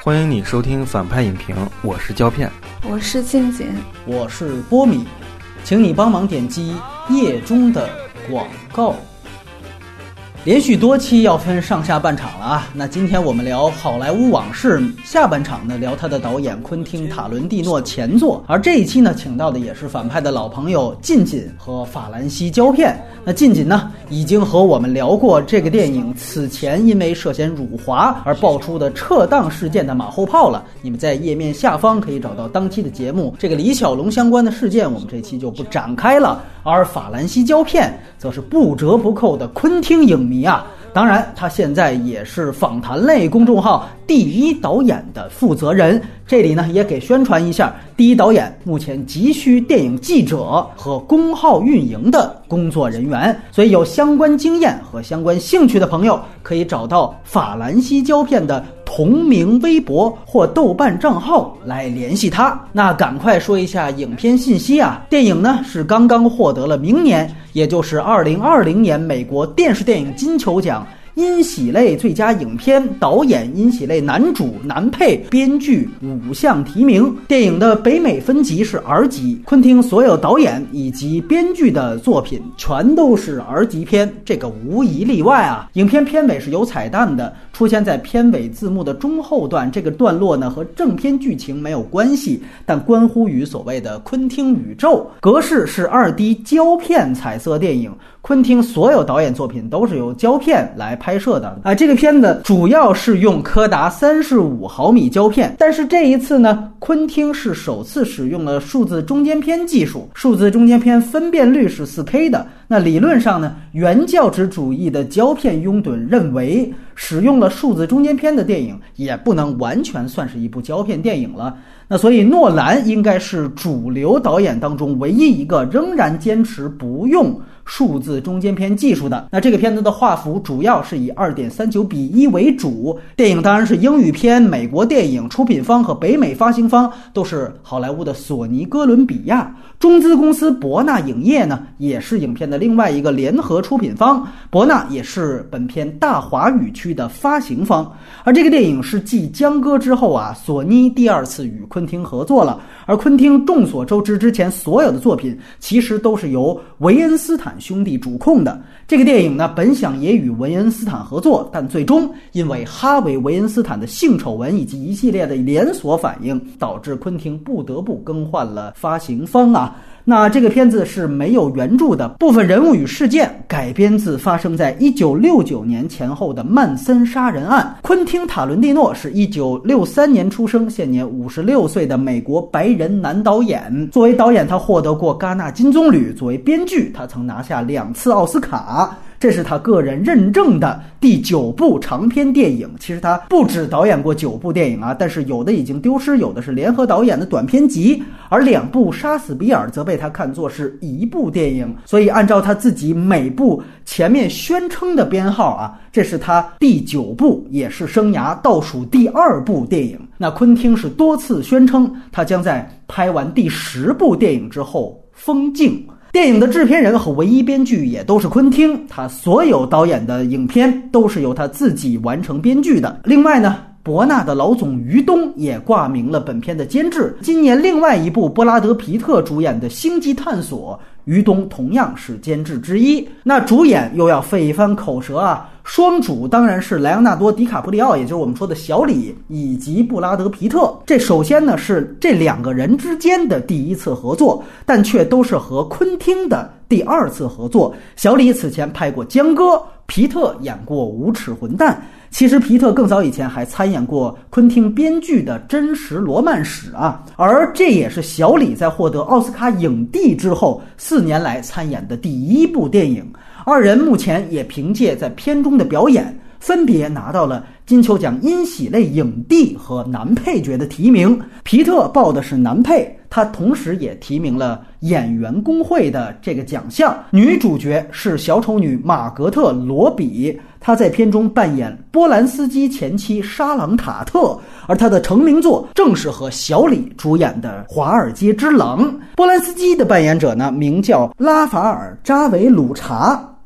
欢迎你收听反派影评，我是胶片， 我是静静， 我是波米，请你帮忙点击页中的广告。连续多期要分上下半场了啊！那今天我们聊好莱坞往事，下半场呢聊他的导演昆汀·塔伦蒂诺前作，而这一期呢请到的也是反派的老朋友近锦和法兰西胶片。那近锦呢已经和我们聊过这个电影此前因为涉嫌辱华而爆出的撤档事件的马后炮了，你们在页面下方可以找到当期的节目。这个李小龙相关的事件我们这期就不展开了，而法兰西胶片则是不折不扣的昆汀影迷啊。当然他现在也是访谈类公众号第一导演的负责人，这里呢也给宣传一下，第一导演目前急需电影记者和公号运营的工作人员，所以有相关经验和相关兴趣的朋友可以找到法兰西胶片的同名微博或豆瓣账号来联系他。那赶快说一下影片信息啊，电影呢是刚刚获得了明年，也就是2020年美国电视电影金球奖因喜类最佳影片、导演、因喜类男主、男配、编剧5项提名。电影的北美分级是 R 级，昆汀所有导演以及编剧的作品全都是 R 级片，这个无一例外啊。影片片尾是有彩蛋的，出现在片尾字幕的中后段，这个段落呢和正片剧情没有关系，但关乎于所谓的昆汀宇宙。格式是 2D 胶片彩色电影，昆汀所有导演作品都是由胶片来拍摄的啊。这个片子主要是用柯达35毫米胶片，但是这一次呢，昆汀是首次使用了数字中间片技术，数字中间片分辨率是 4K 的。那理论上呢，原教旨主义的胶片拥趸认为，使用了数字中间片的电影也不能完全算是一部胶片电影了。那所以诺兰应该是主流导演当中唯一一个仍然坚持不用数字中间片技术的。那这个片子的画幅主要是以 2.39:1 为主，电影当然是英语片，美国电影，出品方和北美发行方都是好莱坞的索尼哥伦比亚，中资公司博纳影业呢也是影片的另外一个联合出品方，博纳也是本片大华语区的发行方。而这个电影是继江歌之后啊，索尼第二次与昆汀合作了，而昆汀众所周知之前所有的作品其实都是由维恩斯坦兄弟主控的。这个电影呢本想也与维恩斯坦合作，但最终因为哈维·维恩斯坦的性丑闻以及一系列的连锁反应，导致昆汀不得不更换了发行方啊。那这个片子是没有原著的，部分人物与事件改编自发生在1969年前后的曼森杀人案。昆汀·塔伦蒂诺是1963年出生，现年56岁的美国白人男导演。作为导演，他获得过戛纳金棕榈；作为编剧，他曾拿下2次奥斯卡。这是他个人认证的第9部长篇电影。其实他不止导演过9部电影啊，但是有的已经丢失，有的是联合导演的短篇集，而2部杀死比尔则被他看作是一部电影。所以按照他自己每部前面宣称的编号啊，这是他第9部，也是生涯倒数第2部电影。那昆汀是多次宣称他将在拍完第10部电影之后封镜。电影的制片人和唯一编剧也都是昆汀，他所有导演的影片都是由他自己完成编剧的。另外呢，博纳的老总于东也挂名了本片的监制。今年另外一部布拉德·皮特主演的《星际探索》，于东同样是监制之一。那主演又要费一番口舌啊，双主当然是莱昂纳多·迪卡普里奥，也就是我们说的小李，以及布拉德·皮特。这首先呢是这2个人之间的第一次合作，但却都是和昆汀的第2次合作。小李此前拍过《江歌》，皮特演过《无耻混蛋》。其实皮特更早以前还参演过昆汀编剧的《真实罗曼史》啊，而这也是小李在获得奥斯卡影帝之后4年来参演的第1部电影。2人目前也凭借在片中的表演，分别拿到了金球奖因喜类影帝和男配角的提名。皮特报的是男配，他同时也提名了演员工会的这个奖项。女主角是小丑女玛格特·罗比，她在片中扮演波兰斯基前妻莎朗·塔特，而她的成名作正是和小李主演的《华尔街之狼》。波兰斯基的扮演者呢，名叫拉法尔·扎维鲁查。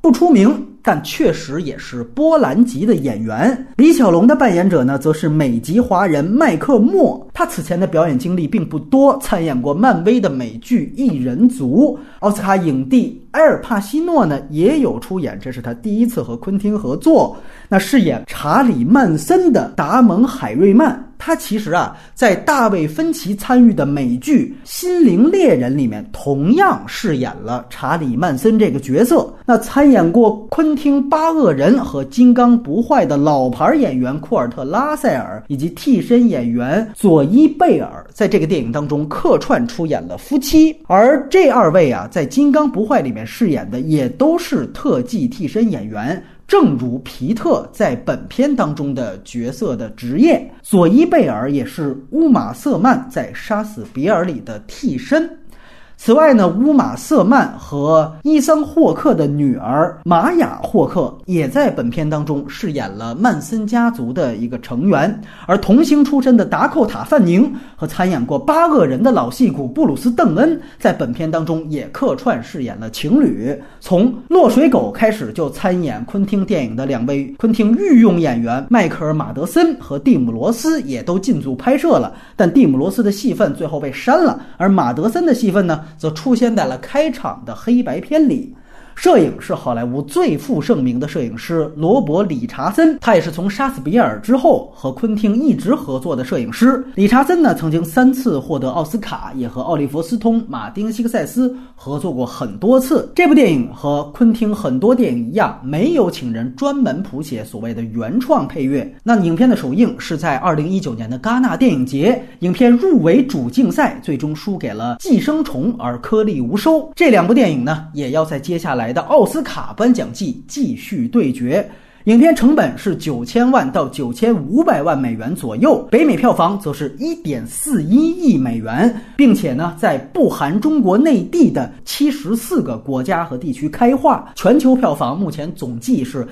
不出名，但确实也是波兰籍的演员。李小龙的扮演者呢，则是美籍华人麦克默。他此前的表演经历并不多，参演过漫威的美剧《异人族》。奥斯卡影帝埃尔帕西诺呢也有出演，这是他第一次和昆汀合作。那饰演查理曼森的达蒙海瑞曼，他其实在大卫芬奇参与的美剧《心灵猎人》里面同样饰演了查理曼森这个角色。那参演过昆汀八恶人和金刚不坏的老牌演员库尔特拉塞尔以及替身演员佐伊贝尔，在这个电影当中客串出演了夫妻。而这二位在金刚不坏里面饰演的也都是特技替身演员，正如皮特在本片当中的角色的职业。佐伊贝尔也是乌玛瑟曼在杀死比尔里的替身。此外呢，乌玛瑟曼和伊桑霍克的女儿玛雅霍克也在本片当中饰演了曼森家族的一个成员。而童星出身的达寇塔范宁和参演过八恶人的老戏骨布鲁斯邓恩在本片当中也客串饰演了情侣。从落水狗开始就参演昆汀电影的两位昆汀御用演员迈克尔马德森和蒂姆罗斯也都进组拍摄了，但蒂姆罗斯的戏份最后被删了，而马德森的戏份呢则出现在了开场的黑白片里。摄影是好莱坞最负盛名的摄影师罗伯·理查森，他也是从杀死比尔之后和昆汀一直合作的摄影师。理查森呢，曾经3次获得奥斯卡，也和奥利弗·斯通、马丁·希克塞斯合作过很多次。这部电影和昆汀很多电影一样，没有请人专门谱写所谓的原创配乐。那影片的首映是在2019年的戛纳电影节，影片入围主竞赛，最终输给了《寄生虫》而颗粒无收。这两部电影呢，也要在接下来的奥斯卡颁奖季继续对决。影片成本是9000万到9500万美元左右，北美票房则是1.41亿美元，并且呢，在不含中国内地的74个国家和地区开画，全球票房目前总计是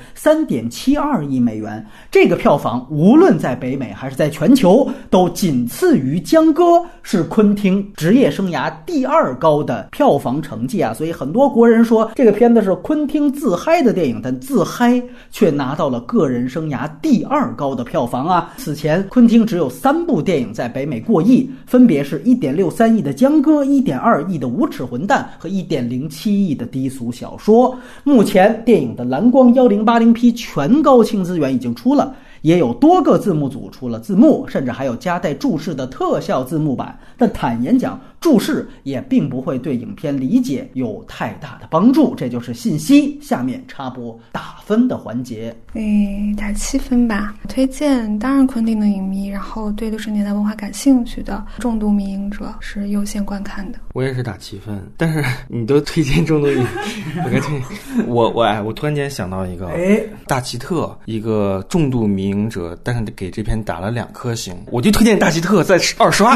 3.72亿美元。这个票房无论在北美还是在全球都仅次于江歌，是昆汀职业生涯第2高的票房成绩啊！所以很多国人说这个片子是昆汀自嗨的电影，但自嗨却拿到了个人生涯第2高的票房啊！此前昆汀只有3部电影在北美过亿，分别是1.63亿的江歌、1.2亿的无耻混蛋和1.07亿的低俗小说。目前电影的蓝光 1080P 全高清资源已经出了，也有多个字幕组出了字幕，甚至还有加带注释的特效字幕版。但坦言讲，注释也并不会对影片理解有太大的帮助。这就是信息。下面插播打分的环节。 打7分吧。推荐当然昆汀的影迷，然后对60年代文化感兴趣的重度迷影者是优先观看的。 我也是打7分，但是你都推荐重度影我突然间想到一个，大奇特，一个重度迷影者，但是给这篇打了2颗星，我就推荐大奇特再2刷。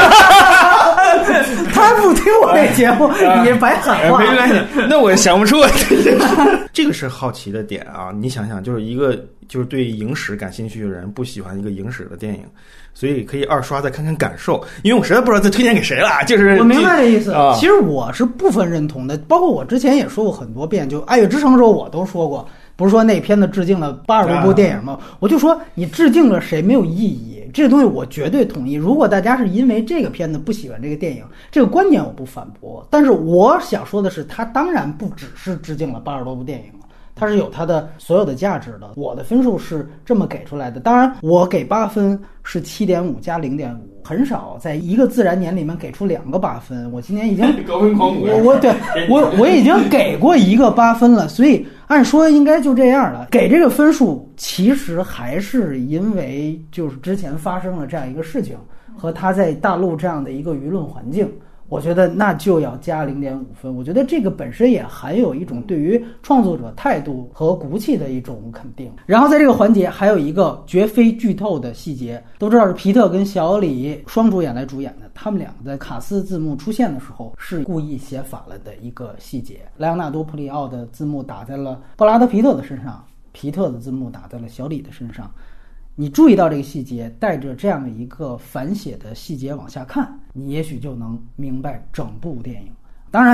他不听我这节目，你白喊话。 没关系，那我想不出。这个是好奇的点啊！你想想，就是一个就是对影史感兴趣的人不喜欢一个影史的电影，所以可以2刷再看看感受。因为我实在不知道再推荐给谁了，就是我明白这意思。其实我是部分认同的，包括我之前也说过很多遍，就《爱乐之城》的时候我都说过，不是说那片子致敬了80多部电影吗？我就说你致敬了谁没有意义。这个东西我绝对同意，如果大家是因为这个片子不喜欢这个电影，这个观点我不反驳。但是我想说的是，它当然不只是致敬了80多部电影，它是有它的所有的价值的。我的分数是这么给出来的，当然我给8分是7.5加0.5，很少在一个自然年里面给出2个8分。我今年已经高分狂虎， 我已经给过一个8分了，所以按说应该就这样了。给这个分数其实还是因为就是之前发生了这样一个事情，和他在大陆这样的一个舆论环境，我觉得那就要加0.5分。我觉得这个本身也含有一种对于创作者态度和骨气的一种肯定。然后在这个环节还有一个绝非剧透的细节，都知道是皮特跟小李双主演来主演的，他们两个在卡斯字幕出现的时候是故意写反了的一个细节。莱昂纳多·普里奥的字幕打在了布拉德·皮特的身上，皮特的字幕打在了小李的身上。你注意到这个细节，带着这样一个反写的细节往下看，你也许就能明白整部电影。当然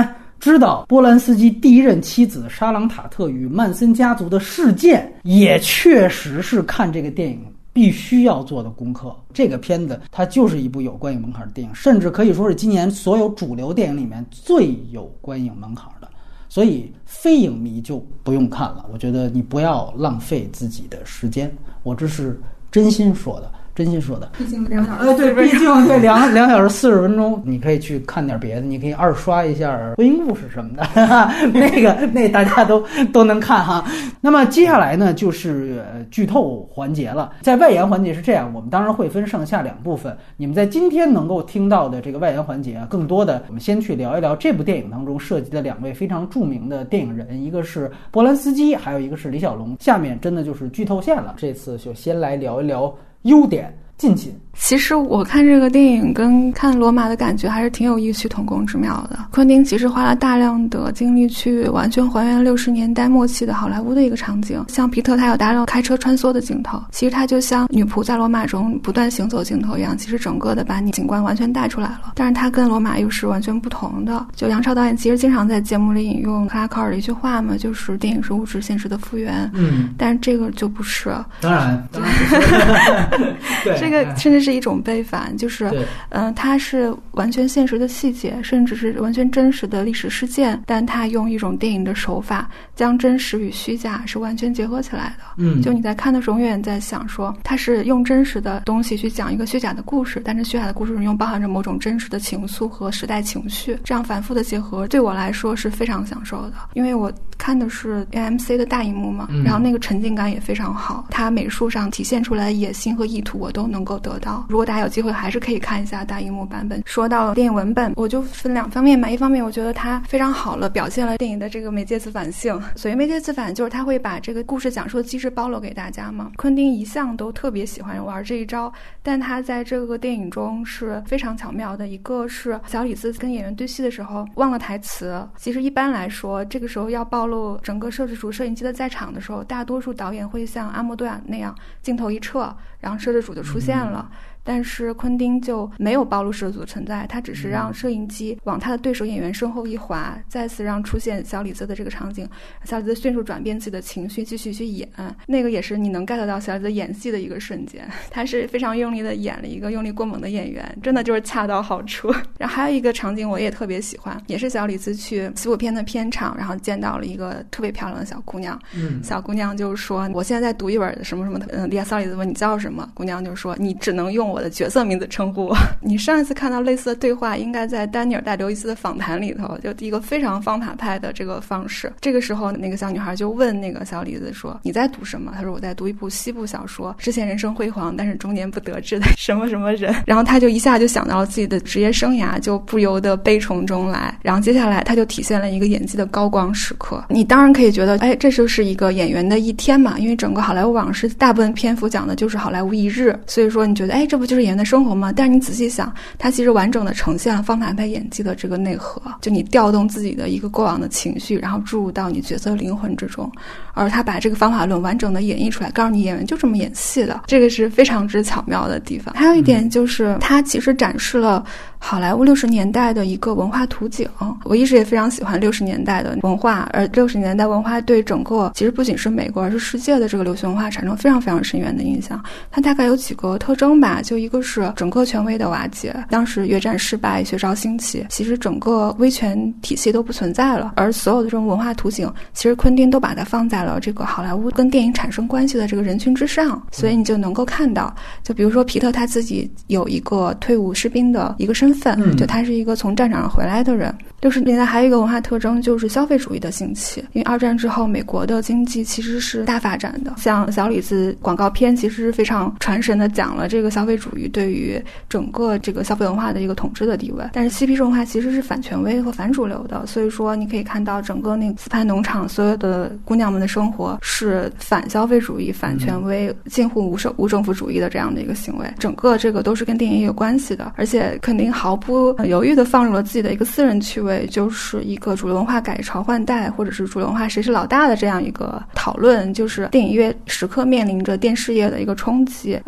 知道波兰斯基第一任妻子莎朗塔特与曼森家族的事件，也确实是看这个电影必须要做的功课。这个片子它就是一部有观影门槛的电影，甚至可以说是今年所有主流电影里面最有观影门槛的，所以非影迷就不用看了。我觉得你不要浪费自己的时间，我这是真心说的。 毕竟2小时， 对，毕竟对2小时40分钟，你可以去看点别的，你可以二刷一下婚姻故事什么的，那大家都能看哈。那么接下来呢，就是剧透环节了。在外延环节是这样，我们当然会分上下2部分。你们在今天能够听到的这个外延环节，更多的我们先去聊一聊这部电影当中涉及的2位非常著名的电影人，一个是波兰斯基，还有一个是李小龙。下面真的就是剧透线了，这次就先来聊一聊优点，近亲。 其实我看这个电影跟看罗马的感觉还是挺有异曲同工之妙的。昆汀其实花了大量的精力去完全还原60年代末期的好莱坞的一个场景，像皮特他有大量开车穿梭的镜头，其实他就像女仆在罗马中不断行走镜头一样，其实整个的把你景观完全带出来了。但是他跟罗马又是完全不同的。就杨超导演其实经常在节目里引用克拉考尔的一句话嘛，就是电影是物质现实的复原。但是这个就不是， 当然不是对， 这个甚至是一种背反，就是它是完全现实的细节，甚至是完全真实的历史事件，但它用一种电影的手法将真实与虚假是完全结合起来的。就你在看的时候永远在想说，它是用真实的东西去讲一个虚假的故事，但是虚假的故事中又包含着某种真实的情愫和时代情绪，这样反复的结合对我来说是非常享受的。因为我看的是 AMC 的大荧幕嘛，然后那个沉浸感也非常好，它美术上体现出来的野心和意图我都能够得到。如果大家有机会还是可以看一下大荧幕版本。说到电影文本，我就分2方面吧。一方面我觉得它非常好了表现了电影的这个媒介自反性，所谓媒介自反就是它会把这个故事讲述的机制暴露给大家嘛。昆汀一向都特别喜欢玩这一招，但他在这个电影中是非常巧妙的。一个是小李子跟演员对戏的时候忘了台词，其实一般来说这个时候要暴露整个摄制组摄影机的在场的时候，大多数导演会像阿莫多瓦那样镜头一撤，然后摄制组就出现了。但是昆汀就没有暴露摄制组的存在，他只是让摄影机往他的对手演员身后一滑，再次让出现小李子的这个场景，小李子迅速转变自己的情绪继续去演，那个也是你能 get 到小李子演戏的一个瞬间，他是非常用力的演了一个用力过猛的演员，真的就是恰到好处。然后还有一个场景我也特别喜欢，也是小李子去西部片的片场，然后见到了一个特别漂亮的小姑娘，小姑娘就说我现在在读一本什么什么的，小李子问你叫什么，姑娘就说你只能用我的角色名字称呼我。你上一次看到类似的对话应该在丹尼尔戴刘易斯的访谈里头，就一个非常方法派的这个方式。这个时候那个小女孩就问那个小李子说你在读什么，他说我在读一部西部小说，之前人生辉煌但是中年不得志的什么什么人，然后他就一下就想到了自己的职业生涯，就不由得悲从中来。然后接下来他就体现了一个演技的高光时刻。你当然可以觉得这就是一个演员的一天嘛，因为整个好莱坞往事大部分篇幅讲的就是好莱坞一日，所以说你觉得这不就是演员的生活吗？但是你仔细想，它其实完整的呈现了方法派演技的这个内核，就你调动自己的一个过往的情绪，然后注入到你角色灵魂之中，而他把这个方法论完整的演绎出来，告诉你演员就这么演戏的，这个是非常之巧妙的地方。还有一点就是它其实展示了好莱坞60年代的一个文化图景，我一直也非常喜欢60年代的文化，而60年代文化对整个其实不仅是美国而是世界的这个流行文化产生非常非常深远的影响。它大概有几个特征吧，就一个是整个权威的瓦解，当时越战失败，学潮兴起，其实整个威权体系都不存在了，而所有的这种文化图景其实昆汀都把它放在了这个好莱坞跟电影产生关系的这个人群之上，所以你就能够看到，就比如说皮特他自己有一个退伍士兵的一个身份，就他是一个从战场上回来的人。60年代还有一个文化特征就是消费主义的兴起，因为2战之后美国的经济其实是大发展的，像小李子广告片其实非常传神的讲了这个消费主义对于整个这个消费文化的一个统治的地位，但是嬉皮士文化其实是反权威和反主流的，所以说你可以看到整个那个斯潘农场所有的姑娘们的生活是反消费主义、反权威、近乎无政府主义的这样的一个行为，整个这个都是跟电影也有关系的，而且肯定毫不犹豫的放入了自己的一个私人趣味，就是一个主流文化改朝换代或者是主流文化谁是老大的这样一个讨论，就是电影业时刻面临着电视业的一个冲击，而昆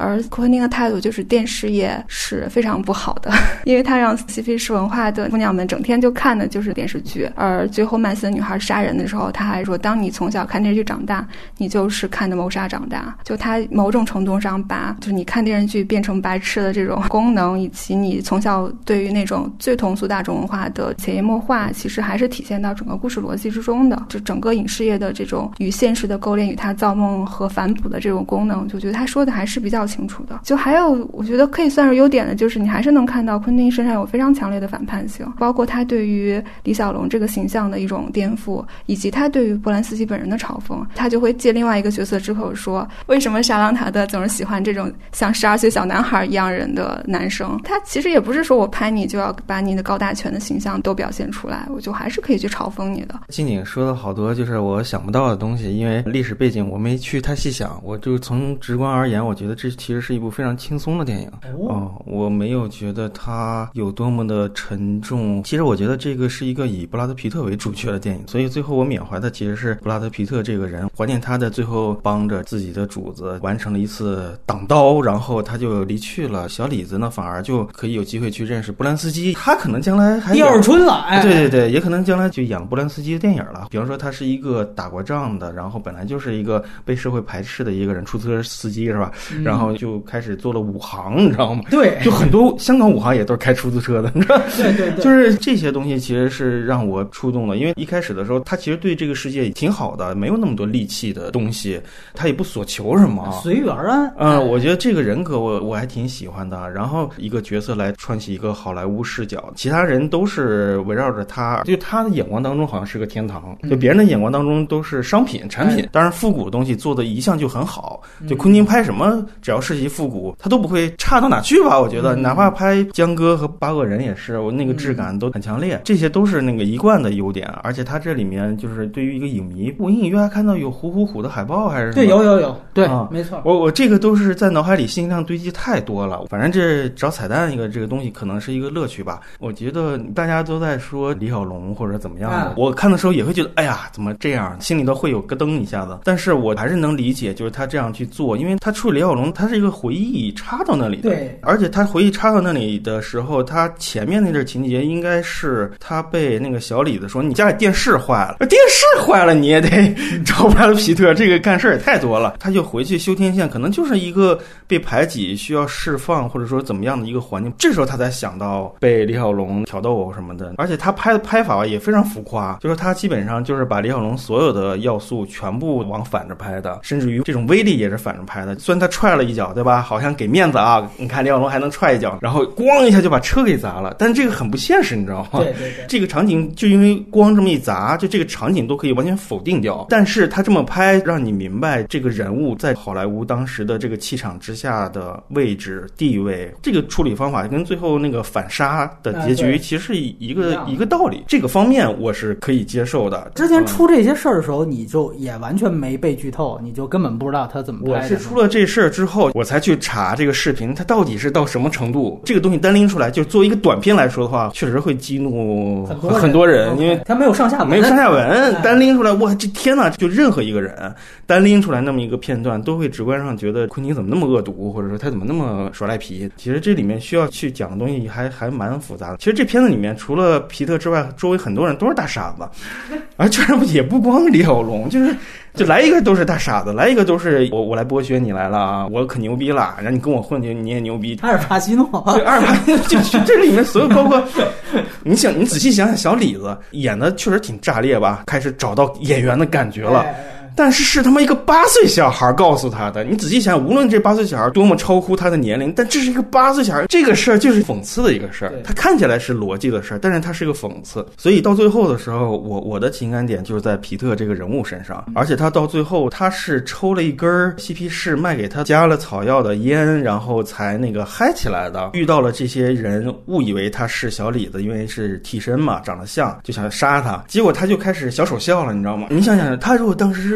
昆汀的态度就是电视业是非常不好的，因为他让嬉皮士文化的姑娘们整天就看的就是电视剧，而最后麦斯的女孩杀人的时候，他还说当你从小看电视剧长大，你就是看着谋杀长大。就他某种程度上把就是你看电视剧变成白痴的这种功能，以及你从小对于那种最通俗大众文化的潜移默化，其实还是体现到整个故事逻辑之中的。就整个影视业的这种与现实的勾连，与他造梦和反哺的这种功能，就觉得他说的还是比较清楚的。就还有我觉得可以算是优点的，就是你还是能看到昆汀身上有非常强烈的反叛性，包括他对于李小龙这个形象的一种颠覆，以及他对于波兰斯基本人的嘲讽。他就会借另外一个角色之口说，为什么沙朗塔德总是喜欢这种像12岁小男孩一样人的男生。他其实也不是说我拍你就要把你的高大全的形象都表现出来，我就还是可以去嘲讽你的。 静静说的好多就是我想不到的东西，因为历史背景我没去太细想，我就从直观而言，我觉得这其实是一部非常轻松的电影。我没有觉得它有多么的沉重。其实我觉得这个是一个以布拉德皮特为主角的电影，所以最后我缅怀的其实是布拉德皮特这个人，怀念他的最后帮着自己的主子完成了一次挡刀，然后他就离去了。小李子呢反而就可以有机会去认识波兰斯基，他可能将来还第二春了。 对对对，也可能将来就演波兰斯基的电影了。比方说他是一个打过仗的，然后本来就是一个被社会排斥的一个人，出租车司机是吧？然后就开始做了武行，你知道吗？ 对， 就很多香港武行也都是开出租车的，你知道？ 对对对， 就是这些东西其实是让我触动的，因为一开始的时候他其实对这个世界挺好的，没有那么多戾气的东西，他也不所求什么， 随遇而安。 我觉得这个人格我还挺喜欢的。然后一个角色来串起一个好莱坞视角，其他人都是围绕着他，就他的眼光当中好像是个天堂，就别人的眼光当中都是商品产品。当然复古的东西做的一向就很好，就昆汀拍什么只要是一复古他都不会差到哪去吧，我觉得哪怕拍江歌和八恶人也是，我那个质感都很强烈，这些都是那个一贯的优点。而且他这里面就是对于一个影迷，我隐隐约约看到有虎虎虎的海报还是什么， 对，有，对，没错。 我这个都是在脑海里信息量堆积太多了，反正这找彩蛋一个这个东西可能是一个乐趣吧。我觉得大家都在说李小龙或者怎么样的，我看的时候也会觉得哎呀怎么这样，心里头会有咯噔一下子。但是我还是能理解就是他这样去做，因为他处理李小龙他是一个回忆插到那里的， 对， 而且他回忆插到那里的时候，他前面那阵情节应该是他被那个小李子说你家里电视坏了，电视坏了你也得找布拉德皮特，这个干事也太多了。他就回去修天线，可能就是一个被排挤需要释放或者说怎么样的一个环境，这时候他才想到被李小龙挑逗什么的。而且他拍的拍法也非常浮夸，就是他基本上就是把李小龙所有的要素全部往反着拍的，甚至于这种威力也是反着拍的。虽然他踹了一脚对吧，好像给面子啊，你看李小龙还能踹一脚，然后咣一下就把车给砸了，但这个很不现实你知道吗？ 对对对， 这个场景就因为光这么一砸，就这个场景都可以完全否定掉，但是他这么拍让你明白这个人物在好莱坞当时的这个气场之下的位置地位，这个处理方法跟最后那个反杀的结局其实是一个道理，这个方面我是可以接受的。 之前出这些事儿的时候你就也完全没被剧透，你就根本不知道他怎么拍的。 我是出了这事儿之后我才去查这个视频它到底是到什么程度，这个东西单拎出来就作为一个短片来说的话确实会激怒很多人，因为他没有上下文， 单拎出来哇这天哪，就任何一个人单拎出来那么一个片段都会直观上觉得昆汀怎么那么恶毒，或者说他怎么那么耍赖皮。其实这里面需要去讲的东西还蛮复杂的。其实这片子里面除了皮特之外周围很多人都是大傻子，而这也不光李小龙，就来一个都是大傻子，来一个都是我来剥削你来了啊，我可牛逼了，让你跟我混去你也牛逼。 阿尔帕西诺， 对，阿尔帕西诺就这里面所有包括你仔细想想，小李子演的确实挺炸裂吧，开始找到演员的感觉了。但是他妈一个8岁小孩告诉他的，你仔细想，无论这8岁小孩多么超乎他的年龄，但这是一个8岁小孩，这个事儿就是讽刺的一个事儿。他看起来是逻辑的事儿，但是他是个讽刺。所以到最后的时候，我的情感点就是在皮特这个人物身上，而且他到最后他是抽了一根嬉皮士卖给他加了草药的烟，然后才那个嗨起来的。遇到了这些人，误以为他是小李子，因为是替身嘛，长得像，就想杀他，结果他就开始小丑笑了，你知道吗？你想想，他如果当时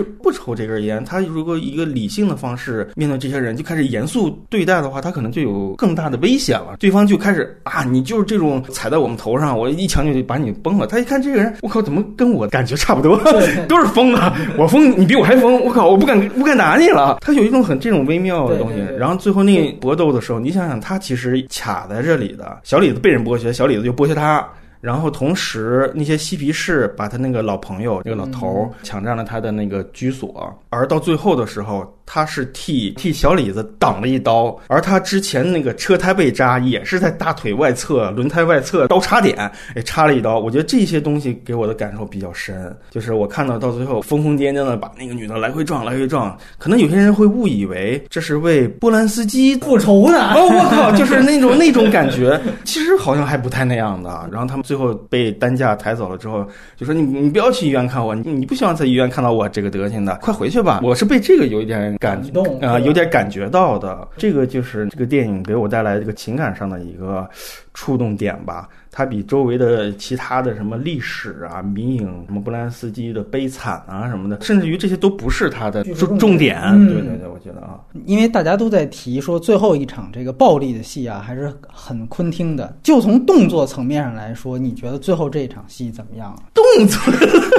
不抽这根烟，他如果一个理性的方式面对这些人，就开始严肃对待的话，他可能就有更大的危险了。对方就开始啊，你就是这种踩在我们头上，我一枪就把你崩了。他一看这个人，我靠，怎么跟我感觉差不多，都是疯的，我疯，你比我还疯，我靠，我不敢打你了。他有一种这种微妙的东西。然后最后那搏斗的时候，你想想，他其实卡在这里的，小李子被人剥削，小李子就剥削他。然后同时那些嬉皮士把他那个老朋友那个老头抢占了他的那个居所，而到最后的时候他是替小李子挡了一刀，而他之前那个车胎被扎也是在大腿外侧轮胎外侧刀插点插了一刀。我觉得这些东西给我的感受比较深，就是我看到最后疯疯癫癫的把那个女的来回撞，可能有些人会误以为这是为波兰斯基复仇呢。 我靠，就是那种感觉，其实好像还不太那样的。然后他们最后被担架抬走了之后，就说你不要去医院看我，你不希望在医院看到我这个德行的，快回去吧。我是被这个有一点感动有点感觉到的。这个就是这个电影给我带来这个情感上的一个触动点吧。它比周围的其他的什么历史啊、迷影、什么波兰斯基的悲惨啊什么的，甚至于这些都不是它的重点。对，我觉得啊， 因为大家都在提说最后一场这个暴力的戏啊，还是很昆汀的。就从动作层面上来说，你觉得最后这一场戏怎么样啊？ 动作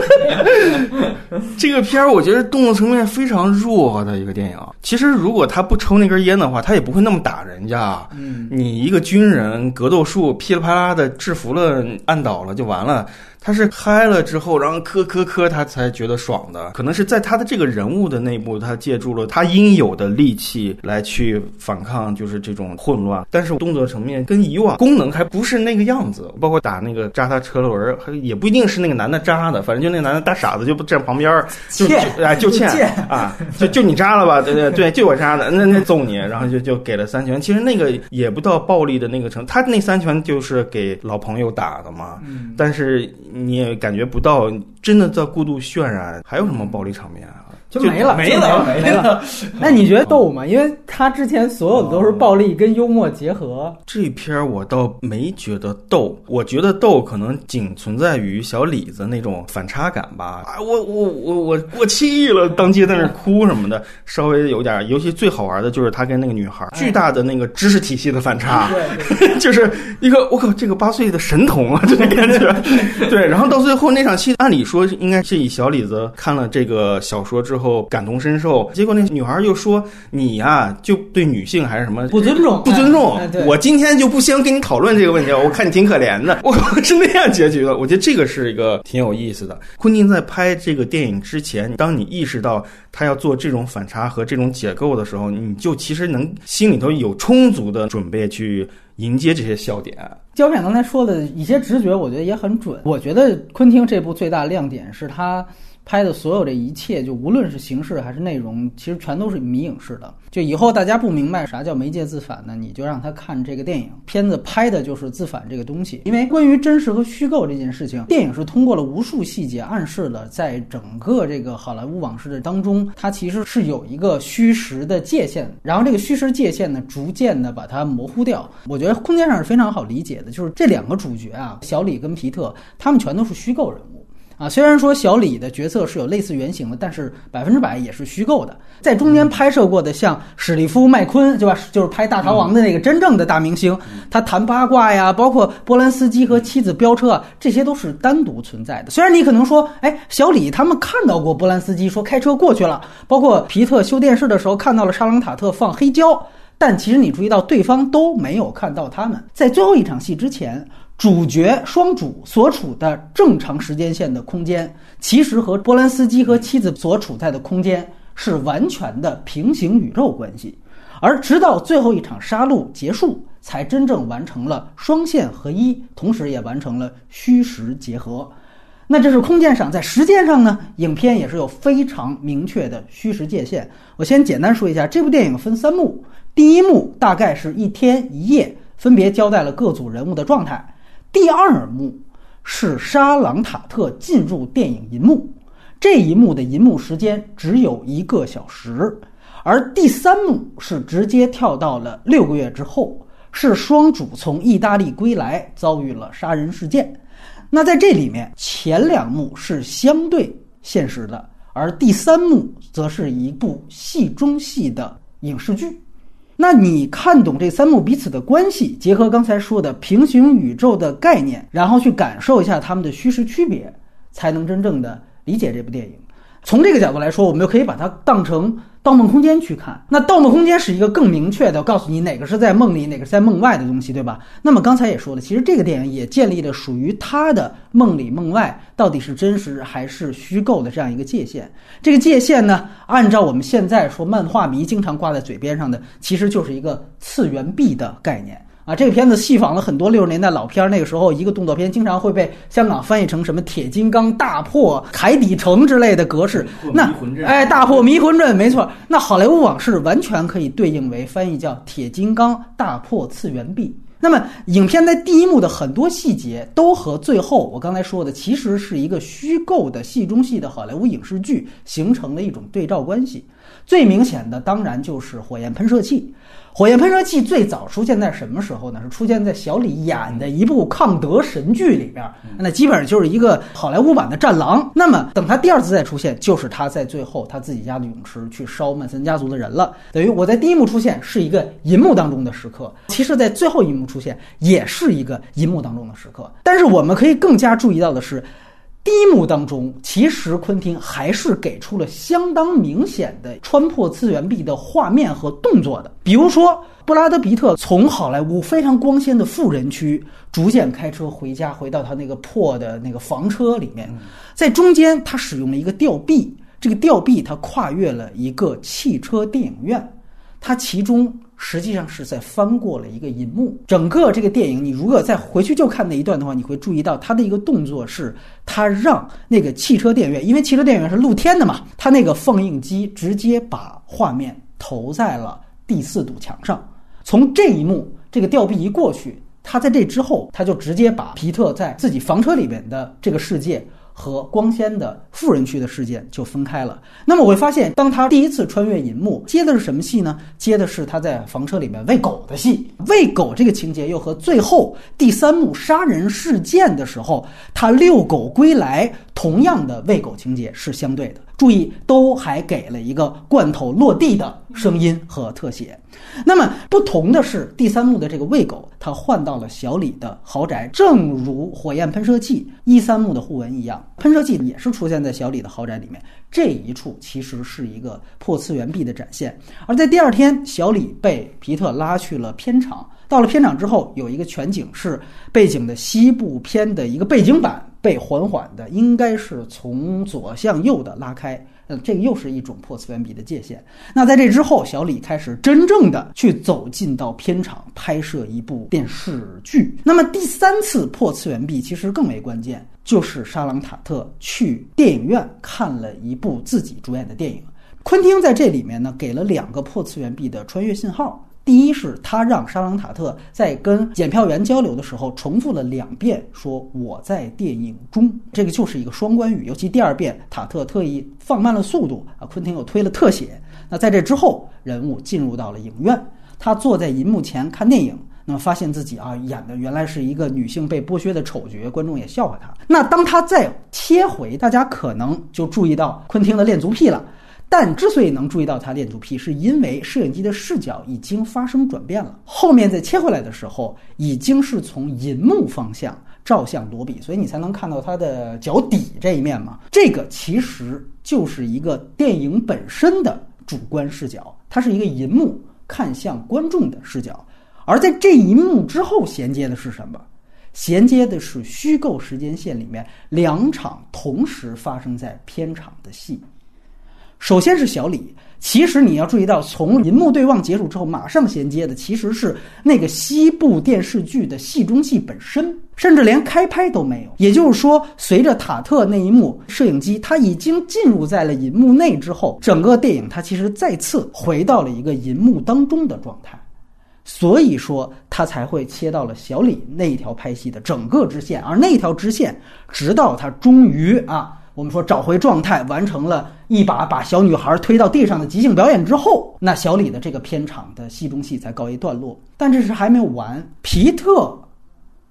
这个片儿，我觉得动作层面非常弱的一个电影。其实如果他不抽那根烟的话，他也不会那么打人家。你一个军人格斗术噼里啪啦的制服了，按倒了就完了。他是嗨了之后，然后磕他才觉得爽的。可能是在他的这个人物的内部，他借助了他应有的力气来去反抗，就是这种混乱。但是动作层面跟以往功能还不是那个样子，包括打那个扎他车轮，也不一定是那个男的扎的，反正就那个男的大傻子就不站旁边就欠啊，就你扎了吧，对，就我扎的，那揍你，然后就给了3拳。其实那个也不到暴力的那个程度，他那3拳就是给老朋友打的嘛，但是你也感觉不到真的在过度渲染。还有什么暴力场面啊？ 就没了。那你觉得逗吗？因为他之前所有的都是暴力跟幽默结合。 这片我倒没觉得逗，我觉得逗可能仅存在于小李子那种反差感吧。啊，我过气了，当街在那哭什么的，稍微有点。尤其最好玩的就是他跟那个女孩巨大的那个知识体系的反差，就是一个我靠，这个8岁的神童啊，这种感觉。对，然后到最后那场戏，按理说应该是以小李子看了这个小说之后感同身受，结果那女孩又说你呀就对女性还是什么不尊重， 我今天就不先跟你讨论这个问题，我看你挺可怜的。我是那样结局的。我觉得这个是一个挺有意思的。昆汀在拍这个电影之前，当你意识到他要做这种反差和这种解构的时候，你就其实能心里头有充足的准备去迎接这些笑点。 胶片刚才说的一些直觉我觉得也很准。我觉得昆汀这部最大亮点是他拍的所有这一切，就无论是形式还是内容，其实全都是迷影式的。就以后大家不明白啥叫媒介自反呢，你就让他看这个电影，片子拍的就是自反这个东西。因为关于真实和虚构这件事情，电影是通过了无数细节暗示了，在整个这个好莱坞往事的当中，它其实是有一个虚实的界限，然后这个虚实界限呢，逐渐的把它模糊掉。我觉得空间上是非常好理解的，就是这两个主角啊，小李跟皮特，他们全都是虚构人物。虽然说小李的角色是有类似原型的，但是100%也是虚构的。在中间拍摄过的像史蒂夫·麦昆，对吧？就是拍大逃亡的那个真正的大明星，他谈八卦呀，包括波兰斯基和妻子飙车，这些都是单独存在的。虽然你可能说，小李他们看到过波兰斯基说开车过去了，包括皮特修电视的时候看到了沙朗塔特放黑胶，但其实你注意到对方都没有看到他们。在最后一场戏之前，主角双主所处的正常时间线的空间，其实和波兰斯基和妻子所处在的空间是完全的平行宇宙关系，而直到最后一场杀戮结束，才真正完成了双线合一，同时也完成了虚实结合。那这是空间上，在时间上呢，影片也是有非常明确的虚实界限。我先简单说一下，这部电影分3幕，第一幕大概是1天1夜，分别交代了各组人物的状态。第2幕是沙朗塔特进入电影银幕，这一幕的银幕时间只有1个小时，而第3幕是直接跳到了6个月之后，是双主从意大利归来，遭遇了杀人事件。那在这里面，前2幕是相对现实的， 而第3幕则是一部戏中戏的影视剧。那你看懂这3幕彼此的关系，结合刚才说的平行宇宙的概念，然后去感受一下它们的虚实区别，才能真正的理解这部电影。从这个角度来说，我们就可以把它当成《盗梦空间》去看。那《盗梦空间》是一个更明确的告诉你哪个是在梦里，哪个是在梦外的东西，对吧？那么刚才也说了，其实这个电影也建立了属于它的梦里梦外到底是真实还是虚构的这样一个界限。这个界限呢，按照我们现在说漫画迷经常挂在嘴边上的，其实就是一个次元壁的概念。这个片子细仿了很多60年代老片，那个时候一个动作片经常会被香港翻译成什么铁金刚大破海底城之类的格式。那大破迷魂阵，没错。那好莱坞往事完全可以对应为翻译叫铁金刚大破次元壁。那么影片在第1幕的很多细节都和最后我刚才说的其实是一个虚构的戏中戏的好莱坞影视剧形成了一种对照关系。最明显的当然就是火焰喷射器。火焰喷射器最早出现在什么时候呢？是出现在小李演的一部抗德神剧里边，那基本上就是一个好莱坞版的战狼。那么等他第2次再出现，就是他在最后他自己家的泳池去烧曼森家族的人了。等于我在第1幕出现是一个银幕当中的时刻，其实在最后1幕出现也是一个银幕当中的时刻。但是我们可以更加注意到的是，第1幕当中，其实昆汀还是给出了相当明显的穿破次元壁的画面和动作的。比如说，布拉德·皮特从好莱坞非常光鲜的富人区逐渐开车回家，回到他那个破的那个房车里面，在中间他使用了一个吊臂，这个吊臂他跨越了一个汽车电影院，它其中实际上是在翻过了一个银幕。整个这个电影你如果再回去就看那一段的话，你会注意到他的一个动作是他让那个汽车电影院，因为汽车电影院是露天的嘛，他那个放映机直接把画面投在了第4堵墙上。从这一幕这个吊臂一过去，他在这之后他就直接把皮特在自己房车里面的这个世界和光鲜的富人区的事件就分开了。那么我会发现，当他第1次穿越银幕，接的是什么戏呢？接的是他在房车里面喂狗的戏。喂狗这个情节又和最后第3幕杀人事件的时候他遛狗归来同样的喂狗情节是相对的。注意，都还给了一个罐头落地的声音和特写。那么不同的是，第3幕的这个喂狗他换到了小李的豪宅，正如火焰喷射器1、3幕的互文一样，喷射器也是出现在小李的豪宅里面。这一处其实是一个破次元壁的展现。而在第2天，小李被皮特拉去了片场，到了片场之后，有一个全景是背景的西部片的一个背景板被缓缓的应该是从左向右的拉开，这个又是一种破次元壁的界限。那在这之后，小李开始真正的去走进到片场拍摄一部电视剧。那么第3次破次元壁其实更为关键，就是沙朗塔特去电影院看了一部自己主演的电影。昆汀在这里面呢给了2个破次元壁的穿越信号。第一是他让沙朗塔特在跟检票员交流的时候重复了2遍说我在电影中，这个就是一个双关语。尤其第2遍塔特特意放慢了速度，昆汀又推了特写。那在这之后，人物进入到了影院，他坐在银幕前看电影，那么发现自己演的原来是一个女性被剥削的丑角，观众也笑话他。那当他再切回，大家可能就注意到昆汀的恋足癖了。但之所以能注意到他恋足癖，是因为摄影机的视角已经发生转变了，后面再切回来的时候已经是从银幕方向照向罗比，所以你才能看到他的脚底这一面嘛。这个其实就是一个电影本身的主观视角，它是一个银幕看向观众的视角。而在这一幕之后衔接的是什么？衔接的是虚构时间线里面2场同时发生在片场的戏。首先是小李，其实你要注意到，从银幕对望结束之后马上衔接的其实是那个西部电视剧的戏中戏本身，甚至连开拍都没有。也就是说，随着塔特那一幕摄影机它已经进入在了银幕内之后，整个电影它其实再次回到了一个银幕当中的状态。所以说他才会切到了小李那一条拍戏的整个支线，而那一条支线直到他终于我们说找回状态，完成了一把小女孩推到地上的即兴表演之后，那小李的这个片场的戏中戏才告一段落。但这是还没有完，皮特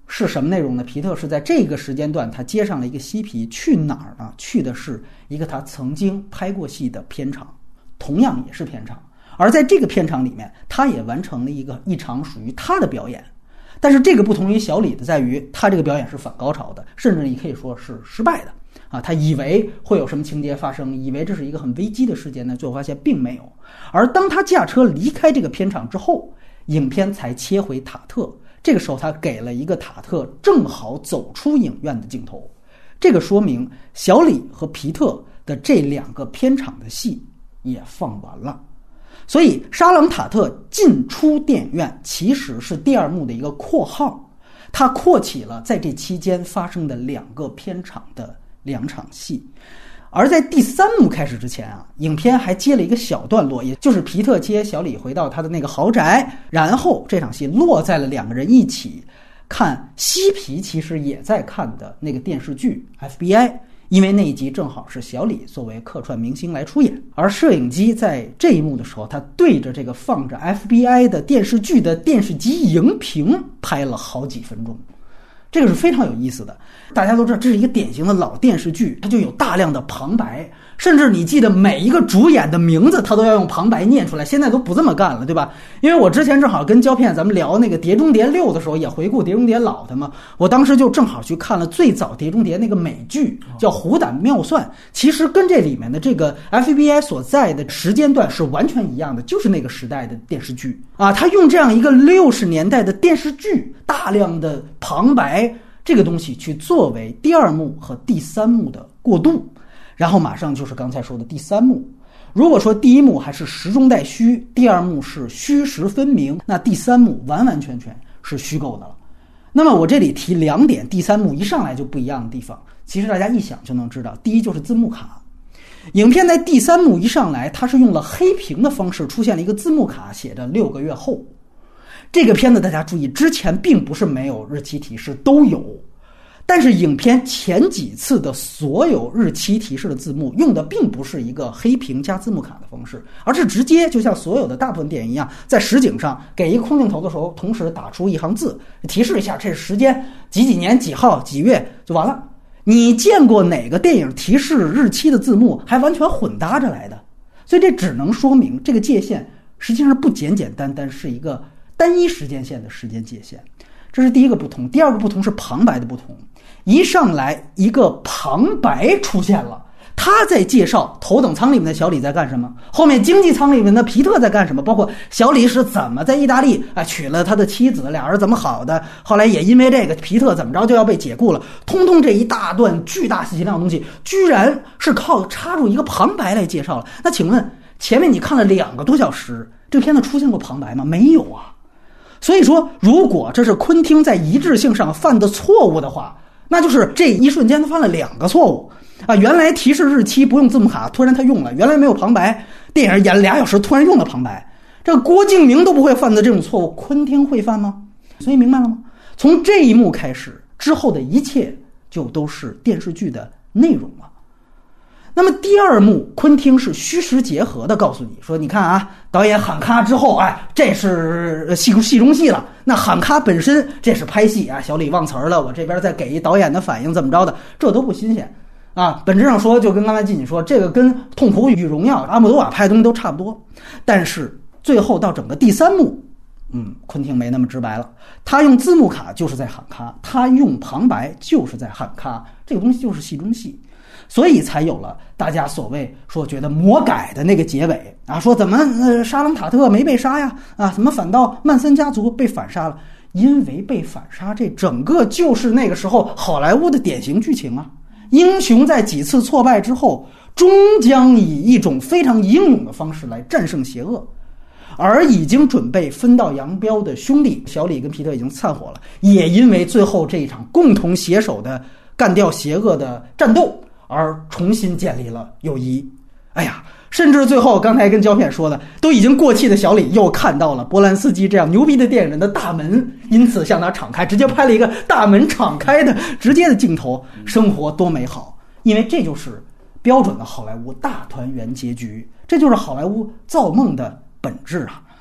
是什么内容呢？皮特是在这个时间段他接上了一个嬉皮，去哪儿呢？去的是一个他曾经拍过戏的片场，同样也是片场。而在这个片场里面，他也完成了一场属于他的表演。但是这个不同于小李的在于，他这个表演是反高潮的，甚至你可以说是失败的啊！他以为会有什么情节发生，以为这是一个很危机的事件呢，最后发现并没有。而当他驾车离开这个片场之后，影片才切回塔特，这个时候他给了一个塔特正好走出影院的镜头。这个说明小李和皮特的这两个片场的戏也放完了。所以沙朗塔特进出电影院其实是第二幕的一个括号，它扩起了在这期间发生的两个片场的两场戏。而在第三幕开始之前啊，影片还接了一个小段落，也就是皮特接小李回到他的那个豪宅，然后这场戏落在了两个人一起看嬉皮其实也在看的那个电视剧 FBI， 因为那一集正好是小李作为客串明星来出演，而摄影机在这一幕的时候，他对着这个放着 FBI 的电视剧的电视机荧屏拍了好几分钟。这个是非常有意思的。大家都知道这是一个典型的老电视剧，它就有大量的旁白，甚至你记得每一个主演的名字他都要用旁白念出来，现在都不这么干了，对吧？因为我之前正好跟胶片咱们聊那个碟中谍6的时候，也回顾碟中谍老的嘛，我当时就正好去看了最早碟中谍那个美剧叫虎胆妙算，其实跟这里面的这个 FBI 所在的时间段是完全一样的，就是那个时代的电视剧啊。他用这样一个60年代的电视剧大量的旁白这个东西去作为第二幕和第三幕的过渡，然后马上就是刚才说的第三幕。如果说第一幕还是实中带虚，第二幕是虚实分明，那第三幕完完全全是虚构的了。那么我这里提2点，第三幕一上来就不一样的地方，其实大家一想就能知道。第一就是字幕卡，影片在第三幕一上来，它是用了黑屏的方式出现了一个字幕卡，写着6个月后。这个片子大家注意，之前并不是没有日期提示，都有，但是影片前几次的所有日期提示的字幕用的并不是一个黑屏加字幕卡的方式，而是直接就像所有的大部分电影一样，在实景上给一个空镜头的时候，同时打出一行字，提示一下这是时间几年几号几月就完了。你见过哪个电影提示日期的字幕还完全混搭着来的？所以这只能说明这个界限实际上不简单单是一个单一时间线的时间界限，这是第一个不同。第二个不同是旁白的不同，一上来一个旁白出现了，他在介绍头等舱里面的小李在干什么，后面经济舱里面的皮特在干什么，包括小李是怎么在意大利娶了他的妻子，俩人怎么好的，后来也因为这个皮特怎么着就要被解雇了，通通这一大段巨大信息量的东西居然是靠插入一个旁白来介绍了。那请问前面你看了2个多小时，这个片子出现过旁白吗？没有啊。所以说如果这是昆汀在一致性上犯的错误的话，那就是这一瞬间他犯了2个错误啊！原来提示日期不用字幕卡，突然他用了；原来没有旁白，电影演了2小时，突然用了旁白。这个郭敬明都不会犯的这种错误，昆汀会犯吗？所以明白了吗？从这一幕开始，之后的一切就都是电视剧的内容了。那么第二幕，昆汀是虚实结合的告诉你说，你看啊，导演喊咔之后，这是戏中戏了。那喊咔本身这是拍戏啊，小李忘词儿了，我这边再给一导演的反应怎么着的，这都不新鲜啊。本质上说，就跟刚才季锦说，这个跟《痛苦与荣耀》阿莫多瓦拍的东西都差不多。但是最后到整个第三幕，昆汀没那么直白了，他用字幕卡就是在喊咔，他用旁白就是在喊咔，这个东西就是戏中戏。所以才有了大家所谓说觉得魔改的那个结尾啊，说怎么沙朗塔特没被杀呀？啊，怎么反倒曼森家族被反杀了？因为被反杀，这整个就是那个时候好莱坞的典型剧情啊！英雄在几次挫败之后，终将以一种非常英勇的方式来战胜邪恶。而已经准备分道扬镳的兄弟小李跟皮特已经散伙了，也因为最后这一场共同携手的干掉邪恶的战斗而重新建立了友谊。甚至最后刚才跟胶片说的，都已经过气的小李又看到了波兰斯基这样牛逼的电影人的大门，因此向他敞开，直接拍了一个大门敞开的直接的镜头，生活多美好。因为这就是标准的好莱坞大团圆结局，这就是好莱坞造梦的本质啊。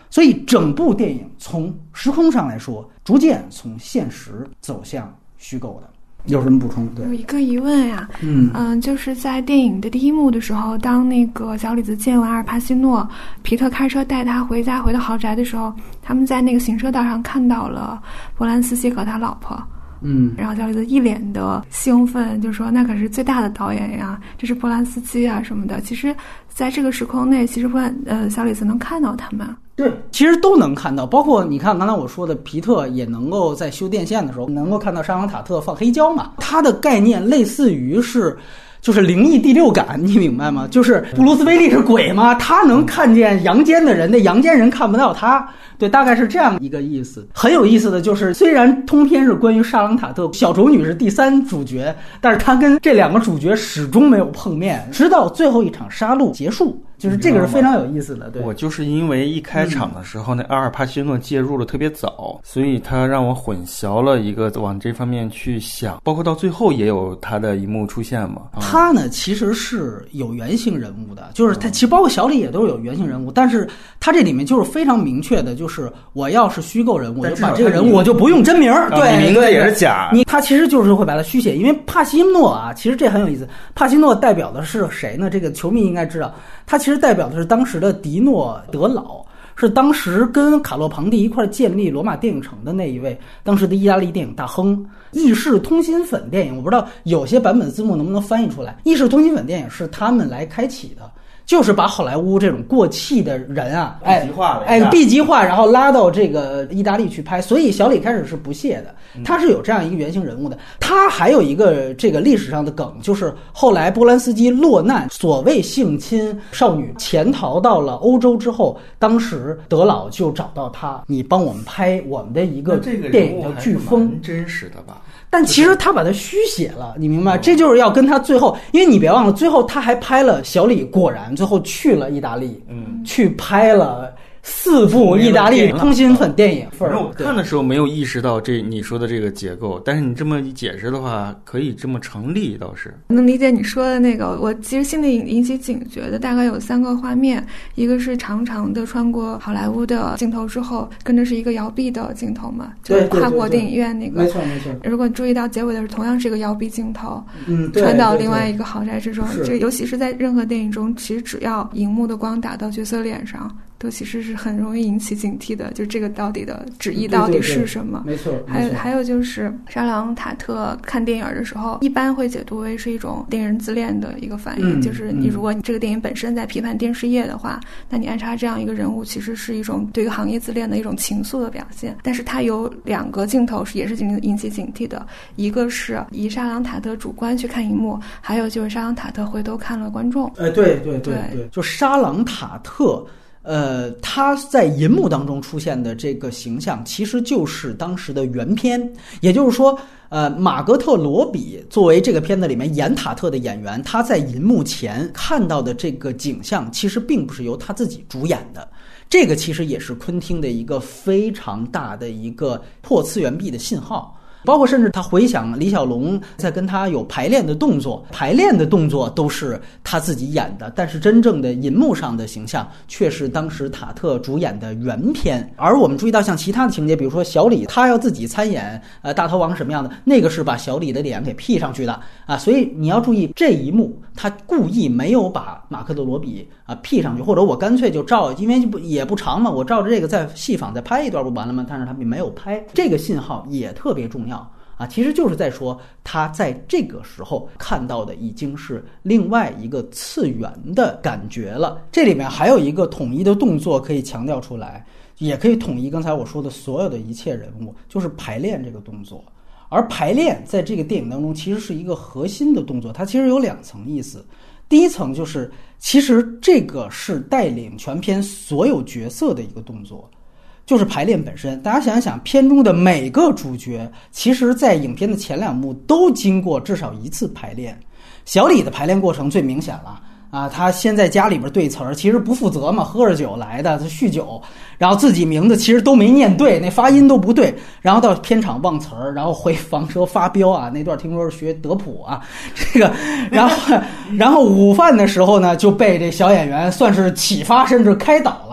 所以整部电影从时空上来说，逐渐从现实走向虚构的。有什么补充？对， 有一个疑问呀，就是在电影的第一幕的时候，当那个小李子见完阿尔帕西诺，皮特开车带他回家，回到豪宅的时候，他们在那个行车道上看到了波兰斯基和他老婆。然后小李子一脸的兴奋，就说那可是最大的导演呀，这是波兰斯基啊什么的。其实在这个时空内，其实小李子能看到他们。 对，其实都能看到，包括你看刚才我说的，皮特也能够在修电线的时候能够看到沙朗塔特放黑胶嘛，它的概念类似于是就是灵异第六感，你明白吗？就是布鲁斯威利是鬼吗？他能看见阳间的人，那阳间人看不到他。对，大概是这样一个意思。很有意思的就是，虽然通篇是关于沙朗塔特，小丑女是第三主角，但是他跟这两个主角始终没有碰面，直到最后一场杀戮结束。就是这个是非常有意思的。对， 我就是因为一开场的时候那阿尔帕西诺介入的特别早，所以他让我混淆了一个往这方面去想，包括到最后也有他的一幕出现嘛。 他呢其实是有原型人物的，就是他其实包括小李也都是有原型人物，但是他这里面就是非常明确的，就是我要是虚构人物，我就把这个人物我就不用真名，对， 名字也是假。 他其实就是会把它虚写，因为帕西诺啊，其实这很有意思。帕西诺代表的是谁呢？这个球迷应该知道，他其实代表的是当时的迪诺德老，是当时跟卡洛庞蒂一块建立罗马电影城的那一位，当时的意大利电影大亨。意式通心粉电影，我不知道有些版本字幕能不能翻译出来。意式通心粉电影是他们来开启的，就是把好莱坞这种过气的人啊，B 级化，然后拉到这个意大利去拍。所以小李开始是不屑的，他是有这样一个原型人物的。他还有一个这个历史上的梗，就是后来波兰斯基落难，所谓性侵少女，潜逃到了欧洲之后，当时德老就找到他，你帮我们拍我们的一个电影叫《飓风》， 真实的吧？ 但其实他把它虚写了，你明白？这就是要跟他最后，因为你别忘了，最后他还拍了小李，果然最后去了意大利，去拍了4部意大利通心粉电影。 我看的时候没有意识到你说的这个结构，但是你这么一解释的话，可以这么成立，倒是能理解你说的那个。我其实心里引起警觉的大概有3个画面，一个是长长的穿过好莱坞的镜头之后，跟着是一个摇臂的镜头嘛，就是跨过电影院那个。 没错。 如果注意到结尾的是同样是一个摇臂镜头，穿到另外一个豪宅之中。这尤其是在任何电影中，其实只要荧幕的光打到角色脸上，都其实是很容易引起警惕的，就这个到底的旨意到底是什么？ 没错。 还有就是沙朗塔特看电影的时候，一般会解读为是一种电影人自恋的一个反应，就是如果你这个电影本身在批判电视业的话，那你安插这样一个人物，其实是一种对于行业自恋的一种情愫的表现。但是它有2个镜头也是引起警惕的，一个是以沙朗塔特主观去看荧幕，还有就是沙朗塔特回头看了观众。 对，就沙朗塔特。他在银幕当中出现的这个形象，其实就是当时的原片，也就是说，马格特罗比作为这个片子里面演塔特的演员，他在银幕前看到的这个景象，其实并不是由他自己主演的。这个其实也是昆汀的一个非常大的一个破次元壁的信号。包括甚至他回想李小龙在跟他有排练的动作都是他自己演的，但是真正的银幕上的形象却是当时塔特主演的原片。而我们注意到像其他的情节，比如说小李他要自己参演大逃亡什么样的，那个是把小李的脸给 P 上去的啊，所以你要注意这一幕他故意没有把马克特罗比P 上去，或者我干脆就照，因为也不长嘛，我照着这个在戏坊再拍一段不完了吗？但是他没有拍，这个信号也特别重要啊，其实就是在说他在这个时候看到的已经是另外一个次元的感觉了。这里面还有一个统一的动作可以强调出来，也可以统一刚才我说的所有的一切人物，就是排练这个动作。而排练在这个电影当中其实是一个核心的动作，它其实有2层意思。第一层就是其实这个是带领全片所有角色的一个动作，就是排练本身。大家想一想，片中的每个主角其实在影片的前2幕都经过至少1次排练。小李的排练过程最明显了啊，他先在家里边对词儿，其实不负责嘛，喝着酒来的，他酗酒，然后自己名字其实都没念对，那发音都不对，然后到片场忘词儿，然后回房车发飙啊，那段听说是学德普啊，这个，然后午饭的时候呢，就被这小演员算是启发甚至开导了。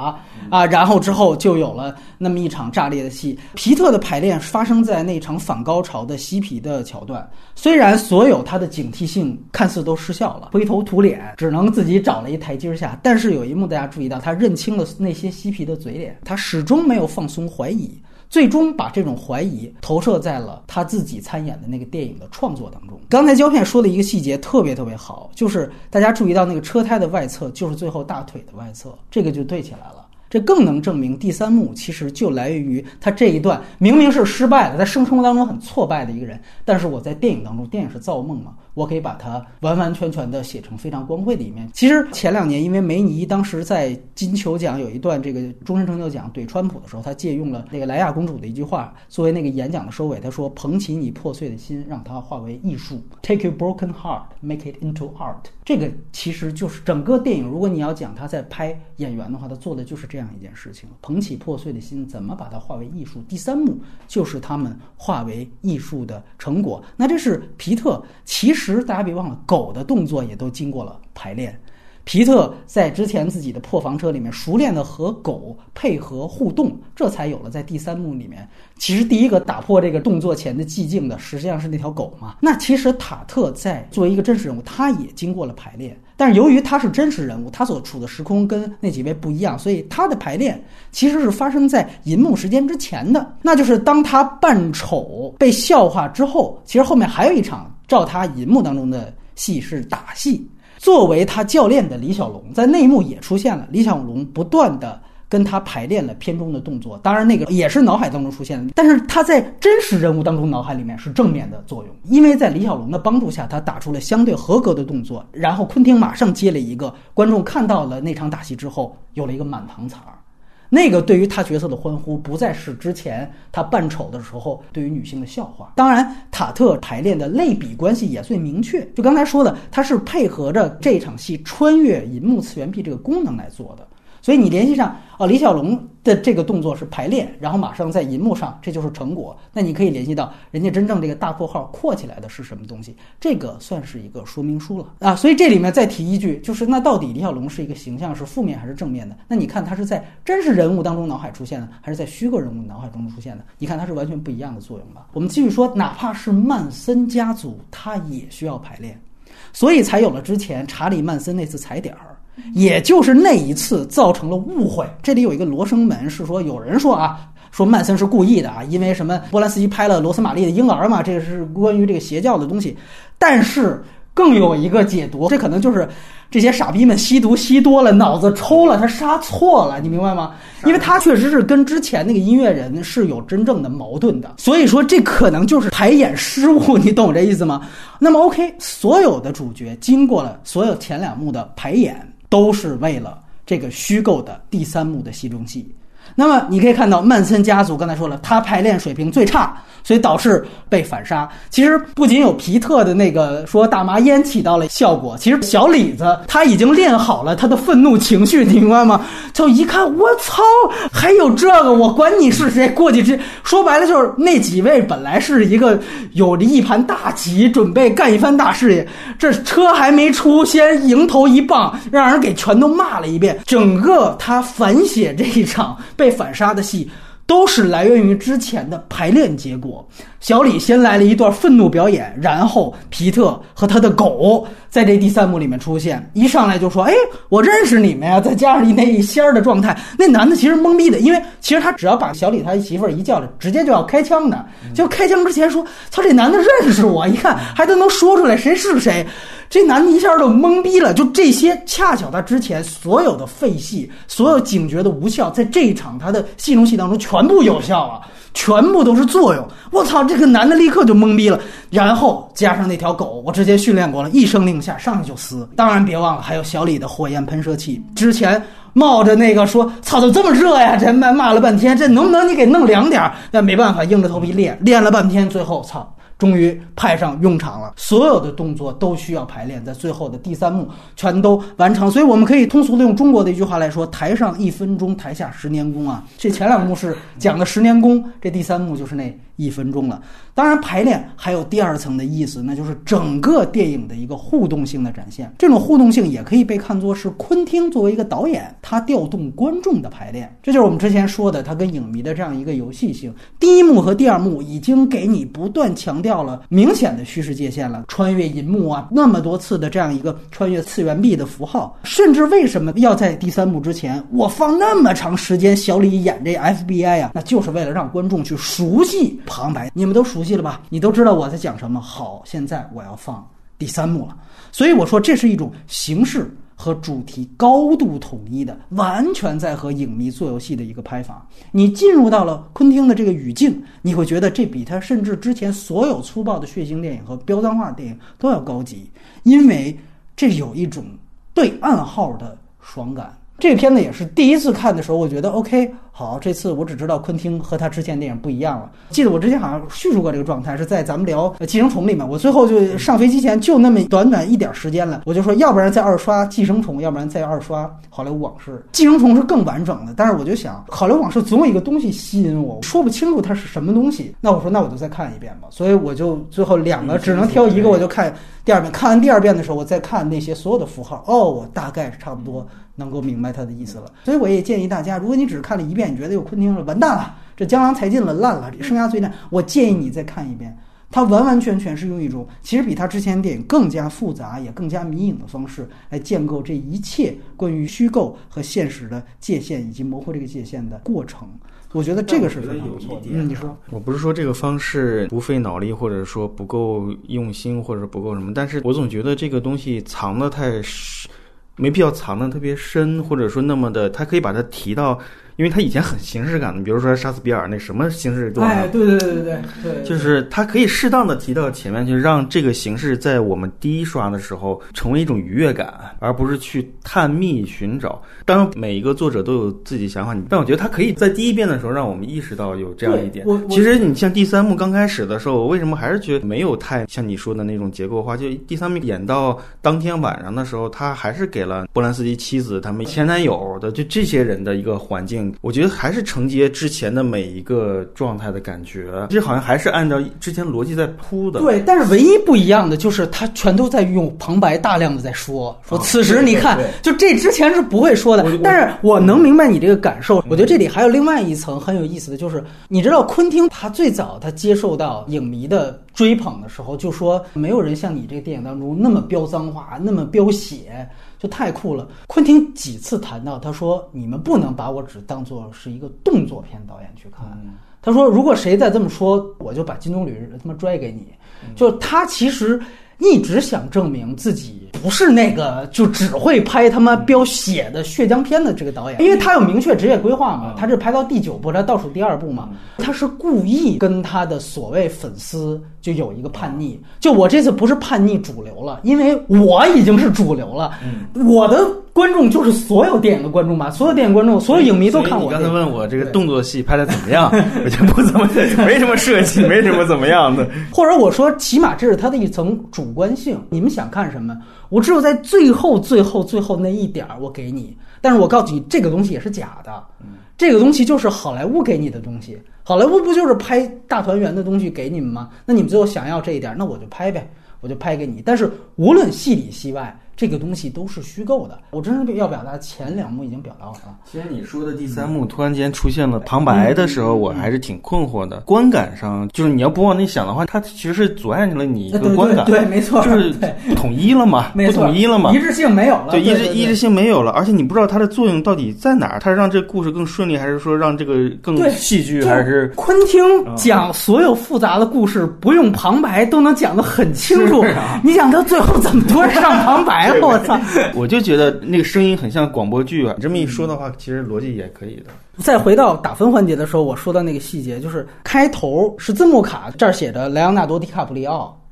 然后之后就有了那么一场炸裂的戏。皮特的排练发生在那场反高潮的嬉皮的桥段，虽然所有他的警惕性看似都失效了，灰头土脸，只能自己找了一台阶下，但是有一幕大家注意到，他认清了那些嬉皮的嘴脸，他始终没有放松怀疑，最终把这种怀疑投射在了他自己参演的那个电影的创作当中。刚才胶片说的一个细节特别好，就是大家注意到那个车胎的外侧就是最后大腿的外侧，这个就对起来了。这更能证明第三幕其实就来源于他这一段明明是失败的，在生活当中很挫败的一个人，但是我在电影当中，电影是造梦嘛，我可以把它完完全全的写成非常光辉的一面。其实前2年因为梅尼当时在金球奖有一段这个终身成就奖怼川普的时候，他借用了那个莱娅公主的一句话作为那个演讲的收尾，他说捧起你破碎的心，让它化为艺术， Take your broken heart, make it into art。 这个其实就是整个电影，如果你要讲他在拍演员的话，他做的就是这样一件事情，捧起破碎的心，怎么把它化为艺术。第三幕就是他们化为艺术的成果。那这是皮特，其实大家别忘了，狗的动作也都经过了排练。皮特在之前自己的破房车里面熟练的和狗配合互动，这才有了在第三幕里面，其实第一个打破这个动作前的寂静的实际上是那条狗嘛。那其实塔特在作为一个真实人物，他也经过了排练，但是由于他是真实人物，他所处的时空跟那几位不一样，所以他的排练其实是发生在银幕时间之前的。那就是当他扮丑被笑话之后，其实后面还有一场照他银幕当中的戏是打戏，作为他教练的李小龙在内幕也出现了，李小龙不断的跟他排练了片中的动作，当然那个也是脑海当中出现的，但是他在真实人物当中脑海里面是正面的作用，因为在李小龙的帮助下，他打出了相对合格的动作，然后昆汀马上接了一个，观众看到了那场打戏之后有了一个满堂彩儿。那个对于他角色的欢呼不再是之前他扮丑的时候对于女性的笑话。当然塔特排练的类比关系也最明确，就刚才说的，他是配合着这场戏穿越银幕次元壁这个功能来做的。所以你联系上李小龙的这个动作是排练，然后马上在银幕上，这就是成果。那你可以联系到人家真正这个大括号扩起来的是什么东西，这个算是一个说明书了所以这里面再提一句，就是那到底李小龙是一个形象是负面还是正面的？那你看他是在真实人物当中脑海出现的，还是在虚构人物脑海中出现的？你看它是完全不一样的作用吧。我们继续说，哪怕是曼森家族，他也需要排练，所以才有了之前查理曼森那次踩点儿。也就是那一次造成了误会。这里有一个罗生门，是说有人说说曼森是故意的因为什么波兰斯基拍了罗斯玛丽的婴儿嘛，这是关于这个邪教的东西。但是更有一个解读，这可能就是这些傻逼们吸毒吸多了，脑子抽了，他杀错了，你明白吗？因为他确实是跟之前那个音乐人是有真正的矛盾的，所以说这可能就是排演失误，你懂这意思吗？那么 OK， 所有的主角经过了所有前2幕的排演，都是为了这个虚构的第3幕的戏中戏。那么你可以看到曼森家族刚才说了，他排练水平最差，所以导致被反杀。其实不仅有皮特的那个说大麻烟起到了效果，其实小李子他已经练好了他的愤怒情绪，你明白吗？就一看我操，还有这个，我管你是谁，过去说白了就是那几位本来是一个有着一盘大棋，准备干一番大事业，这车还没出，先迎头一棒，让人给全都骂了一遍。整个他反写这一场被反杀的戏都是来源于之前的排练结果。小李先来了一段愤怒表演，然后皮特和他的狗在这第3幕里面出现，一上来就说我认识你们呀，再加上那一仙儿的状态，那男的其实懵逼的，因为其实他只要把小李他媳妇儿一叫来，直接就要开枪的，就开枪之前说操，这男的认识我，一看还都能说出来谁是谁，这男的一下就懵逼了。就这些恰巧他之前所有的废戏，所有警觉的无效，在这一场他的戏中戏当中全部有效了，全部都是作用。我操，这个男的立刻就懵逼了，然后加上那条狗，我之前训练过了，一声令下上去就撕。当然别忘了还有小李的火焰喷射器，之前冒着那个说操怎么这么热呀，这骂了半天，这能不能你给弄凉点？但没办法，硬着头皮练了半天，最后操终于派上用场了，所有的动作都需要排练，在最后的第3幕全都完成。所以我们可以通俗的用中国的一句话来说，台上1分钟，台下10年功啊。这前2幕是讲的10年功，这第3幕就是那1分钟了。当然排练还有第2层的意思，那就是整个电影的一个互动性的展现。这种互动性也可以被看作是昆汀作为一个导演，他调动观众的排练，这就是我们之前说的他跟影迷的这样一个游戏性。第1幕和第2幕已经给你不断强调了明显的叙事界限了，穿越银幕啊，那么多次的这样一个穿越次元壁的符号，甚至为什么要在第3幕之前我放那么长时间小李演这 FBI 啊，那就是为了让观众去熟悉旁白。你们都熟悉了吧？你都知道我在讲什么。好，现在我要放第3幕了。所以我说这是一种形式和主题高度统一的，完全在和影迷做游戏的一个拍法。你进入到了昆汀的这个语境，你会觉得这比他甚至之前所有粗暴的血腥电影和标脏化电影都要高级，因为这有一种对暗号的爽感。这个片子也是第一次看的时候，我觉得 OK， 好，这次我只知道昆汀和他之前电影不一样了。记得我之前好像叙述过这个状态，是在咱们聊《寄生虫》里面，我最后就上飞机前就那么短一点时间了，我就说要不然再2刷《寄生虫》，要不然再2刷《好莱坞往事》。《寄生虫》是更完整的，但是我就想《好莱坞往事》总有一个东西吸引我，说不清楚它是什么东西。那我说那我就再看一遍吧，所以我就最后2个只能挑一个，我就看第2遍。看完第2遍的时候，我再看那些所有的符号，我大概差不多能够明白他的意思了。所以我也建议大家，如果你只看了1遍，你觉得有昆汀了，完蛋了，这江郎才尽了，烂了，生涯最烂，我建议你再看一遍。他完完全全是用一种其实比他之前电影更加复杂也更加迷影的方式来建构这一切关于虚构和现实的界限以及模糊这个界限的过程。我觉得这个是非常不错的。你说， 我不是说这个方式不费脑力，或者说不够用心，或者不够什么，但是我总觉得这个东西藏得太没必要藏得特别深，或者说那么的，他可以把它提到，因为他以前很形式感的，比如说杀死比尔那什么形式段， 对， 就是他可以适当的提到前面，就让这个形式在我们第一刷的时候成为一种愉悦感，而不是去探秘寻找。当然每一个作者都有自己想法，但我觉得他可以在第1遍的时候让我们意识到有这样一点。其实你像第3幕刚开始的时候，我为什么还是觉得没有太像你说的那种结构化，就第3幕演到当天晚上的时候，他还是给了波兰斯基妻子他们前男友的就这些人的一个环境，我觉得还是承接之前的每一个状态的感觉，这好像还是按照之前逻辑在铺的。 对，但是唯一不一样的就是他全都在用旁白大量的在说此时你看，就这之前是不会说的。但是我能明白你这个感受。我觉得这里还有另外一层很有意思的，就是你知道昆汀他最早他接受到影迷的追捧的时候就说没有人像你这个电影当中那么飙脏话那么飙血，就太酷了。昆汀几次谈到，他说你们不能把我只当作是一个动作片导演去看，他说如果谁再这么说，我就把金棕榈他妈拽给你。就他其实一直想证明自己不是那个就只会拍他妈飙血的血浆片的这个导演，因为他有明确职业规划嘛，他是拍到第9部，他倒数第2部嘛，他是故意跟他的所谓粉丝就有一个叛逆，就我这次不是叛逆主流了，因为我已经是主流了，我的观众就是所有电影的观众吧，所有电影观众，所有影迷都看我。 你刚才问我这个动作戏拍的怎么样，我就不怎么，没什么设计，没什么怎么样的。 或者我说，起码这是他的一层主观性。你们想看什么，我只有在最后那一点我给你，但是我告诉你，这个东西也是假的。这个东西就是好莱坞给你的东西，好莱坞不就是拍大团圆的东西给你们吗？那你们最后想要这一点，那我就拍呗，我就拍给你。但是无论戏里戏外，这个东西都是虚构的。我真是要表达前2幕已经表达完了。 其实你说的第3幕突然间出现了旁白的时候，我还是挺困惑的。观感上，就是你要不往那想的话，它其实是阻碍了你一个观感。 对，没错， 就是不统一了嘛，不统一了嘛， 一致性没有了。 对，一致性没有了，而且你不知道它的作用到底在哪儿。它是让这个故事更顺利，还是说让这个更戏剧，还是昆汀讲所有复杂的故事不用旁白都能讲得很清楚。你讲到最后怎么多上旁白了？我操！ 我就觉得那个声音很像广播剧啊。你这么一说的话，其实逻辑也可以的。 再回到打分环节的时候，我说到那个细节，就是开头是字幕卡，这儿写着莱昂纳多·迪卡普里奥，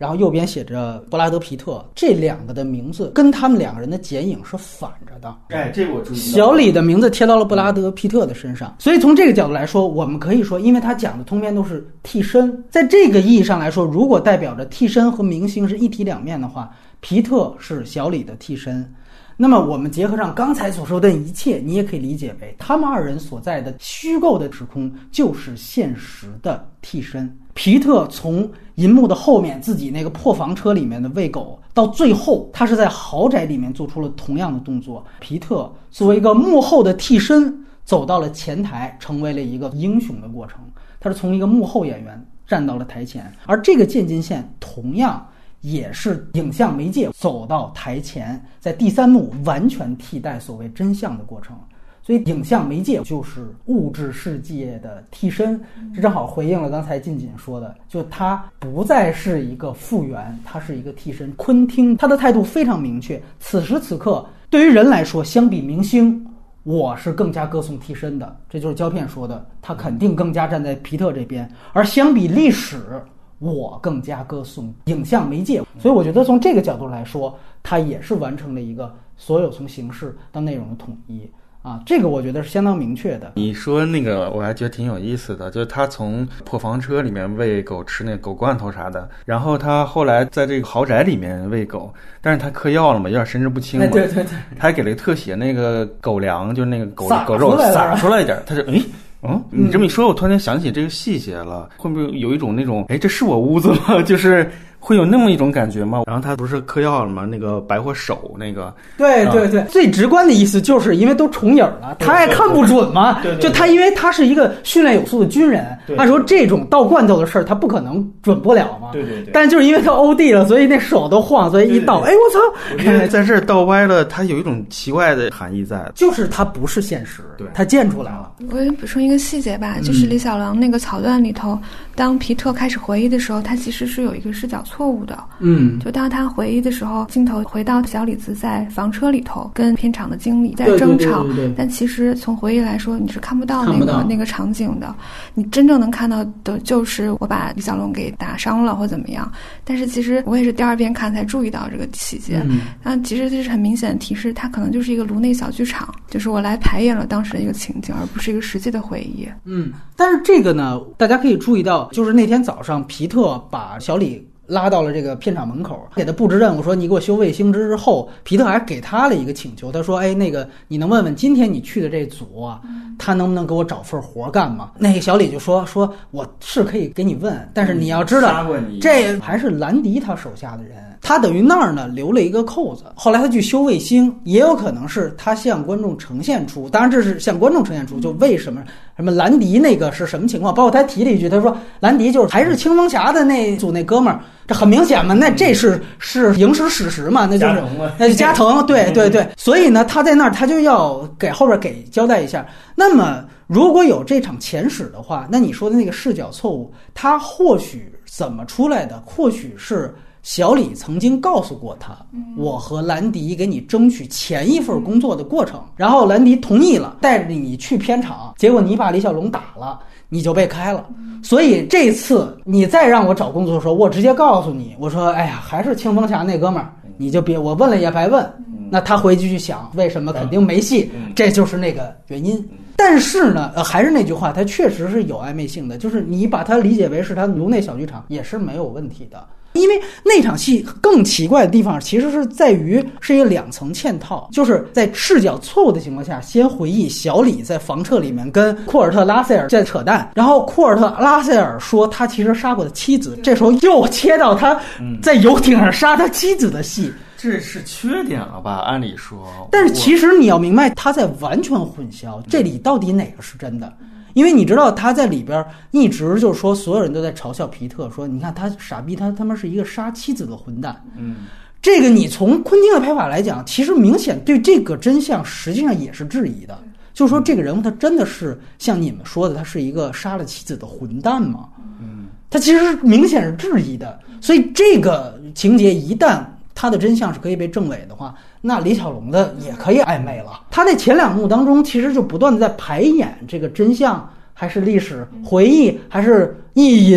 然后右边写着布拉德皮特，这两个的名字跟他们两个人的剪影是反着的。 哎，这我注意到。 小李的名字贴到了布拉德皮特的身上，所以从这个角度来说，我们可以说，因为他讲的通篇都是替身，在这个意义上来说，如果代表着替身和明星是一体两面的话，皮特是小李的替身。那么我们结合上刚才所说的一切，你也可以理解为他们二人所在的虚构的时空就是现实的替身。皮特从银幕的后面自己那个破房车里面的喂狗，到最后他是在豪宅里面做出了同样的动作。皮特作为一个幕后的替身走到了前台，成为了一个英雄的过程。他是从一个幕后演员站到了台前，而这个渐进线同样也是影像媒介走到台前，在第三幕完全替代所谓真相的过程。所以影像媒介就是物质世界的替身，这正好回应了刚才晋锦说的，就它不再是一个复原，它是一个替身。昆汀他的态度非常明确，此时此刻对于人来说，相比明星，我是更加歌颂替身的，这就是胶片说的，他肯定更加站在皮特这边。而相比历史，我更加歌颂影像媒介。所以我觉得从这个角度来说，它也是完成了一个所有从形式到内容的统一啊，这个我觉得是相当明确的。 你说那个我还觉得挺有意思的，就是他从破房车里面喂狗吃那狗罐头啥的，然后他后来在这个豪宅里面喂狗，但是他嗑药了嘛，有点神志不清嘛， 对对对， 他还给了个特写，那个狗粮就是那个狗肉撒出来一点，他就你这么一说，我突然间想起这个细节了，会不会有一种那种这是我屋子吗？就是会有那么一种感觉吗？然后他不是嗑药了吗？那个白火手那个， 对对对，最直观的意思就是因为都重影了，他也看不准嘛。 对， 就他因为他是一个训练有素的军人，按说这种倒罐头的事儿他不可能准不了嘛。 对。 但就是因为他OD了，所以那手都晃，所以一倒，我操！ 在这儿倒歪了，它有一种奇怪的含义在， 就是它不是现实， 对， 它建出来了。 我也补充一个细节吧，就是李小龙那个桥段里头，当皮特开始回忆的时候，他其实是有一个视角错误的。就当他回忆的时候，镜头回到小李子在房车里头跟片场的经理在争吵，但其实从回忆来说，你是看不到那个场景的。你真正能看到的就是我把李小龙给打伤了或怎么样。但是其实我也是第二遍看才注意到这个细节。其实这是很明显的提示，它可能就是一个颅内小剧场，就是我来排演了当时的一个情景，而不是一个实际的回忆。 但是这个呢，大家可以注意到，就是那天早上皮特把小李拉到了这个片场门口，给他布置任务，说你给我修卫星之后，皮特还给他了一个请求，他说那个你能问问今天你去的这组啊，他能不能给我找份活干吗？那个小李就说我是可以给你问，但是你要知道这还是兰迪他手下的人，他等于那儿呢留了一个扣子。后来他去修卫星，也有可能是他向观众呈现出，当然这是向观众呈现出就为什么兰迪那个是什么情况，包括他提了一句，他说兰迪就是还是青蜂侠的那组那哥们儿，这很明显嘛，那这是影史史实嘛，那就是加藤，对，所以呢，他在那儿他就要给后边给交代一下。那么如果有这场前史的话，那你说的那个视角错误，他或许怎么出来的？或许是小李曾经告诉过他，我和兰迪给你争取前一份工作的过程，然后兰迪同意了，带着你去片场，结果你把李小龙打了，你就被开了。所以这次你再让我找工作的时候，我直接告诉你，我说还是青蜂侠那哥们儿，你就别，我问了也白问。那他回去去想为什么肯定没戏，这就是那个原因。但是呢还是那句话，它确实是有暧昧性的，就是你把它理解为是他颅内小剧场也是没有问题的。因为那场戏更奇怪的地方其实是在于是一个两层嵌套，就是在视角错误的情况下，先回忆小李在房车里面跟库尔特拉塞尔在扯淡，然后库尔特拉塞尔说他其实杀过他妻子，这时候又切到他在游艇上杀他妻子的戏。 这是缺点了吧？按理说， 但是其实你要明白，他在完全混淆这里到底哪个是真的。因为你知道他在里边一直就是说，所有人都在嘲笑皮特，说你看他傻逼，他他妈是一个杀妻子的混蛋。这个你从昆汀的拍法来讲，其实明显对这个真相实际上也是质疑的，就是说这个人物他真的是像你们说的，他是一个杀了妻子的混蛋吗？他其实明显是质疑的。所以这个情节一旦他的真相是可以被证伪的话，那李小龙的也可以暧昧了。他在前两幕当中其实就不断的在排演这个真相还是历史回忆还是意淫，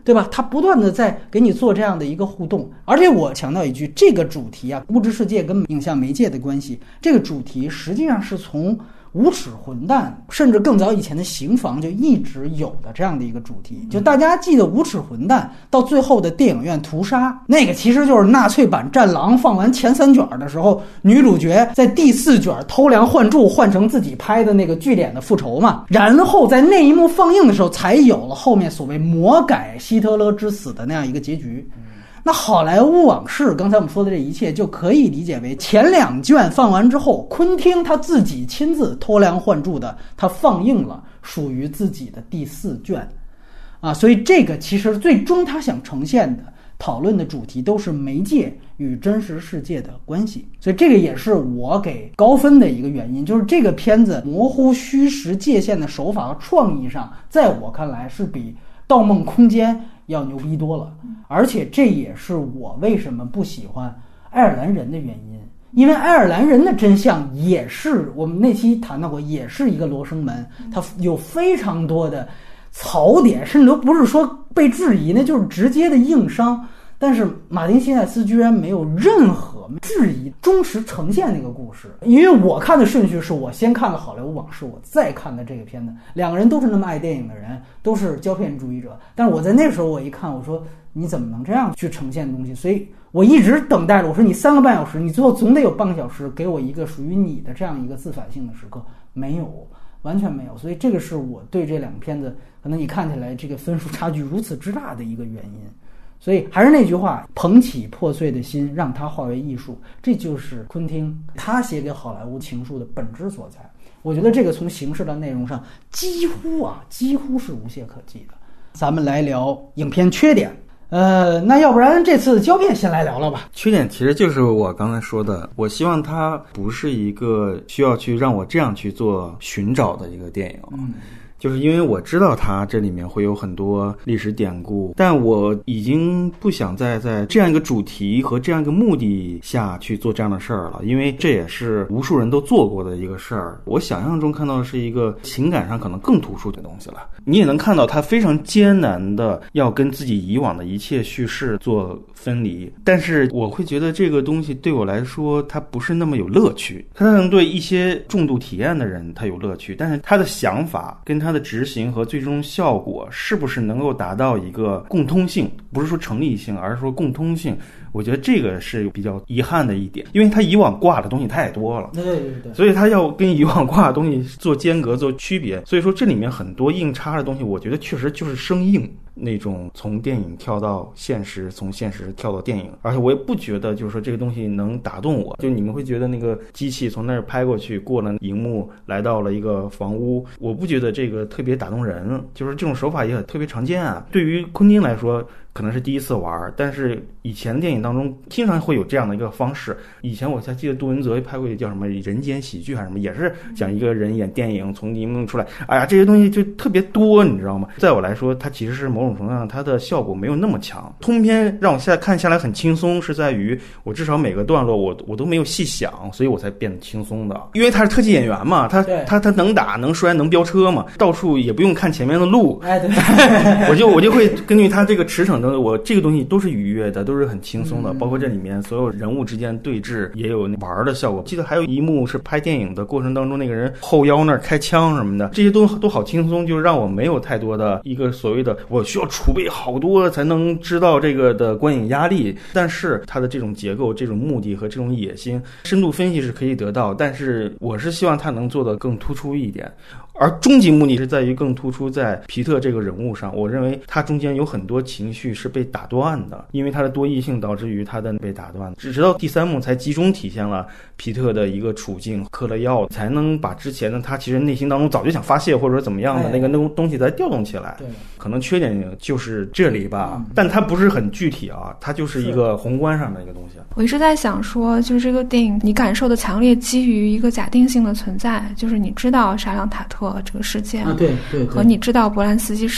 对吧？他不断的在给你做这样的一个互动。而且我强调一句，这个主题啊，物质世界跟影像媒介的关系，这个主题实际上是从无耻混蛋甚至更早以前的刑房就一直有的这样的一个主题。就大家记得无耻混蛋到最后的电影院屠杀，那个其实就是纳粹版战狼放完前3卷的时候，女主角在第4卷偷梁换柱换成自己拍的那个据点的复仇嘛。然后在那一幕放映的时候才有了后面所谓魔改希特勒之死的那样一个结局。那好莱坞往事刚才我们说的这一切就可以理解为前2卷放完之后，昆汀他自己亲自偷梁换柱的他放映了属于自己的第4卷啊。所以这个其实最终他想呈现的讨论的主题都是媒介与真实世界的关系。所以这个也是我给高分的一个原因，就是这个片子模糊虚实界限的手法和创意上，在我看来是比盗梦空间要牛逼多了。而且这也是我为什么不喜欢爱尔兰人的原因，因为爱尔兰人的真相也是我们那期谈到过，也是一个罗生门，它有非常多的槽点，甚至都不是说被质疑，那就是直接的硬伤。但是马丁·西奈斯居然没有任何质疑，忠实呈现那个故事。因为我看的顺序是我先看了《好莱坞往事》，我再看的这个片子。2个人都是那么爱电影的人，都是胶片主义者，但是我在那时候我一看，我说你怎么能这样去呈现东西？所以我一直等待着，我说你3个半小时，你最后总得有半个小时给我一个属于你的这样一个自反性的时刻。没有，完全没有。所以这个是我对这2个片子可能你看起来这个分数差距如此之大的一个原因。所以还是那句话，捧起破碎的心，让它化为艺术，这就是昆汀他写给好莱坞情书的本质所在。我觉得这个从形式到内容上几乎是无懈可击的。咱们来聊影片缺点。那要不然这次胶片先来聊了吧。 缺点其实就是我刚才说的，我希望它不是一个需要去让我这样去做寻找的一个电影。就是因为我知道它这里面会有很多历史典故，但我已经不想再在这样一个主题和这样一个目的下去做这样的事儿了，因为这也是无数人都做过的一个事儿。我想象中看到的是一个情感上可能更突出的东西了。你也能看到他非常艰难的要跟自己以往的一切叙事做分离，但是我会觉得这个东西对我来说它不是那么有乐趣。它能对一些重度体验的人他有乐趣，但是他的想法跟他的执行和最终效果是不是能够达到一个共通性，不是说成立性，而是说共通性，我觉得这个是比较遗憾的一点。因为他以往挂的东西太多了， 对， 所以他要跟以往挂的东西做间隔做区别，所以说这里面很多硬插的东西我觉得确实就是生硬，那种从电影跳到现实，从现实跳到电影。而且我也不觉得就是说这个东西能打动我，就你们会觉得那个机器从那儿拍过去过了荧幕来到了一个房屋，我不觉得这个特别打动人，就是这种手法也特别常见啊。对于昆汀来说可能是第一次玩，但是以前的电影当中经常会有这样的一个方式。以前我才记得杜文泽拍过一个叫什么人间喜剧还是什么，也是讲一个人演电影从荧幕出来，哎呀这些东西就特别多，你知道吗？在我来说它其实是某种程度上它的效果没有那么强。通篇让我现在看下来很轻松，是在于我至少每个段落我都没有细想，所以我才变得轻松的。因为他是特技演员嘛，他能打能摔能飙车嘛，到处也不用看前面的路， 哎对我就会根据他这个驰骋的，我这个东西都是愉悦的，都是很轻松的。包括这里面所有人物之间对峙也有玩的效果。记得还有一幕是拍电影的过程当中，那个人后腰那儿开枪什么的，这些都好轻松，就让我没有太多的一个所谓的我需要储备好多才能知道这个的观影压力。但是他的这种结构这种目的和这种野心深度分析是可以得到，但是我是希望他能做得更突出一点。而终极目的是在于更突出在皮特这个人物上，我认为他中间有很多情绪是被打断的，因为他的多异性导致于他的被打断，直到第3幕才集中体现了皮特的一个处境，嗑了药才能把之前的他其实内心当中早就想发泄或者怎么样的那个东西再调动起来。 对， 可能缺点就是这里吧，但它不是很具体啊，它就是一个宏观上的一个东西。 我一直在想说，就是这个电影你感受的强烈基于一个假定性的存在，就是你知道沙朗塔特这个事件啊，对， 和你知道波兰斯基是谁，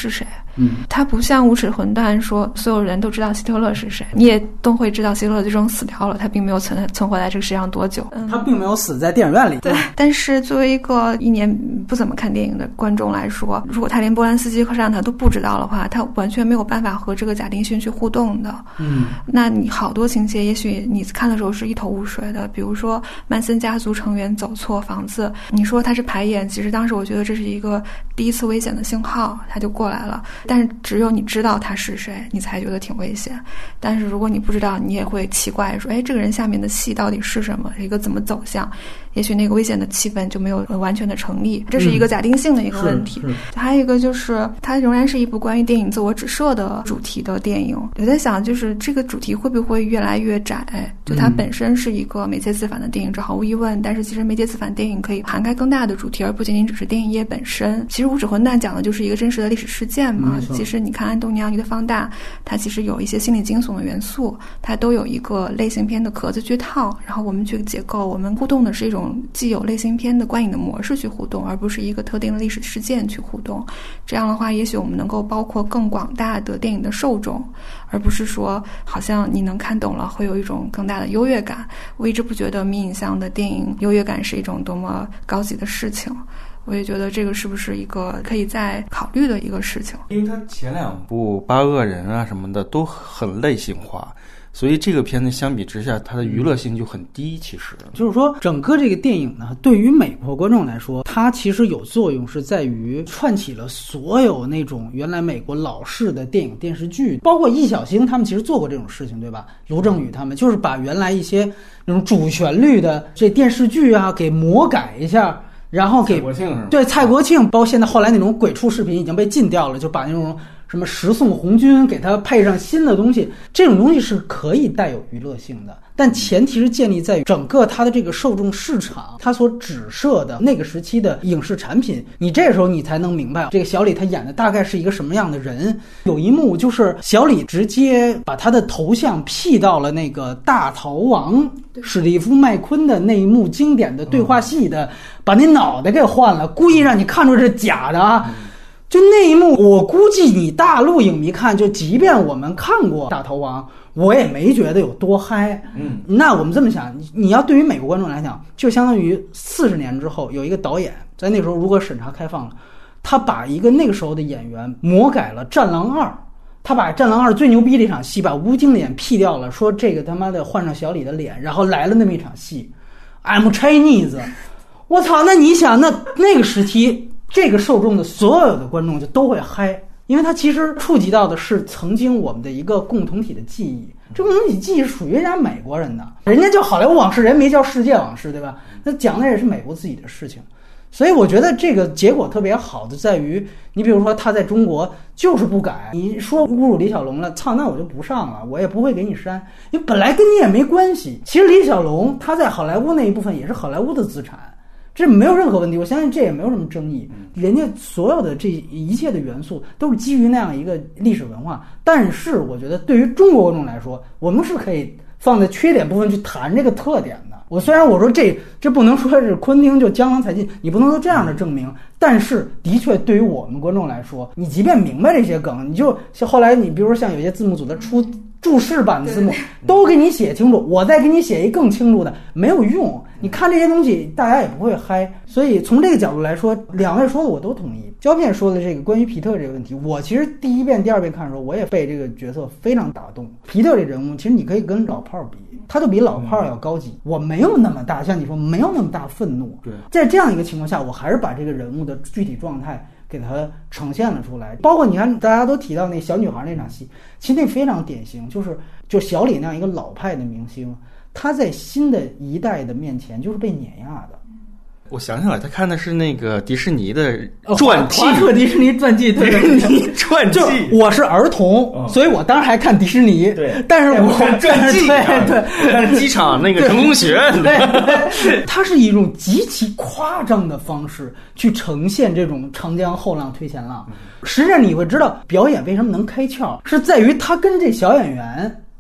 它不像无耻混蛋说所有人都知道希特勒是谁，你也都会知道希特勒最终死掉了，他并没有存活在这个世界上多久， 他并没有死在电影院里。 对，但是作为一个一年不怎么看电影的观众来说，如果他连波兰斯基和尚他都不知道的话，他完全没有办法和这个贾丁逊去互动的。那你好多情节也许你看的时候是一头雾水的，比如说曼森家族成员走错房子，你说他是排演，其实当时我觉得这是一个第一次危险的信号，他就过来了，但是只有你知道他是谁，你才觉得挺危险。但是如果你不知道，你也会奇怪说，哎，这个人下面的戏到底是什么，一个怎么走向，也许那个危险的气氛就没有完全的成立，这是一个假定性的一个问题。还有一个就是它仍然是一部关于电影自我指涉的主题的电影，我在想就是这个主题会不会越来越窄，就它本身是一个媒介自反的电影，这毫无疑问，但是其实媒介自反电影可以涵盖更大的主题，而不仅仅只是电影业本身。其实无耻混蛋讲的就是一个真实的历史事件嘛，其实你看安东尼奥尼的放大，它其实有一些心理惊悚的元素，它都有一个类型片的壳子去套，然后我们去解构，我们互动的是一种既有类型片的观影的模式去互动，而不是一个特定的历史事件去互动。这样的话也许我们能够包括更广大的电影的受众，而不是说好像你能看懂了会有一种更大的优越感。我一直不觉得迷影像的电影优越感是一种多么高级的事情，我也觉得这个是不是一个可以再考虑的一个事情。 因为他前2部八恶人啊什么的都很类型化，所以这个片子相比之下它的娱乐性就很低。其实就是说整个这个电影呢，对于美国观众来说，它其实有作用是在于串起了所有那种原来美国老式的电影电视剧，包括易小星他们其实做过这种事情，对吧？卢正雨他们就是把原来一些那种主旋律的这电视剧啊给魔改一下，然后给蔡国庆，包括现在后来那种鬼畜视频已经被禁掉了，就把那种什么十送红军给它配上新的东西，这种东西是可以带有娱乐性的，但前提是建立在于整个它的这个受众市场，它所指涉的那个时期的影视产品，你这时候你才能明白这个小李他演的大概是一个什么样的人。有一幕就是小李直接把他的头像 P 到了那个大逃亡史蒂夫麦昆的那一幕经典的对话戏的，把那脑袋给换了，故意让你看出是假的啊。就那一幕，我估计你大陆影迷看，就即便我们看过《大逃亡》，我也没觉得有多嗨。那我们这么想，你要对于美国观众来讲，就相当于40年之后有一个导演在那时候如果审查开放了，他把一个那个时候的演员魔改了《战狼2》，他把《战狼2》最牛逼的一场戏把吴京的脸 P 掉了，说这个他妈的换上小李的脸，然后来了那么一场戏 I'm Chinese。 我操，那你想那个时期这个受众的所有的观众就都会嗨，因为它其实触及到的是曾经我们的一个共同体的记忆，这共同体记忆属于人家美国人的，人家叫好莱坞往事，人没叫世界往事，对吧？那讲的也是美国自己的事情。所以我觉得这个结果特别好的在于，你比如说他在中国就是不改，你说侮辱李小龙了，操，那我就不上了，我也不会给你删，因为本来跟你也没关系。其实李小龙他在好莱坞那一部分也是好莱坞的资产，这没有任何问题，我相信这也没有什么争议。人家所有的这一切的元素都是基于那样一个历史文化，但是我觉得对于中国观众来说，我们是可以放在缺点部分去谈这个特点的。我虽然我说这不能说是昆汀就江郎才尽，你不能说这样的证明，但是的确对于我们观众来说，你即便明白这些梗，你就像后来你比如说像有些字幕组的出注释版的字幕都给你写清楚，我再给你写一更清楚的没有用，你看这些东西大家也不会嗨。所以从这个角度来说，两位说的我都同意。胶片说的这个关于皮特这个问题，我其实第一遍第二遍看的时候，我也被这个角色非常打动。皮特这人物其实你可以跟老炮比，他就比老炮要高级，我没有那么大，像你说没有那么大愤怒。 对，在这样一个情况下，我还是把这个人物的具体状态给它呈现了出来。包括你看大家都提到那小女孩那场戏，其实那非常典型，就小李那样一个老派的明星，他在新的一代的面前就是被碾压的。 我想起来，他看的是那个迪士尼的传记， 华特迪士尼传记， 迪士尼传记。 我是儿童，所以我当然还看迪士尼。 对， 但是我看传记，对，机场那个成功学院。 对，它是一种极其夸张的方式去呈现这种长江后浪推前浪。实际上你会知道，表演为什么能开窍，是在于他跟这小演员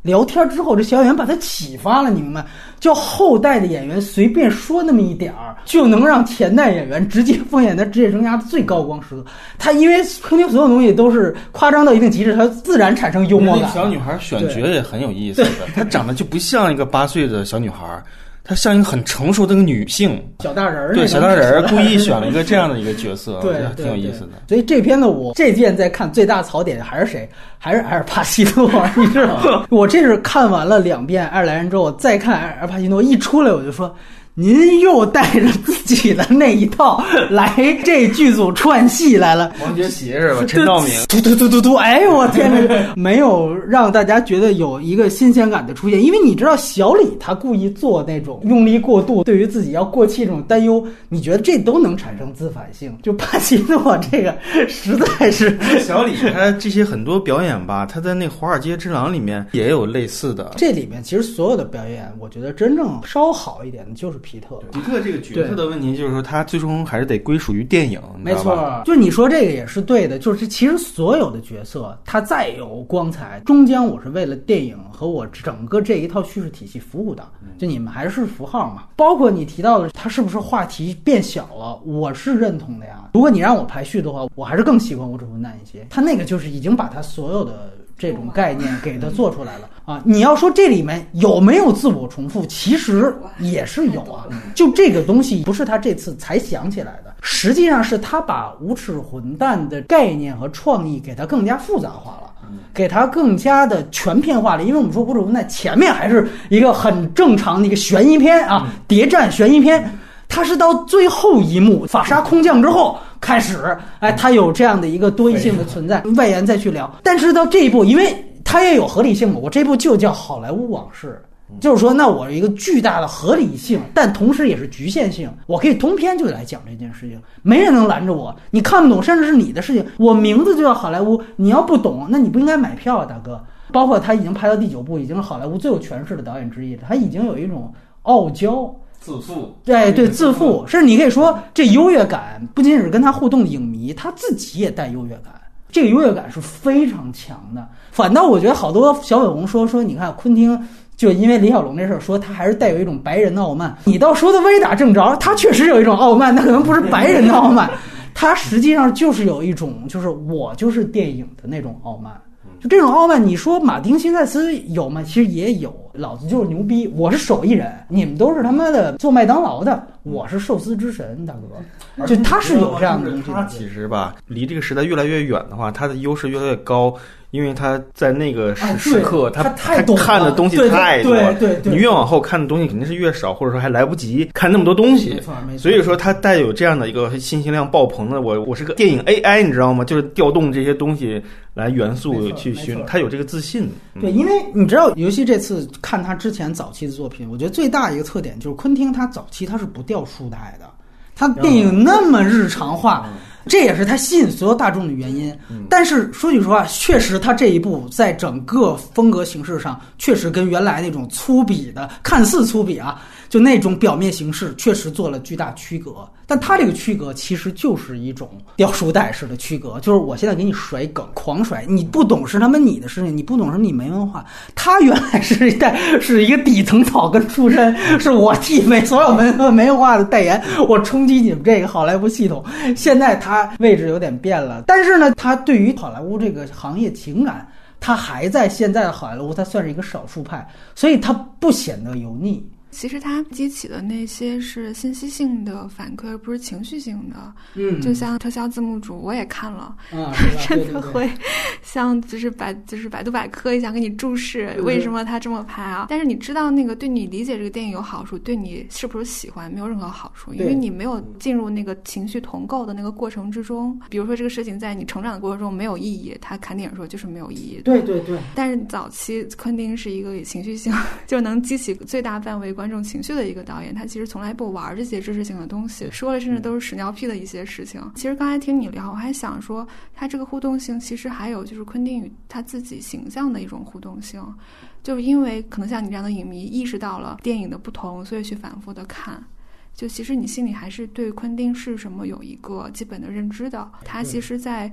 聊天之后，这小演员把他启发了，你明白？叫后代的演员随便说那么一点儿，就能让前代演员直接奉献他职业生涯的最高光时刻。他因为昆汀所有东西都是夸张到一定极致，他自然产生幽默感。 小女孩选角也很有意思的，她长得就不像一个8岁的小女孩。她像一个很成熟的女性， 小大人儿， 对，小大人儿故意选了一个这样的一个角色， 对， 挺有意思的。 所以这片子我这件在看最大槽点还是谁？还是阿尔帕西诺，你知道吗？我这是看完了2遍《爱尔兰人》之后，再看阿尔帕西诺，一出来我就说。您又带着自己的那一套来这剧组串戏来了， 王杰奇是吧？陈道明， 嘟，哎，我天哪，没有让大家觉得有一个新鲜感的出现，因为你知道小李他故意做那种用力过度，对于自己要过气这种担忧，你觉得这都能产生自反性？就帕西诺这个实在是小李他这些很多表演吧，他在那《华尔街之狼》里面也有类似的。 这里面其实所有的表演，我觉得真正稍好一点的就是皮特这个角色的问题，就是说他最终还是得归属于电影， 没错。就你说这个也是对的，就是其实所有的角色，他再有光彩，终将我是为了电影和我整个这一套叙事体系服务的。就你们还是符号嘛。包括你提到的，他是不是话题变小了？我是认同的呀。如果你让我排序的话，我还是更喜欢无耻混蛋一些。他那个就是已经把他所有的这种概念给他做出来了啊！你要说这里面有没有自我重复，其实也是有啊。就这个东西不是他这次才想起来的，实际上是他把无耻混蛋的概念和创意给它更加复杂化了，给它更加的全片化了。因为我们说无耻混蛋前面还是一个很正常的一个悬疑片啊，谍战悬疑片。它是到最后一幕法沙空降之后开始，哎，它有这样的一个多义性的存在，外延再去聊。但是到这一步，因为它也有合理性嘛，我这部就叫好莱坞往事，就是说，那我有一个巨大的合理性，但同时也是局限性，我可以通篇就来讲这件事情，没人能拦着我。你看不懂，甚至是你的事情，我名字就叫好莱坞，你要不懂，那你不应该买票啊，大哥。包括他已经拍到第9部，已经是好莱坞最有权势的导演之一了，他已经有一种傲娇。 自负， 对，自负，甚至你可以说这优越感不仅仅是跟他互动的影迷，他自己也带优越感，这个优越感是非常强的。反倒我觉得好多小粉红说你看昆汀就因为李小龙这事儿说他还是带有一种白人的傲慢，你倒说的歪打正着，他确实有一种傲慢，那可能不是白人的傲慢，他实际上就是有一种就是我就是电影的那种傲慢。就这种傲慢，你说马丁辛塞斯有吗？其实也有，老子就是牛逼，我是手艺人，你们都是他妈的做麦当劳的，我是寿司之神，大哥。就他是有这样的东西。 他其实吧，离这个时代越来越远的话，他的优势越来越高。因为他在那个时刻，他看的东西太多， 对， 你越往后看的东西肯定是越少，或者说还来不及看那么多东西。 没错。 所以说他带有这样的一个信息量爆棚的，我是个电影 AI， 你知道吗？就是调动这些东西来元素去寻，他有这个自信。 对，因为你知道，尤其这次看他之前早期的作品，我觉得最大一个特点就是昆汀他早期他是不掉书袋的，他电影那么日常化。这也是他吸引所有大众的原因。但是说句实话，确实他这一部在整个风格形式上确实跟原来那种粗鄙的看似粗鄙啊，就那种表面形式确实做了巨大区隔。但他这个区隔其实就是一种掉书袋式的区隔，就是我现在给你甩梗狂甩，你不懂是他们你的事情，你不懂是你没文化。他原来是一个底层草根出身，是我替所有没文化的代言，我冲击你们这个好莱坞系统。现在他位置有点变了，但是呢，他对于好莱坞这个行业情感，他还在现在的好莱坞，他算是一个少数派，所以他不显得油腻。 其实它激起的那些是信息性的反馈，而不是情绪性的。就像特效字幕组我也看了，真的会像就是百度百科一样给你注释为什么他这么拍啊。但是你知道那个对你理解这个电影有好处，对你是不是喜欢没有任何好处，因为你没有进入那个情绪同构的那个过程之中。比如说这个事情在你成长的过程中没有意义，他看电影说就是没有意义。 对。 但是早期昆汀是一个以情绪性就能激起最大范围观众情绪的一个导演，他其实从来不玩这些知识性的东西，说了甚至都是屎尿屁的一些事情。其实刚才听你聊，我还想说他这个互动性其实还有就是昆汀与他自己形象的一种互动性，就是因为可能像你这样的影迷意识到了电影的不同，所以去反复的看，就其实你心里还是对昆汀是什么有一个基本的认知的。他其实在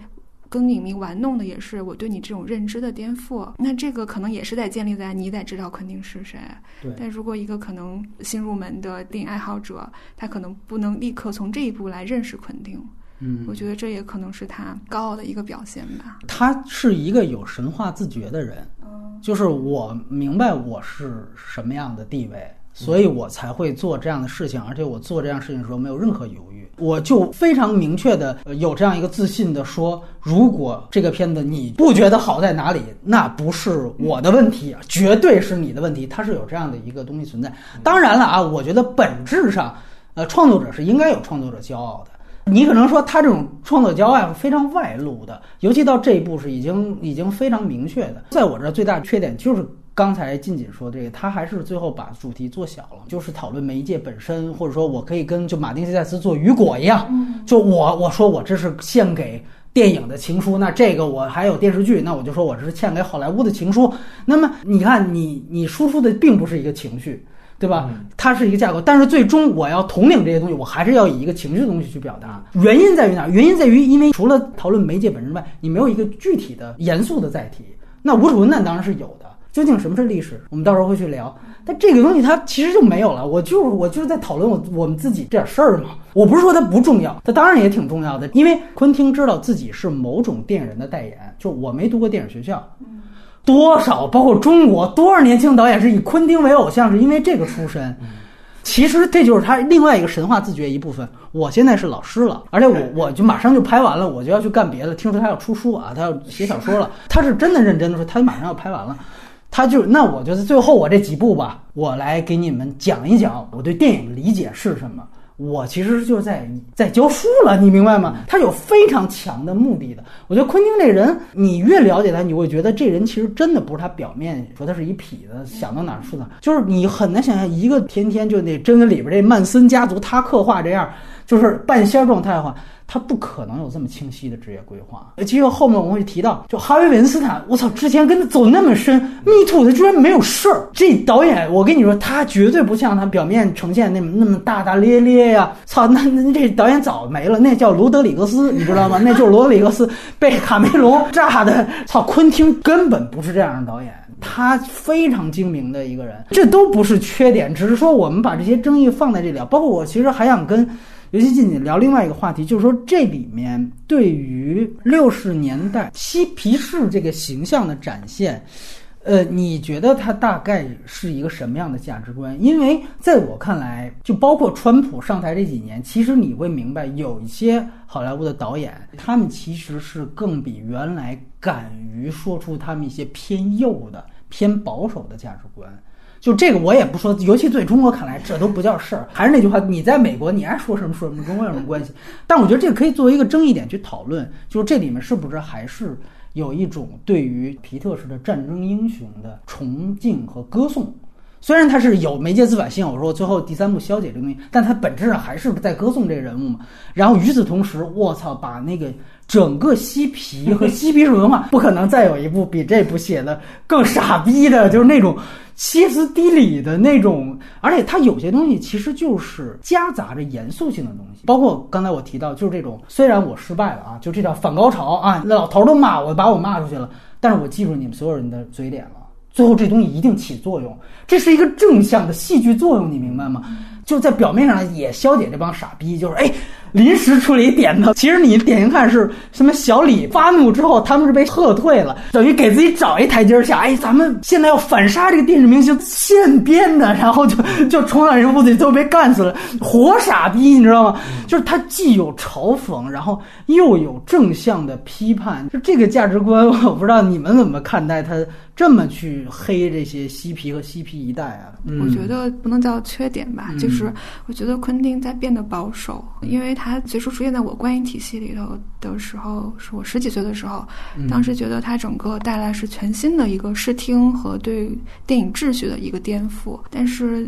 跟影迷玩弄的也是我对你这种认知的颠覆。那这个可能也是在建立在你得知道昆汀是谁。 对。 但如果一个可能新入门的电影爱好者，他可能不能立刻从这一步来认识昆汀。我觉得这也可能是他高傲的一个表现吧。 他是一个有神话自觉的人，就是我明白我是什么样的地位，所以我才会做这样的事情，而且我做这样的事情的时候没有任何犹豫。我就非常明确的有这样一个自信的说，如果这个片子你不觉得好在哪里，那不是我的问题，绝对是你的问题。它是有这样的一个东西存在。当然了啊，我觉得本质上创作者是应该有创作者骄傲的。你可能说他这种创作骄傲是非常外露的，尤其到这一步是已经非常明确的。在我这最大的缺点就是刚才静姐说这个，他还是最后把主题做小了，就是讨论媒介本身，或者说我可以跟就马丁·西塞斯做雨果一样，就我说我这是献给电影的情书，那这个我还有电视剧，那我就说我是献给好莱坞的情书。那么你看你输出的并不是一个情绪，对吧？它是一个架构，但是最终我要统领这些东西，我还是要以一个情绪的东西去表达。原因在于哪？原因在于因为除了讨论媒介本身外，你没有一个具体的严肃的载体。那无耻混蛋当然是有的，究竟什么是历史，我们到时候会去聊。但这个东西它其实就没有了，我就是在讨论我们自己这点事儿嘛。我不是说它不重要，它当然也挺重要的，因为昆汀知道自己是某种电影人的代言，就我没读过电影学校。多少包括中国多少年轻导演是以昆汀为偶像，是因为这个出身。其实这就是他另外一个神话自觉一部分。我现在是老师了，而且我就马上就拍完了，我就要去干别的。听说他要出书啊，他要写小说了，他是真的认真的说他马上要拍完了。那我就在最后我这几部吧，我来给你们讲一讲我对电影的理解是什么。我其实就在教书了，你明白吗？他有非常强的目的的。我觉得昆汀这人，你越了解他，你会觉得这人其实真的不是他表面说他是一痞子，想到哪儿说哪儿。就是你很难想象一个天天就那真的里边这曼森家族他刻画这样，就是半仙状态的话，他不可能有这么清晰的职业规划。其实后面我们会提到，就哈维·韦恩斯坦，我操，之前跟他走那么深 ，Me Too 他居然没有事儿。这导演，我跟你说，他绝对不像他表面呈现那么大大咧咧呀。操，那这导演早没了，那叫罗德里格斯，你知道吗？那就是罗德里格斯被卡梅隆炸的。操，昆汀根本不是这样的导演。他非常精明的一个人，这都不是缺点，只是说我们把这些争议放在这里。包括我其实还想跟尤其近聊另外一个话题，就是说这里面对于60年代嬉皮士这个形象的展现，你觉得它大概是一个什么样的价值观？因为在我看来，就包括川普上台这几年，其实你会明白，有一些好莱坞的导演，他们其实是更比原来敢于说出他们一些偏右的、偏保守的价值观。就这个我也不说，尤其对中国看来这都不叫事儿。还是那句话，你在美国你爱说什么说什么，跟我有什么关系？但我觉得这个可以作为一个争议点去讨论，就是这里面是不是还是有一种对于皮特式的战争英雄的崇敬和歌颂。虽然他是有媒介自反性，我说最后第3部消解这个东西，但他本质上还是在歌颂这个人物嘛。然后与此同时，我操，把那个整个嬉皮和嬉皮士文化，不可能再有一部比这部写的更傻逼的，就是那种歇斯底里的那种。而且他有些东西其实就是夹杂着严肃性的东西，包括刚才我提到，就是这种虽然我失败了啊，就这叫反高潮啊，老头都骂我，把我骂出去了，但是我记住你们所有人的嘴脸了。最后这东西一定起作用，这是一个正向的戏剧作用，你明白吗？就在表面上也消解这帮傻逼，就是临时出了一点子，其实你典型看是什么小李发怒之后，他们是被喝退了，等于给自己找一台阶下。咱们现在要反杀这个电视明星现编的，然后就冲到人屋子里都被干死了，活傻逼，你知道吗？就是他既有嘲讽，然后又有正向的批判，就这个价值观，我不知道你们怎么看待他这么去黑这些嬉皮和嬉皮一代啊。 我觉得不能叫缺点吧，就是我觉得昆汀在变得保守，因为他最初出现在我观影体系里头的时候，是我10几岁的时候，当时觉得他整个带来是全新的一个视听和对电影秩序的一个颠覆，但是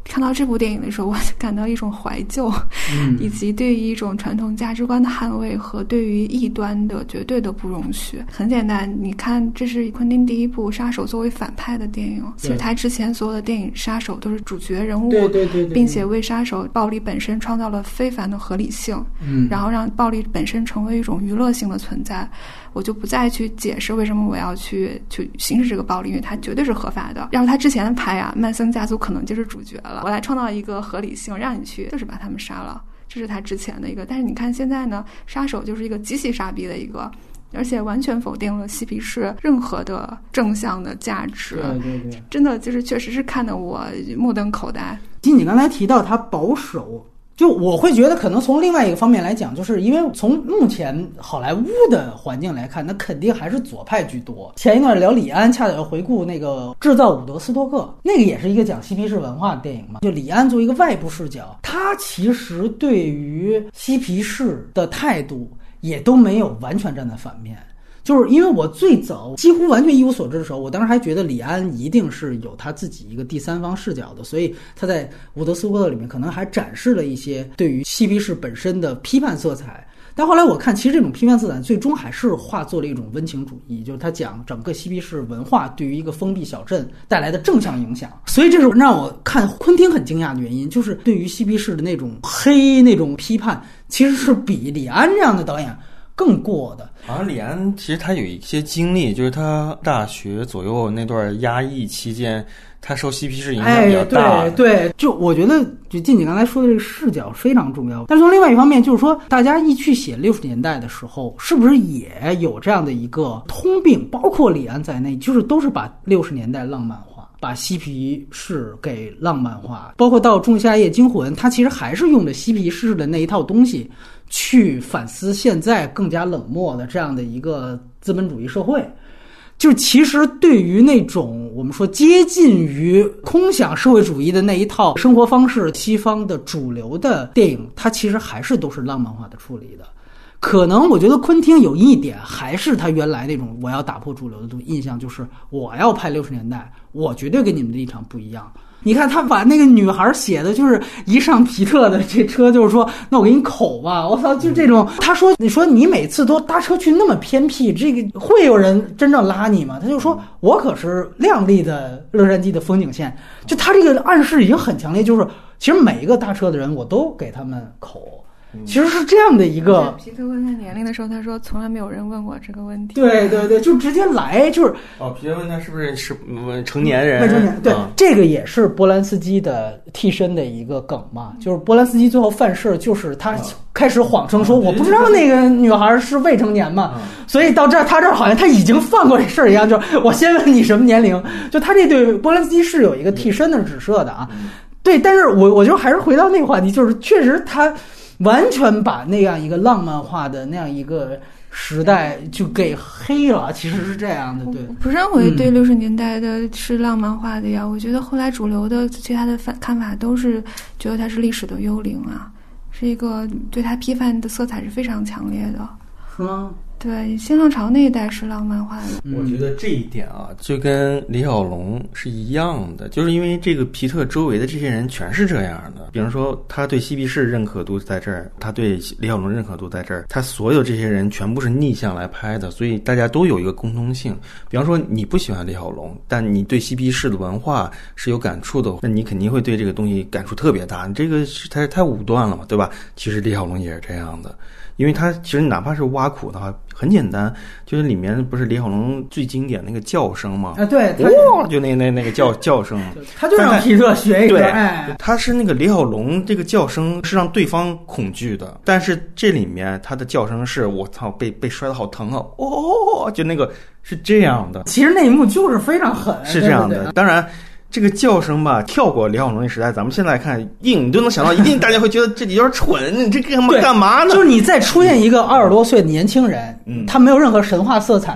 看到这部电影的时候，我感到一种怀旧，以及对于一种传统价值观的捍卫和对于异端的绝对的不容许。很简单，你看，这是昆汀第一部杀手作为反派的电影。其实他之前所有的电影杀手都是主角人物， 对， 并且为杀手暴力本身创造了非凡的合理性，然后让暴力本身成为一种娱乐性的存在。我就不再去解释为什么我要去行使这个暴力，因为它绝对是合法的。要是他之前的拍啊，曼森家族可能就是主角了。我来创造一个合理性，让你去就是把他们杀了，这是他之前的一个。但是你看现在呢，杀手就是一个极其傻逼的一个，而且完全否定了嬉皮士任何的正向的价值。 对， 真的就是确实是看得我目瞪口呆。 你刚才提到他保守，就我会觉得可能从另外一个方面来讲，就是因为从目前好莱坞的环境来看，那肯定还是左派居多。前一段聊李安，恰巧要回顾那个制造伍德斯托克，那个也是一个讲嬉皮士文化的电影嘛。就李安作为一个外部视角，他其实对于嬉皮士的态度也都没有完全站在反面。就是因为我最早几乎完全一无所知的时候，我当时还觉得李安一定是有他自己一个第三方视角的，所以他在伍德斯托克里面可能还展示了一些对于嬉皮士本身的批判色彩。但后来我看，其实这种批判色彩最终还是化作了一种温情主义，就是他讲整个嬉皮士文化对于一个封闭小镇带来的正向影响。所以这是让我看昆汀很惊讶的原因，就是对于嬉皮士的那种黑那种批判，其实是比李安这样的导演更过的。 好像李安其实他有一些经历，就是他大学左右那段压抑期间，他受嬉皮士影响比较大。 对，就我觉得就静姐刚才说的这个视角非常重要。但是从另外一方面，就是说大家一去写60年代的时候，是不是也有这样的一个通病，包括李安在内，就是都是把60年代浪漫化，把嬉皮士给浪漫化，包括到《仲夏夜惊魂》，他其实还是用着嬉皮士的那一套东西去反思现在更加冷漠的这样的一个资本主义社会。就其实对于那种我们说接近于空想社会主义的那一套生活方式，西方的主流的电影，它其实还是都是浪漫化的处理的。可能我觉得昆汀有一点还是他原来那种我要打破主流的印象，就是我要拍60年代，我绝对跟你们的立场不一样。你看他把那个女孩写的就是一上皮特的这车，就是说那我给你口吧，我操，就这种。他说你说你每次都搭车去那么偏僻，这个会有人真正拉你吗？他就说我可是亮丽的洛杉矶的风景线，就他这个暗示已经很强烈，就是其实每一个搭车的人我都给他们口。其实是这样的一个。 皮特问他年龄的时候，他说从来没有人问过这个问题。 对，就直接来，就是皮特问他是不是成年人？ 未成年，对，这个也是波兰斯基的替身的一个梗嘛，就是波兰斯基最后犯事，就是他开始谎称说我不知道那个女孩是未成年嘛，所以到这儿他这儿好像他已经犯过这事儿一样，就是我先问你什么年龄，就他这对波兰斯基是有一个替身的指涉的啊。对，但是我就还是回到那个话题，就是确实他完全把那样一个浪漫化的那样一个时代就给黑了，其实是这样的。对， 不认为对60年代的是浪漫化的呀。我觉得后来主流的其他的看法都是觉得它是历史的幽灵啊，是一个对它批判的色彩是非常强烈的。 是吗？ 对，新浪潮那一代是浪漫化的。 我觉得这一点啊，就跟李小龙是一样的，就是因为这个皮特周围的这些人全是这样的。比方说，他对嬉皮士认可度在这儿，他对李小龙认可度在这儿，他所有这些人全部是逆向来拍的，所以大家都有一个共通性。比方说，你不喜欢李小龙，但你对嬉皮士的文化是有感触的，那你肯定会对这个东西感触特别大。你这个是太武断了嘛，对吧？其实李小龙也是这样的。因为他其实哪怕是挖苦的话，很简单，就是里面不是李小龙最经典那个叫声吗？ 啊，对， 哇，就那个叫声， 他就让皮特学一个， 对，他是那个李小龙这个叫声是让对方恐惧的，但是这里面他的叫声是我操，被摔得好疼啊，哦，就那个是这样的。 其实那一幕就是非常狠， 是这样的，对对，当然。这个叫声吧，跳过李小龙那时代，咱们现在看硬，你都能想到，一定大家会觉得这有点蠢，你这干嘛呢？ 就是你再出现一个20多岁的年轻人，他没有任何神话色彩，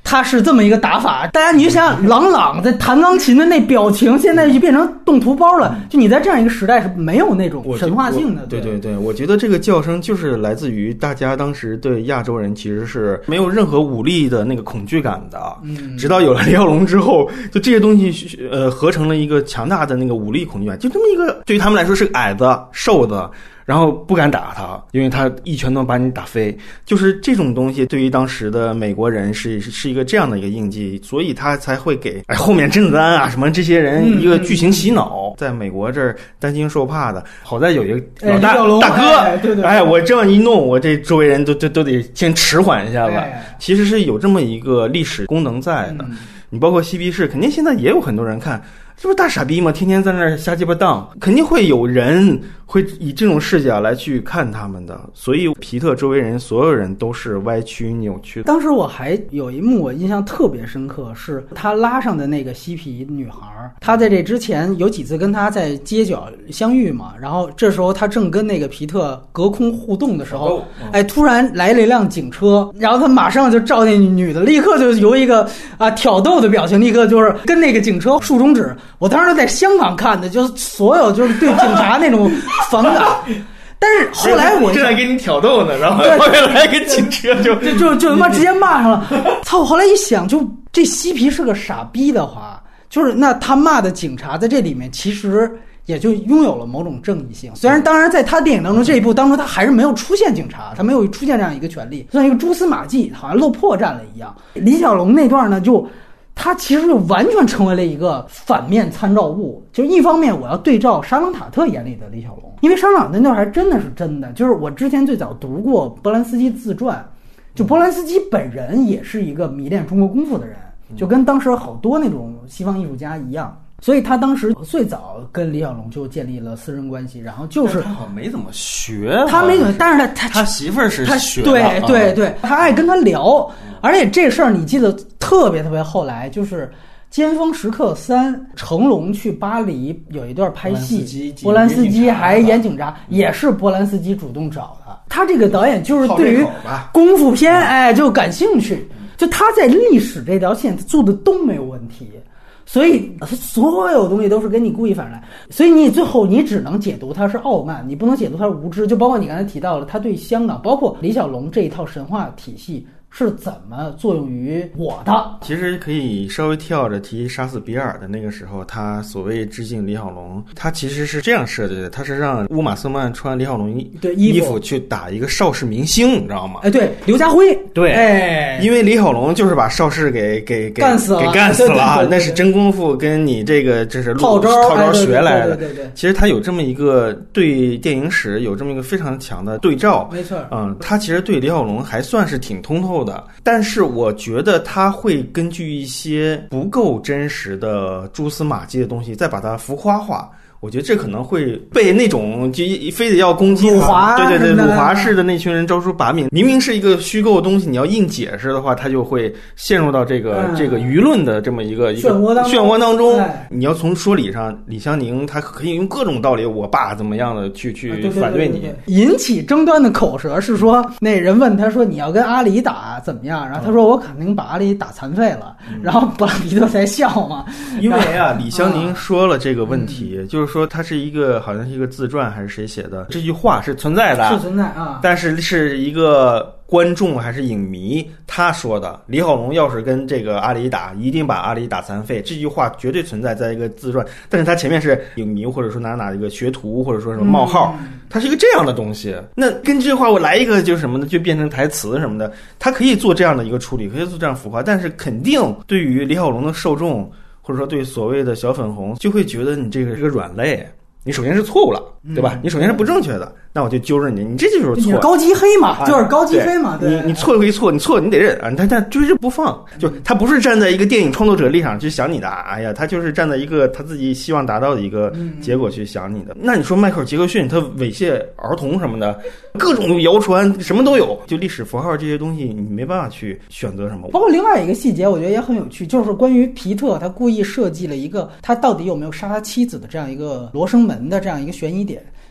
他是这么一个打法。大家你就想想，朗朗在弹钢琴的那表情，现在就变成动图包了。就你在这样一个时代是没有那种神话性的。 对，我觉得这个叫声就是来自于大家当时对亚洲人其实是没有任何武力的那个恐惧感的。直到有了李小龙之后，就这些东西合成了一个强大的那个武力恐惧感。就这么一个，对于他们来说是个矮子、瘦子。然后不敢打他，因为他一拳能把你打飞。就是这种东西对于当时的美国人是一个这样的一个印记，所以他才会给后面甄子丹啊什么这些人一个剧情洗脑。在美国这儿担惊受怕的，好在有一个老大哥，我这样一弄，我这周围人都得先迟缓一下子。其实是有这么一个历史功能在的。你包括嬉皮士，肯定现在也有很多人看。这不是大傻逼吗？天天在那儿瞎鸡巴荡，肯定会有人会以这种视角来去看他们的。所以皮特周围人所有人都是歪曲扭曲的。 当时我还有一幕我印象特别深刻，是他拉上的那个嬉皮女孩，他在这之前有几次跟他在街角相遇嘛，然后这时候他正跟那个皮特隔空互动的时候，突然来了一辆警车，然后他马上就照那女的，立刻就有一个挑逗的表情，立刻就是跟那个警车竖中指。我当时在香港看的，就是所有就是对警察那种反感。但是后来我正在给你挑逗呢，然后后面来个警车就他妈直接骂上了。操！后来一想，就这嬉皮是个傻逼的话，就是那他骂的警察在这里面其实也就拥有了某种正义性。虽然当然在他电影当中这一部当中他还是没有出现警察，他没有出现这样一个权利，像一个蛛丝马迹，好像漏破绽了一样。李小龙那段呢，就他其实就完全成为了一个反面参照物。就一方面我要对照沙朗塔特眼里的李小龙，因为沙朗那段还真的是真的，就是我之前最早读过波兰斯基自传，就波兰斯基本人也是一个迷恋中国功夫的人，就跟当时好多那种西方艺术家一样。所以他当时最早跟李小龙就建立了私人关系，然后就是他好像没怎么学， 他没怎么，但是他媳妇儿是学的，对，他爱跟他聊，而且这事儿你记得特别特别后来就是《尖峰时刻3》，成龙去巴黎有一段拍戏，波兰斯基还演警察，也是波兰斯基主动找的。他这个导演就是对于功夫片就感兴趣，就他在历史这条线做的都没有问题。所以所有东西都是跟你故意反来，所以你最后你只能解读他是傲慢，你不能解读他是无知。就包括你刚才提到了他对香港，包括李小龙这一套神话体系是怎么作用于我的。 其实可以稍微跳着提杀死比尔的那个时候，他所谓致敬李小龙，他其实是这样设计的，他是让乌玛瑟曼穿李小龙衣服去打一个邵氏明星，你知道吗？ 对，刘家辉。 对，因为李小龙就是把邵氏给干死了， 对，那是真功夫，跟你这个这是套招学来的。 对。 其实他有这么一个对电影史有这么一个非常强的对照， 没错。 他其实对李小龙还算是挺通透的，但是我觉得他会根据一些不够真实的蛛丝马迹的东西，再把它浮夸化。我觉得这可能会被那种就非得要攻击辱华， 对辱华式的那群人招出把柄。明明是一个虚构的东西，你要硬解释的话，他就会陷入到这个舆论的这么一个漩涡当中。你要从说理上，李香凝他可以用各种道理，我爸怎么样的去反对你。 引起争端的口舌是说，那人问他说你要跟阿里打怎么样，然后他说我肯定把阿里打残废了，然后布拉皮特才笑嘛。 因为李香凝说了这个问题，就是说他是一个好像是一个自传还是谁写的，这句话是存在的， 是存在啊， 但是是一个观众还是影迷他说的，李小龙要是跟这个阿里打，一定把阿里打残废，这句话绝对存在在一个自传，但是他前面是影迷或者说哪一个学徒或者说什么冒号，它是一个这样的东西。那跟这句话我来一个就是什么的，就变成台词什么的，他可以做这样的一个处理，可以做这样浮夸，但是肯定对于李小龙的受众或者说对所谓的小粉红就会觉得你这个是个软肋，你首先是错误了，对吧？你首先是不正确的，那我就揪着你，你这就是错， 高级黑嘛，就是高级黑嘛。 对，你错归错，你错你得认啊，他追着不放，就他不是站在一个电影创作者立场去想你的，哎呀，他就是站在一个他自己希望达到的一个结果去想你的。那你说迈克尔·杰克逊他猥亵儿童什么的，各种谣传什么都有，就历史符号这些东西你没办法去选择什么。 包括另外一个细节我觉得也很有趣，就是关于皮特他故意设计了一个他到底有没有杀他妻子的这样一个罗生门的这样一个悬疑点。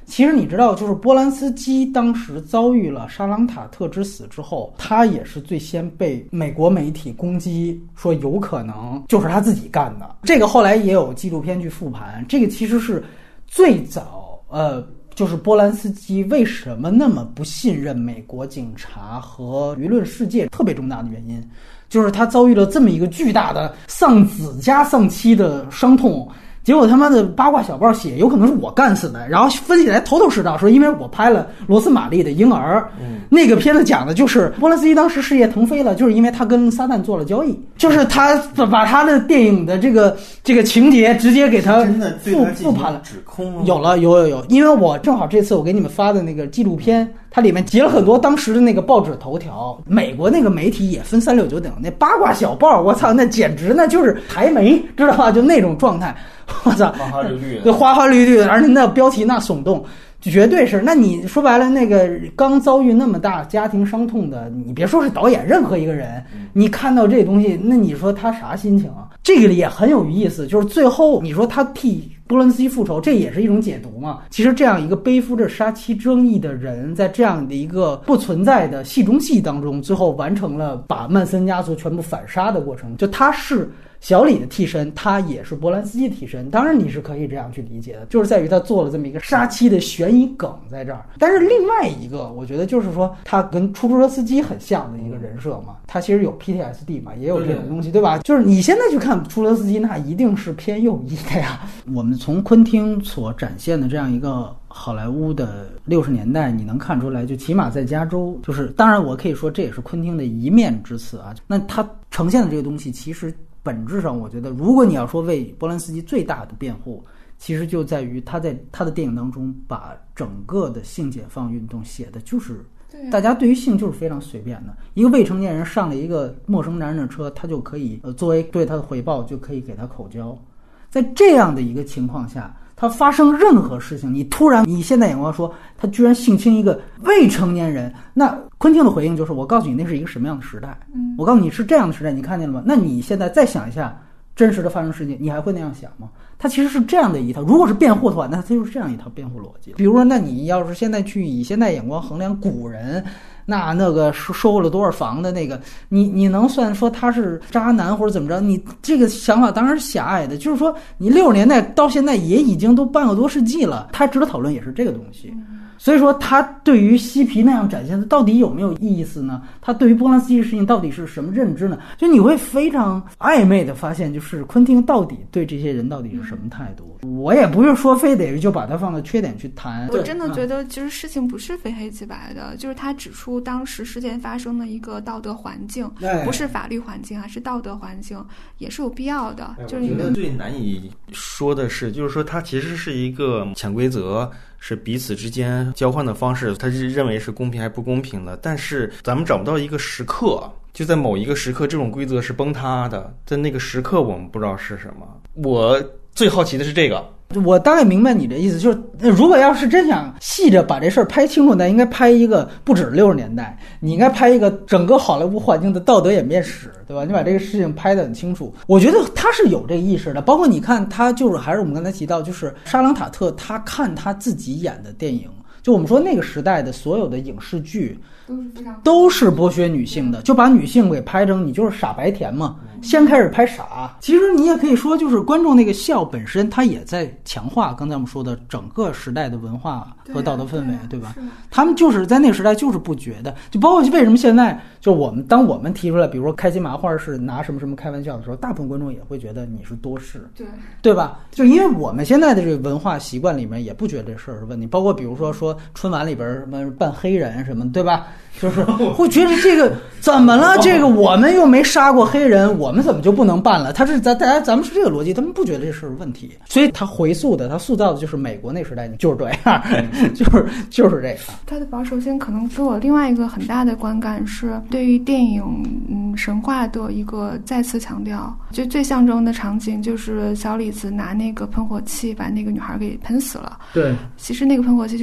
其实你知道，就是波兰斯基当时遭遇了沙朗塔特之死之后，他也是最先被美国媒体攻击，说有可能就是他自己干的。这个后来也有纪录片去复盘，这个其实是最早就是波兰斯基为什么那么不信任美国警察和舆论世界特别重大的原因，就是他遭遇了这么一个巨大的丧子加丧妻的伤痛。结果他妈的八卦小报写有可能是我干死的，然后分析来头头是道，说因为我拍了罗斯玛丽的婴儿，那个片子讲的就是波兰斯基当时事业腾飞了，就是因为他跟撒旦做了交易，就是他把他的电影的这个情节直接给他复盘了， 指控有，因为我正好这次我给你们发的那个纪录片，它里面截了很多当时的那个报纸头条，美国那个媒体也分369等，那八卦小报，我操，那简直那就是台媒，知道吧？就那种状态。我操， 花花绿绿的， 对，花花绿绿的，而且那标题那耸动，绝对是。那你说白了，那个刚遭遇那么大家庭伤痛的，你别说是导演，任何一个人，你看到这东西，那你说他啥心情啊？这个也很有意思，就是最后你说他替波兰斯基复仇，这也是一种解读嘛。其实这样一个背负着杀妻争议的人，在这样的一个不存在的戏中戏当中，最后完成了把曼森家族全部反杀的过程。就他是小李的替身，他也是波兰斯基的替身，当然你是可以这样去理解的，就是在于他做了这么一个杀妻的悬疑梗在这儿。但是另外一个我觉得就是说他跟出租车司机很像的一个人设嘛，他其实有 PTSD 嘛，也有这种东西，对吧？就是你现在去看出租车司机，那一定是偏右翼的呀。我们从昆汀所展现的这样一个好莱坞的60年代，你能看出来，就起码在加州，就是当然我可以说这也是昆汀的一面之词啊。那他呈现的这个东西，其实本质上我觉得，如果你要说为波兰斯基最大的辩护，其实就在于他在他的电影当中把整个的性解放运动写的就是大家对于性就是非常随便的，一个未成年人上了一个陌生男人的车，他就可以作为对他的回报就可以给他口交。在这样的一个情况下，他发生任何事情，你突然以现在眼光说他居然性侵一个未成年人，那昆汀的回应就是我告诉你那是一个什么样的时代，我告诉你是这样的时代，你看见了吗？那你现在再想一下真实的发生事件，你还会那样想吗？他其实是这样的一套，如果是辩护的话，那他就是这样一套辩护逻辑。比如说，那你要是现在去以现代眼光衡量古人，那个收了多少房的那个，你能算说他是渣男或者怎么着？你这个想法当然是狭隘的。就是说，你60年代到现在也已经都半个多世纪了，他值得讨论也是这个东西。所以说，他对于嬉皮那样展现的到底有没有意思呢？他对于波兰斯基的事情到底是什么认知呢？就你会非常暧昧的发现，就是昆汀到底对这些人到底是什么态度？我也不是说非得就把它放到缺点去谈。 我真的觉得，其实事情不是非黑即白的，就是他指出当时事件发生的一个道德环境，不是法律环境，还是道德环境，也是有必要的。就是我觉得最难以说的是，就是说它其实是一个潜规则。是彼此之间交换的方式，他是认为是公平还是不公平的，但是咱们找不到一个时刻，就在某一个时刻这种规则是崩塌的，在那个时刻我们不知道是什么。我最好奇的是这个， 我大概明白你的意思，就是如果要是真想细着把这事儿拍清楚，那应该拍一个不止60年代，你应该拍一个整个好莱坞环境的道德演变史，对吧？你把这个事情拍得很清楚。我觉得他是有这个意识的，包括你看他就是还是我们刚才提到，就是沙朗塔特他看他自己演的电影，就我们说那个时代的所有的影视剧都是剥削女性的，就把女性给拍成你就是傻白甜嘛，先开始拍傻。其实你也可以说，就是观众那个笑本身，它也在强化刚才我们说的整个时代的文化和道德氛围，对吧？他们就是在那个时代就是不觉得，就包括为什么现在就当我们提出来，比如说开心麻花是拿什么什么开玩笑的时候，大部分观众也会觉得你是多事，对吧？就因为我们现在的这个文化习惯里面也不觉得这事儿是问题，包括比如说春晚里边什么扮黑人什么，对吧？就是会觉得这个怎么了？这个我们又没杀过黑人，我们怎么就不能办了？他是咱们是这个逻辑，他们不觉得这是问题，所以他回溯的，他塑造的就是美国那时代就是这样，就是这个。 他的保守性可能给我另外一个很大的观感是对于电影神话的一个再次强调。就最象征的场景就是小李子拿那个喷火器把那个女孩给喷死了。 对， 其实那个喷火器就是电影的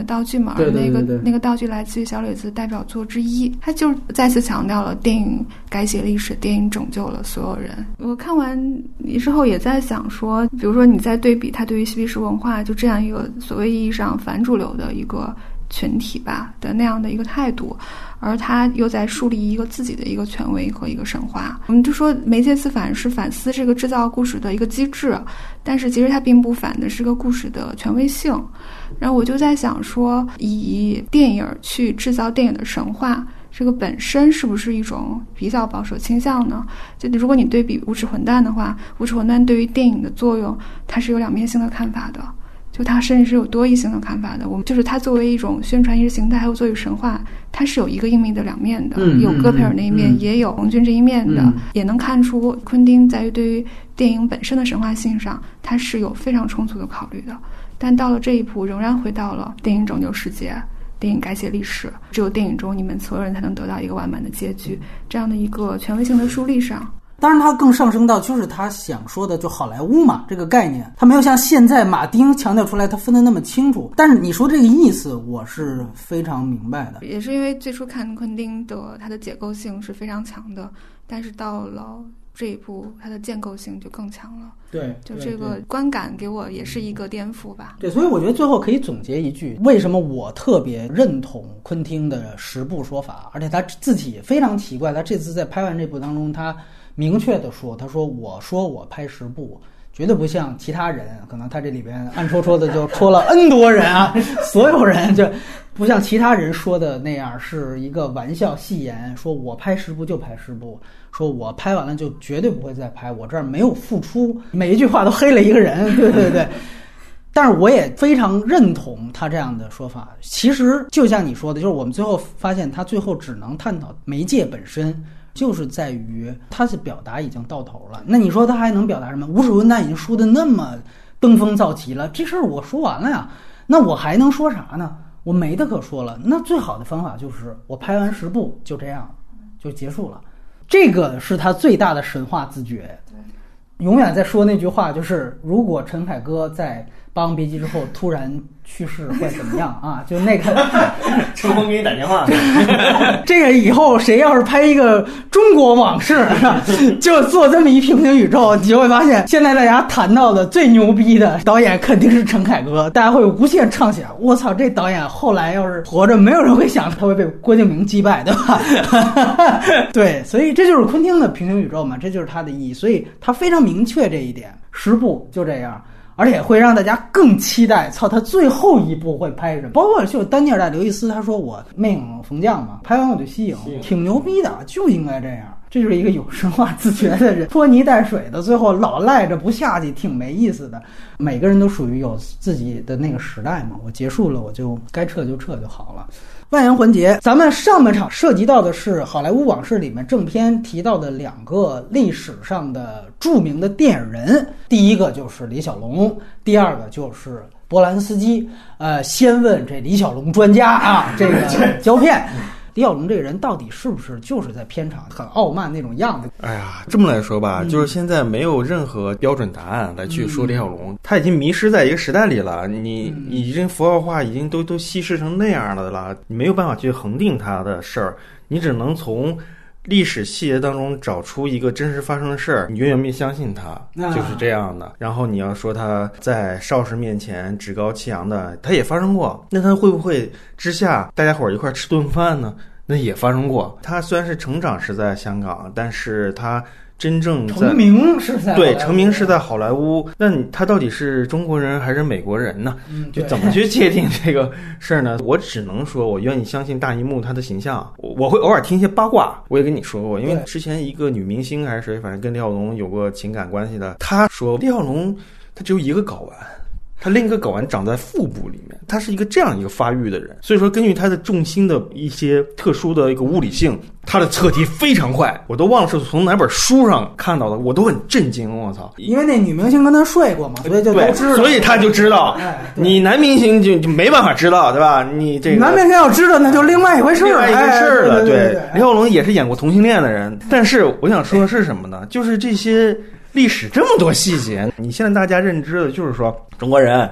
道具嘛，而那个道具来自于小磊子代表作之一，他就再次强调了电影改写历史，电影拯救了所有人。我看完之后也在想说，比如说你在对比他对于嬉皮士文化就这样一个所谓意义上反主流的一个群体吧的那样的一个态度，而他又在树立一个自己的一个权威和一个神话。我们就说媒介自反是反思这个制造故事的一个机制，但是其实它并不反的是个故事的权威性。然后我就在想说，以电影去制造电影的神话，这个本身是不是一种比较保守倾向呢？就如果你对比无耻混蛋的话，无耻混蛋对于电影的作用它是有两面性的看法的，就它甚至是有多义性的看法的。我们就是它作为一种宣传意识形态，还有作为神话，它是有一个硬币的两面的，有戈培尔那一面，也有红军这一面的，也能看出昆汀在于对于电影本身的神话性上，它是有非常充足的考虑的。但到了这一步，仍然回到了电影拯救世界，电影改写历史，只有电影中你们所有人才能得到一个完满的结局，这样的一个权威性的树立上。 当然他更上升到就是他想说的就好莱坞嘛这个概念，他没有像现在马丁强调出来他分得那么清楚，但是你说这个意思我是非常明白的。 也是因为最初看昆汀的他的解构性是非常强的，但是到了这一步它的建构性就更强了。 对， 就这个观感给我也是一个颠覆吧。 对，所以我觉得最后可以总结一句，为什么我特别认同昆汀的10部说法，而且他自己也非常奇怪，他这次在拍完这部当中他明确的说，他说我拍10部绝对不像其他人，可能他这里边暗戳戳的就戳了 N 多人啊，所有人就不像其他人说的那样是一个玩笑戏言，说我拍10部就拍10部，说我拍完了就绝对不会再拍，我这儿没有付出，每一句话都黑了一个人，对对对。但是我也非常认同他这样的说法，其实就像你说的，就是我们最后发现他最后只能探讨媒介本身，就是在于他的表达已经到头了。那你说他还能表达什么？无耻混蛋已经输得那么登峰造极了，这事儿我说完了呀，那我还能说啥呢？我没得可说了。那最好的方法就是我拍完10部就这样就结束了，这个是他最大的神话自觉。永远在说那句话，就是如果陈凯歌在《霸王别姬》之后突然去世会怎么样啊？就那个陈红给你打电话， 这个以后谁要是拍一个中国往事，就做这么一平行宇宙，你就会发现现在大家谈到的最牛逼的导演肯定是陈凯歌，大家会无限畅想，我操，这导演后来要是活着，没有人会想他会被郭敬明击败，对吧？对，所以这就是昆汀的平行宇宙嘛，这就是他的意义，所以他非常明确这一点，10部就这样。而且会让大家更期待，操，他最后一部会拍什么？包括就丹尼尔·戴·刘易斯，他说我魅影逢将嘛，拍完我就息影，挺牛逼的，就应该这样。这就是一个有神话自觉的人，拖泥带水的，最后老赖着不下去，挺没意思的。每个人都属于有自己的那个时代嘛，我结束了，我就该撤就撤就好了。万言环节，咱们上半场涉及到的是《好莱坞往事》里面正片提到的2个历史上的著名的电影人，第一个就是李小龙，第二个就是波兰斯基。先问这李小龙专家啊，这个胶片。李小龙这个人到底是不是就是在片场很傲慢那种样子？ 哎呀，这么来说吧，就是现在没有任何标准答案来去说李小龙，他已经迷失在一个时代里了。你已经符号化已经都稀释成那样的了，你没有办法去恒定他的事儿，你只能从历史细节当中找出一个真实发生的事儿，你愿意相信他，就是这样的。然后你要说他在邵氏面前趾高气扬的，他也发生过，那他会不会之下大家伙儿一块吃顿饭呢？那也发生过。他虽然是成长是在香港，但是他真正成名是在对成名是在好莱坞，那他到底是中国人还是美国人呢？就怎么去界定这个事儿呢？我只能说我愿意相信大荧幕他的形象。我会偶尔听一些八卦，我也跟你说过，因为之前一个女明星还是谁，反正跟李小龙有过情感关系的，她说李小龙他只有一个睾丸，他另一个睾丸长在腹部里面，他是一个这样一个发育的人，所以说根据他的重心的一些特殊的一个物理性，他的测题非常快，我都忘了是从哪本书上看到的，我都很震惊，我操！ 因为那女明星跟他睡过嘛，所以就都知道， 所以他就知道。你男明星就没办法知道，对吧？你这个男明星要知道，那就另外一回事了。 对，李小龙也是演过同性恋的人，但是我想说的是什么呢？就是这些历史这么多细节，你现在大家认知的就是说中国人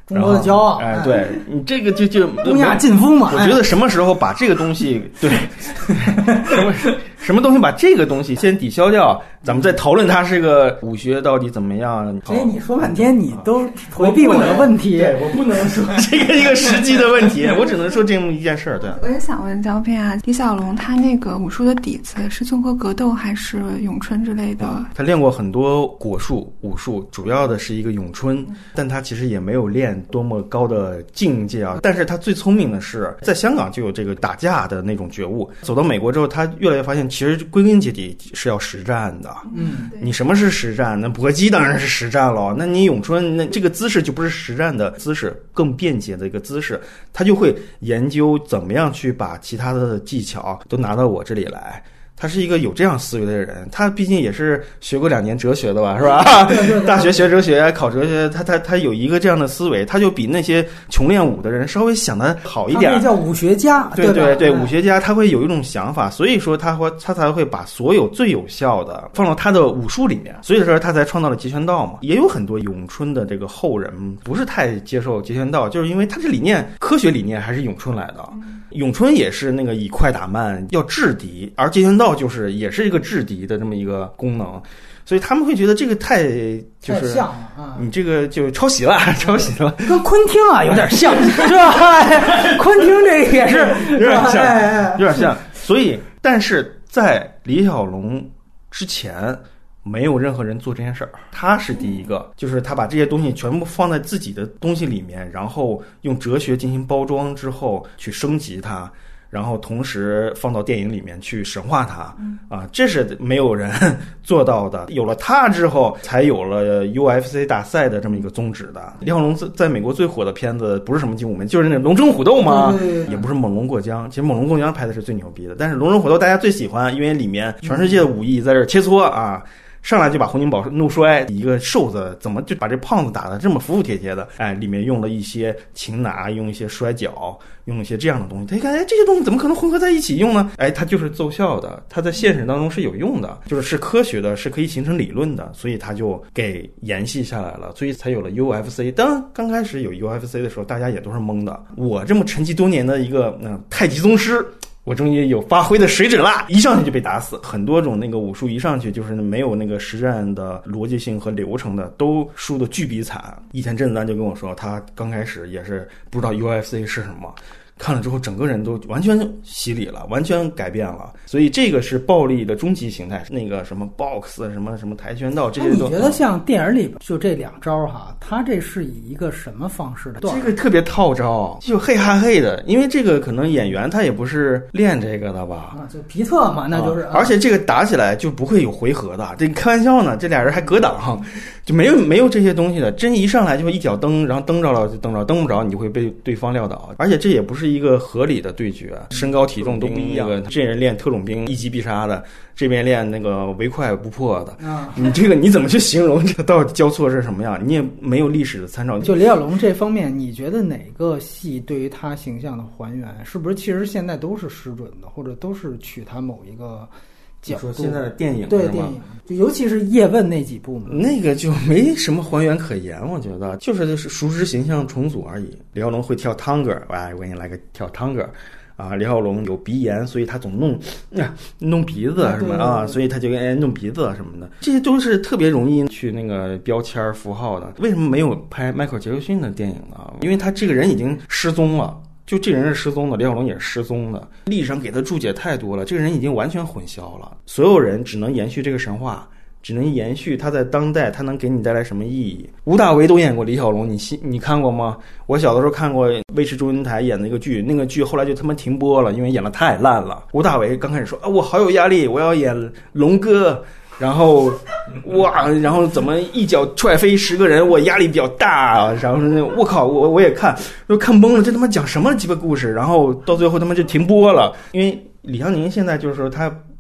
中国的骄傲。 哎，对你这个就东亚劲夫嘛。 我觉得什么时候把这个东西对什么东西把这个东西先抵消掉，咱们再讨论它是个武学到底怎么样。 所以你说半天你都回避我的问题， 对，我不能说这个一个实际的问题，我只能说这么一件事儿。对， 我也想问胶片啊，李小龙他那个武术的底子是综合格斗还是咏春之类的？ 他练过很多国术武术，主要的是一个咏春，但他其实也没有练多么高的境界啊。但是他最聪明的是，在香港就有这个打架的那种觉悟，走到美国之后，他越来越发现，其实归根结底是要实战的。你什么是实战？那搏击当然是实战了。那你咏春，那这个姿势就不是实战的姿势，更便捷的一个姿势，他就会研究怎么样去把其他的技巧都拿到我这里来。他是一个有这样思维的人，他毕竟也是学过2年哲学的吧，是吧？大学学哲学，考哲学，他有一个这样的思维，他就比那些穷练武的人稍微想得好一点。 他那叫武学家， 对，武学家他会有一种想法，所以说他才会把所有最有效的放到他的武术里面，所以说他才创造了截拳道嘛。也有很多咏春的这个后人不是太接受截拳道，就是因为他这理念科学理念还是咏春来的。咏春也是那个以快打慢，要制敌，而截拳道也是一个制敌的这么一个功能，所以他们会觉得这个太像了啊！ 你这个就抄袭了， 跟昆汀啊有点像，是吧？昆汀这个也是有点像。所以，但是在李小龙之前，没有任何人做这件事儿，他是第一个，就是他把这些东西全部放在自己的东西里面，然后用哲学进行包装之后去升级它，然后同时放到电影里面去神化它，这是没有人做到的。有了它之后，才有了 UFC 大赛的这么一个宗旨的。李小龙在美国最火的片子不是什么精武门，就是那龙争虎斗嘛，也不是猛龙过江。其实猛龙过江拍的是最牛逼的，但是龙争虎斗大家最喜欢，因为里面全世界的武艺在这切磋啊。上来就把洪金宝怒摔，一个瘦子怎么就把这胖子打得这么服服帖帖的？哎，里面用了一些擒拿，用一些摔跤，用一些这样的东西。他一看，哎，这些东西怎么可能混合在一起用呢？哎，它就是奏效的，它在现实当中是有用的，是科学的，是可以形成理论的，所以他就给沿袭下来了，所以才有了 UFC。当然，刚开始有 UFC 的时候，大家也都是懵的。我这么沉寂多年的一个太极宗师。我终于有发挥的水准啦！一上去就被打死，很多种那个武术一上去就是没有那个实战的逻辑性和流程的，都输的巨比惨。以前甄子丹就跟我说，他刚开始也是不知道 UFC 是什么。看了之后整个人都完全洗礼了，完全改变了，所以这个是暴力的终极形态。那个什么 box 什么跆拳道这些都， 你觉得像电影里就这2招哈，他这是以一个什么方式的？ 这个特别套招，就嘿哈嘿的，因为这个可能演员他也不是练这个的吧， 就皮特嘛，那就是， 而且这个打起来就不会有回合的，这开玩笑呢，这俩人还格挡，就没有这些东西的，真一上来就会一脚蹬，然后蹬着了就蹬着，蹬不着你就会被对方撂倒，而且这也不是一个合理的对决，身高体重都不一样。这人练特种兵一击必杀的，这边练那个唯快不破的。你这个你怎么去形容这个到底交错是什么样？你也没有历史的参照。 就李小龙这方面，你觉得哪个戏对于他形象的还原，是不是其实现在都是失准的，或者都是取他某一个？ 你说现在的电影对电影，就尤其是叶问那几部嘛， 那个就没什么还原可言，我觉得就是熟知形象重组而已。李小龙会跳探戈，哎，我给你来个跳探戈啊！李小龙有鼻炎，所以他总弄鼻子什么啊，所以他就弄鼻子什么的，这些都是特别容易去那个标签符号的。为什么没有拍迈克尔·杰克逊的电影呢？因为他这个人已经失踪了。就这人是失踪的，李小龙也是失踪的，历史上给他注解太多了，这个人已经完全混淆了。所有人只能延续这个神话，只能延续他在当代他能给你带来什么意义。吴大维都演过李小龙，你看过吗？我小的时候看过卫视中文台演那个剧，那个剧后来就他妈停播了，因为演得太烂了。吴大维刚开始说我好有压力，我要演龙哥。然后然后怎么一脚踹飞10个人，我压力比较大，然后我靠，我也看懵了，这他妈讲什么鸡巴故事？然后到最后他妈就停播了，因为李香凝现在就是说他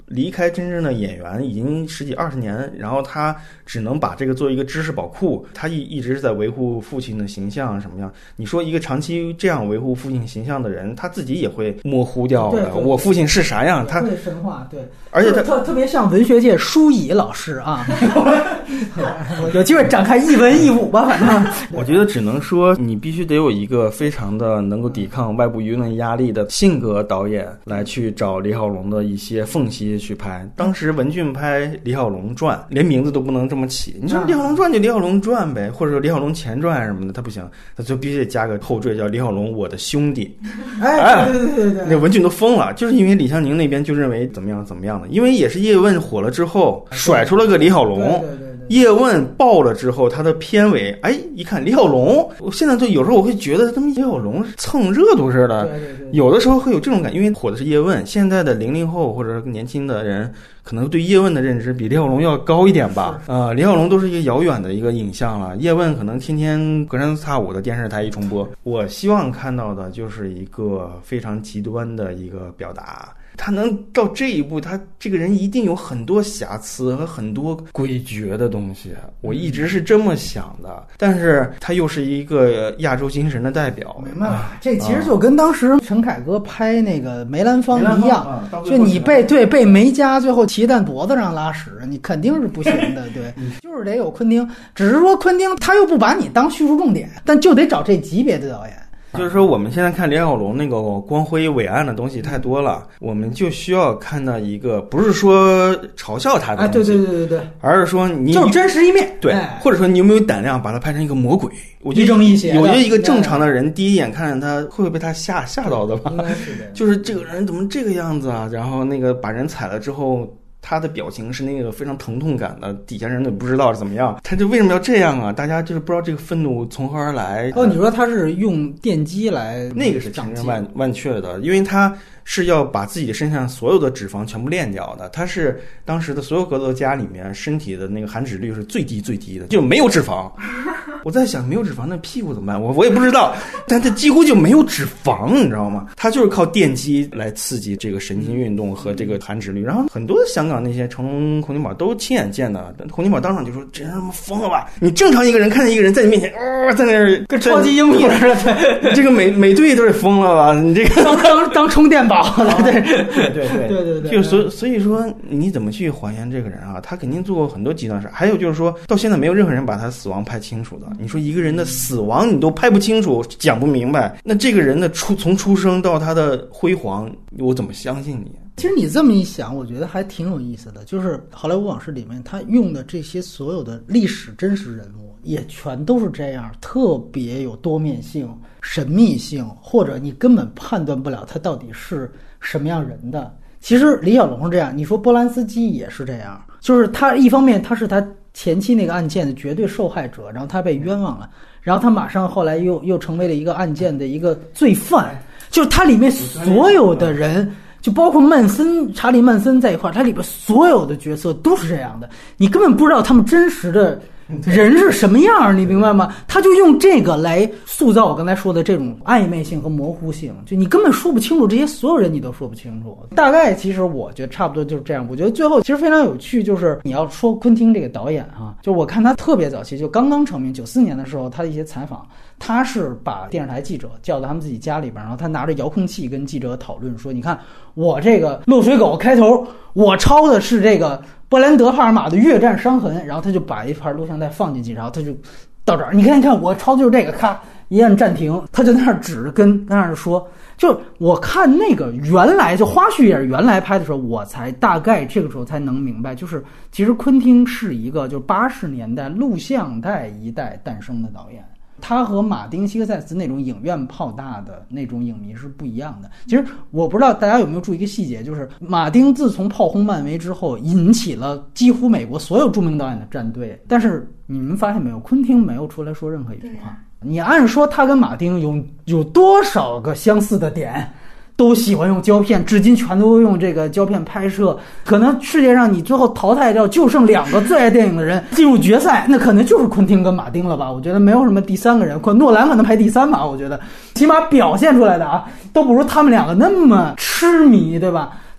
离开真正的演员已经10几20年，然后他只能把这个做一个知识宝库，他一直是在维护父亲的形象什么样。你说一个长期这样维护父亲形象的人，他自己也会模糊掉的。我父亲是啥样，他会神话，对， 而且他特别像文学界舒乙老师啊，有机会展开一文一武吧，反正我觉得只能说你必须得有一个非常的能够抵抗外部舆论压力的性格导演来去找李小龙的一些缝隙去拍。当时文俊拍李小龙传连名字都不能这么起，你说李小龙传就李小龙传呗，或者说李小龙前传什么的，他不行，他就必须得加个后缀叫李小龙我的兄弟。对，那文俊都疯了，就是因为李香凝那边就认为怎么样的，因为也是叶问火了之后甩出了个李小龙。叶问爆了之后，他的片尾，一看李小龙，我现在就有时候我会觉得他们李小龙蹭热度似的，有的时候会有这种感觉，因为火的是叶问，现在的00后或者年轻的人可能对叶问的认知比李小龙要高一点吧。李小龙都是一个遥远的一个影像了，叶问可能天天隔三差五的电视台一重播。我希望看到的就是一个非常极端的一个表达。他能到这一步，他这个人一定有很多瑕疵和很多诡谲的东西，我一直是这么想的。但是他又是一个亚洲精神的代表。 明白了，这其实就跟当时陈凯歌拍那个梅兰芳一样，就你被梅家最后骑在脖子上拉屎，你肯定是不行的。对，就是得有昆汀，只是说昆汀他又不把你当叙述重点，但就得找这级别的导演。 就是说我们现在看李小龙那个光辉伟岸的东西太多了，我们就需要看到一个不是说嘲笑他的东西，对，而是说你就是真实一面， 对，或者说你有没有胆量把它拍成一个魔鬼。我觉得我觉得一个正常的人第一眼看着他会不会被他吓到的吧？ 应该是的， 就是这个人怎么这个样子啊？然后那个把人踩了之后，他的表情是那个非常疼痛感的，底下人都不知道是怎么样，他就为什么要这样啊？大家就是不知道这个愤怒从何而来。 你说他是用电击来， 那个是千真万确的，因为他是要把自己身上所有的脂肪全部炼掉的。他是当时的所有格斗家里面身体的那个含脂率是最低的，就没有脂肪。我在想没有脂肪那屁股怎么办？我也不知道，但他几乎就没有脂肪，你知道吗？他就是靠电击来刺激这个神经运动和这个含脂率。然后很多香港那些成龙、洪金宝都亲眼见的，洪金宝当场就说：“这人他妈疯了吧？你正常一个人看见一个人在你面前，在那儿跟超级英雄似的， 这个美队都是疯了吧？你这个当充电宝了， 对，就所以说你怎么去还原这个人啊？他肯定做过很多极端事。还有就是说到现在没有任何人把他死亡拍清楚的。你说一个人的死亡你都拍不清楚，讲不明白，那这个人的从出生到他的辉煌，我怎么相信你？ 其实你这么一想，我觉得还挺有意思的。就是《好莱坞往事》里面他用的这些所有的历史真实人物，也全都是这样，特别有多面性、神秘性，或者你根本判断不了他到底是什么样人的。其实李小龙是这样，你说波兰斯基也是这样，就是他一方面他是他前期那个案件的绝对受害者，然后他被冤枉了，然后他马上后来又成为了一个案件的一个罪犯，就是他里面所有的人，就包括查理曼森在一块，他里边所有的角色都是这样的，你根本不知道他们真实的人是什么样，你明白吗？他就用这个来塑造我刚才说的这种暧昧性和模糊性，就你根本说不清楚，这些所有人你都说不清楚。大概其实我觉得差不多就是这样。我觉得最后其实非常有趣，就是你要说昆汀这个导演啊，就我看他特别早期就刚刚成名94年的时候，他的一些采访，他是把电视台记者叫到他们自己家里边，然后他拿着遥控器跟记者讨论说，你看我这个漏水狗开头我抄的是这个布兰德·帕尔玛的越战伤痕，然后他就把一盘录像带放进去，然后他就到这儿，你看我抄的就是这个，咔一按暂停，他就在那儿指跟那儿说，就我看那个原来就花絮也是原来拍的时候，我才大概这个时候才能明白，就是其实昆汀是一个就80年代录像带一代诞生的导演。他和马丁·希克塞斯那种影院炮大的那种影迷是不一样的。其实我不知道大家有没有注意一个细节，就是马丁自从炮轰漫威之后，引起了几乎美国所有著名导演的站队。但是你们发现没有，昆汀没有出来说任何一句话。你按说他跟马丁有多少个相似的点？都喜欢用胶片，至今全都用这个胶片拍摄。可能世界上你最后淘汰掉就剩2个最爱电影的人进入决赛，那可能就是昆汀跟马丁了吧？我觉得没有什么第3个人，诺兰可能排第3吧。我觉得起码表现出来的啊，都不如他们2个那么痴迷，对吧？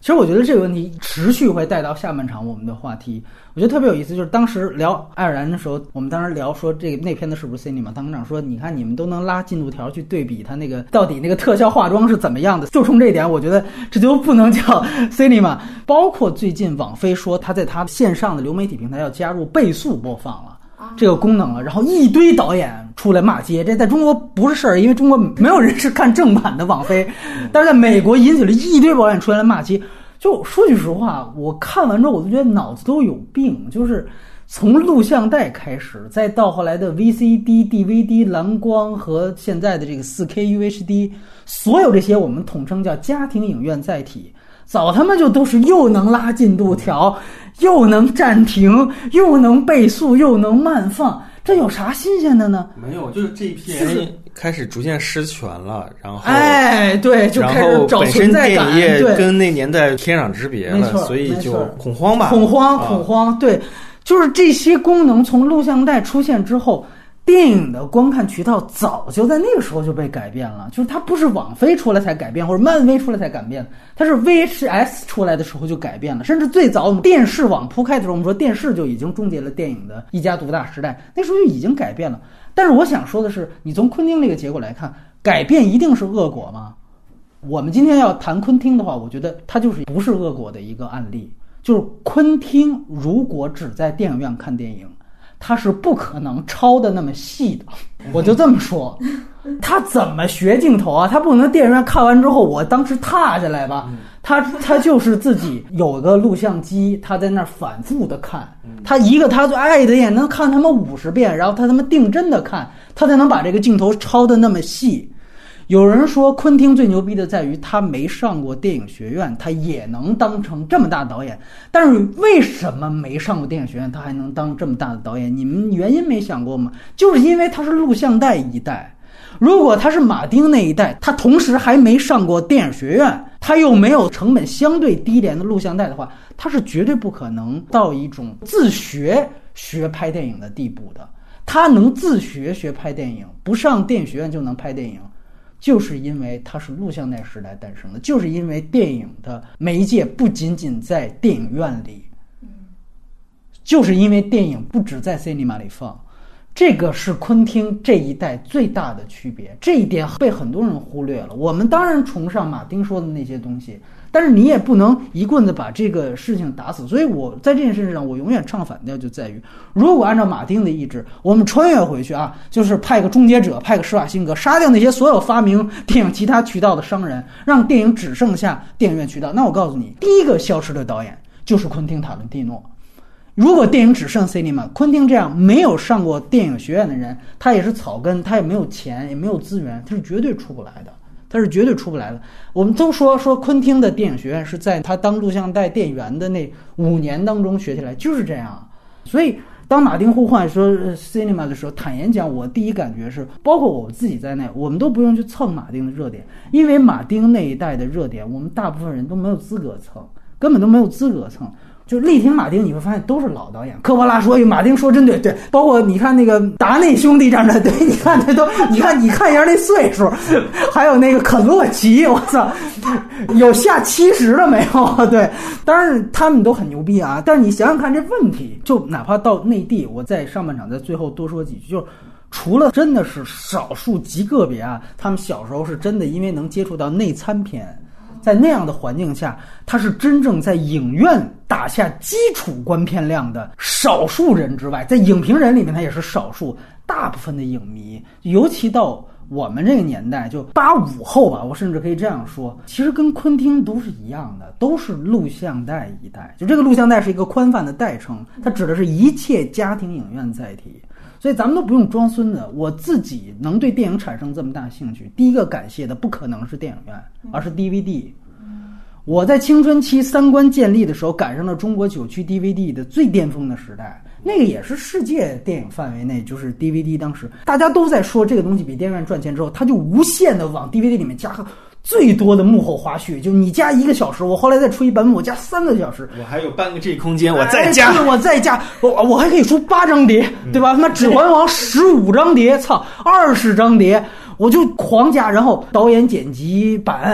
实我觉得这个问题持续会带到下半场我们的话题。我觉得特别有意思，就是当时聊爱尔兰的时候，我们当时聊说这个那片子是不是 Cinema， 当场说你看你们都能拉进度条去对比它那个到底那个特效化妆是怎么样的，就冲这一点我觉得这就不能叫 Cinema。 包括最近网飞说他在他线上的流媒体平台要加入倍速播放了这个功能了，然后一堆导演出来骂街，这在中国不是事儿，因为中国没有人是看正版的网飞，但是在美国引起了一堆导演出来骂街。就说句实话，我看完之后我都觉得脑子都有病，就是从录像带开始，再到后来的 VCD、DVD、蓝光和现在的这个 4K UHD， 所有这些我们统称叫家庭影院载体，早他妈就都是又能拉进度条，又能暂停，又能倍速，又能慢放，这有啥新鲜的呢？ 没有，就是这一批人开始逐渐失权了，然后对，就开始找存在感， 本身电影业跟那年代天壤之别了，所以就恐慌吧， 恐慌，对，就是这些功能从录像带出现之后，电影的观看渠道早就在那个时候就被改变了，就是它不是网飞出来才改变，或者漫威出来才改变，它是 VHS 出来的时候就改变了，甚至最早我们电视网铺开的时候，我们说电视就已经终结了电影的一家独大时代，那时候就已经改变了。但是我想说的是，你从昆汀这个结果来看，改变一定是恶果吗？我们今天要谈昆汀的话，我觉得他就是不是恶果的一个案例。就是昆汀如果只在电影院看电影，他是不可能抄的那么细的，我就这么说。他怎么学镜头啊？他不能电影院看完之后我当时踏下来吧？他就是自己有个录像机，他在那儿反复的看，他一个他最爱的电影能看他们50遍，然后他们定真的看，他才能把这个镜头抄的那么细。有人说昆汀最牛逼的在于他没上过电影学院，他也能当成这么大导演。但是为什么没上过电影学院他还能当这么大的导演？你们原因没想过吗？就是因为他是录像带一代。如果他是马丁那一代，他同时还没上过电影学院，他又没有成本相对低廉的录像带的话，他是绝对不可能到一种自学拍电影的地步的。他能自学拍电影，不上电影学院就能拍电影，就是因为它是录像带时代诞生的，就是因为电影的媒介不仅仅在电影院里，就是因为电影不只在 cinema 里放。这个是昆汀这一代最大的区别，这一点被很多人忽略了。我们当然崇尚马丁说的那些东西，但是你也不能一棍子把这个事情打死。所以我在这件事上我永远唱反调，就在于如果按照马丁的意志，我们穿越回去啊，就是派个终结者，派个施瓦辛格，杀掉那些所有发明电影其他渠道的商人，让电影只剩下电影院渠道，那我告诉你，第一个消失的导演就是昆汀塔伦蒂诺。如果电影只剩 cinema， 昆汀这样没有上过电影学院的人，他也是草根，他也没有钱，也没有资源，他是绝对出不来的。我们都说昆汀的电影学院是在他当录像带店员的那5年当中学起来，就是这样。所以当马丁呼唤说 cinema 的时候，坦言讲，我第一感觉是，包括我自己在内，我们都不用去蹭马丁的热点，因为马丁那一代的热点，我们大部分人都没有资格蹭，根本都没有资格蹭。就力挺马丁，你会发现都是老导演。科波拉说马丁说真对，包括你看那个达内兄弟这样的，对，你看这都，你看一下那岁数，还有那个肯洛奇，我操，有下70了没有？对，当然他们都很牛逼啊。但是你想想看这问题，就哪怕到内地，我在上半场在最后多说几句，就是除了真的是少数极个别啊，他们小时候是真的因为能接触到内参片。在那样的环境下，他是真正在影院打下基础观片量的少数人之外，在影评人里面他也是少数。大部分的影迷，尤其到我们这个年代，就85后吧，我甚至可以这样说，其实跟昆汀都是一样的，都是录像带一代。就这个录像带是一个宽泛的代称，它指的是一切家庭影院载体。所以咱们都不用装孙子，我自己能对电影产生这么大兴趣，第一个感谢的不可能是电影院，而是 DVD。我在青春期3观建立的时候，赶上了中国9区 DVD 的最巅峰的时代，那个也是世界电影范围内，就是 DVD 当时大家都在说这个东西比电影院赚钱之后，他就无限的往 DVD 里面加最多的幕后花絮，就你加1个小时，我后来再出一版本，我加3个小时， 我还有半个 G 空间，我再加， 我还可以出8张碟，对吧？他妈《指环王》15张碟，操，20张碟，我就狂加，然后导演剪辑版。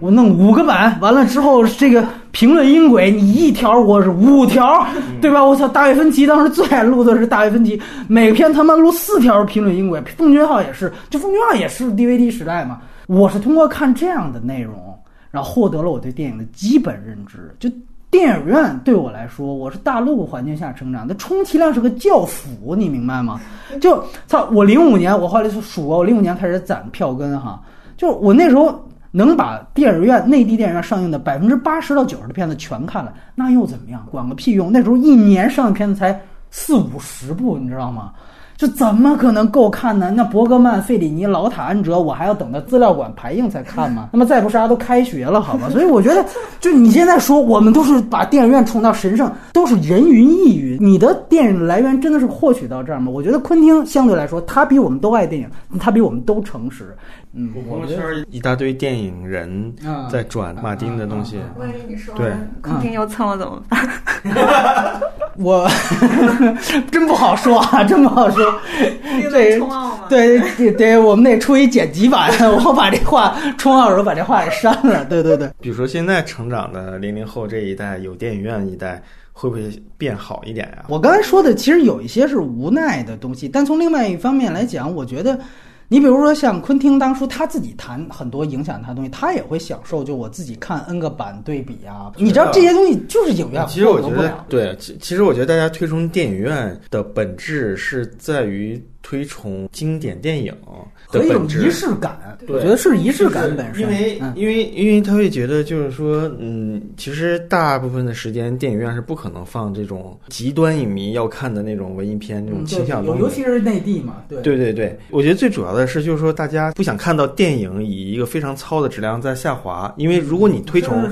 我弄5个版，完了之后这个评论音轨你一条我是5条，对吧？我操，大卫芬奇当时最爱录的是大卫芬奇，每篇他妈录4条评论音轨，奉俊昊也是，就奉俊昊也是 DVD 时代嘛。我是通过看这样的内容，然后获得了我对电影的基本认知。就电影院对我来说，我是大陆环境下成长的，充其量是个教辅，你明白吗？就操，我05年，我后来就数过，我05年开始攒票根哈，就我那时候能把电影院内地电影院上映的80%到90%的片子全看了，那又怎么样？管个屁用！那时候一年上映片子才40-50部，你知道吗？就怎么可能够看呢？那伯格曼、费里尼、劳塔、安哲，我还要等到资料馆排映才看吗？那么再不杀都开学了，好吧？所以我觉得，就你现在说我们都是把电影院冲到神圣，都是人云亦云。你的电影来源真的是获取到这儿吗？我觉得昆汀相对来说，他比我们都爱电影，他比我们都诚实。 朋友圈一大堆电影人在转马丁的东西。 万一你说昆汀又蹭了怎么办？ 我真不好说啊，真不好说。这对，我们得出一剪辑版，我把这话冲奥时候把这话给删了。对。 比如说现在成长的00后这一代，有电影院一代，会不会变好一点呀？ 我刚才说的其实有一些是无奈的东西，但从另外一方面来讲，我觉得。你比如说像昆汀当初他自己谈很多影响他的东西，他也会享受，就我自己看 N 个版对比啊，你知道这些东西就是影院其实我觉得对，其实我觉得大家推崇电影院的本质是在于推崇经典电影的本质， 仪式感，我觉得是仪式感本身。 因为他会觉得就是说，其实大部分的时间电影院是不可能放这种极端影迷要看的那种文艺片，这种倾向东西， 尤其是内地嘛。 对，我觉得最主要的是就是说，大家不想看到电影以一个非常糙的质量在下滑，因为如果你推崇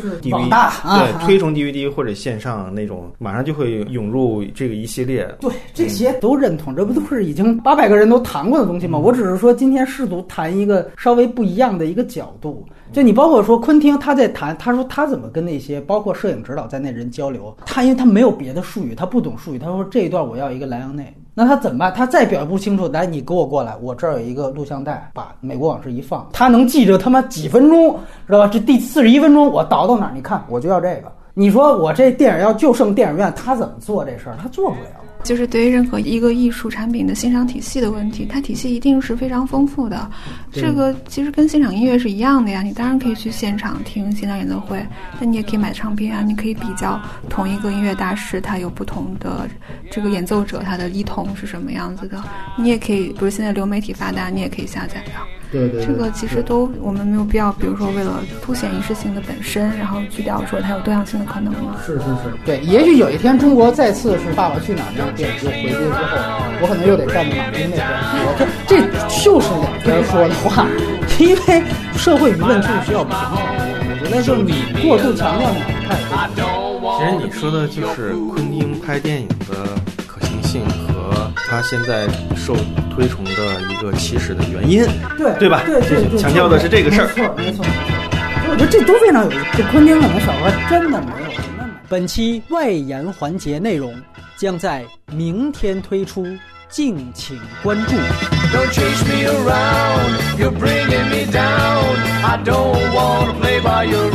DVD，推崇 DVD 或者线上那种，马上就会涌入这个一系列。 对，这些都认同，这不都是已经800个人都谈过的东西吗？我只是说今天试图谈一个稍微不一样的一个角度。就你包括说昆汀他在谈，他说他怎么跟那些包括摄影指导在内人交流，他因为他没有别的术语，他不懂术语，他说这一段我要一个莱昂内，那他怎么办？他再表不清楚，来你给我过来，我这儿有一个录像带，把美国往事一放，他能记着他妈几分钟，知道吧？这第41分钟我倒到哪儿？你看我就要这个。你说我这电影要就剩电影院，他怎么做这事儿？他做不了。 就是对于任何一个艺术产品的欣赏体系的问题，它体系一定是非常丰富的。这个其实跟现场音乐是一样的呀，你当然可以去现场听现场演奏会，那你也可以买唱片啊，你可以比较同一个音乐大师他有不同的这个演奏者，他的一同是什么样子的。你也可以，比如现在流媒体发达，你也可以下载啊。 对， 这个其实都我们没有必要，比如说为了凸显仪式性的本身，然后去掉说它有多样性的可能嘛。 是，对，也许有一天中国再次是《爸爸去哪儿》这样电影又回归之后，我可能又得站在马丁那边说，这就是两边说的话，因为社会舆论就是需要平衡。我觉得就是你过度强调哪一派， 其实你说的就是昆汀拍电影的可行性和他现在受推崇的一个起始的原因，对吧？ 对， 强调的是这个事儿。 没错。我觉得这都非常有意思。这昆汀可能小说真的没有。本期外延环节内容将在明天推出，敬请关注。Don't chase me around, you're bringing me down. I don't wanna play by your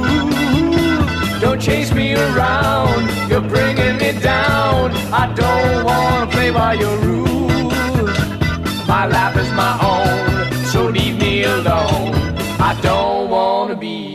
rules. Don't chase me around, you're bringing me down. I don't wanna play by your rules. My life is my own, so leave me alone. I don't wanna be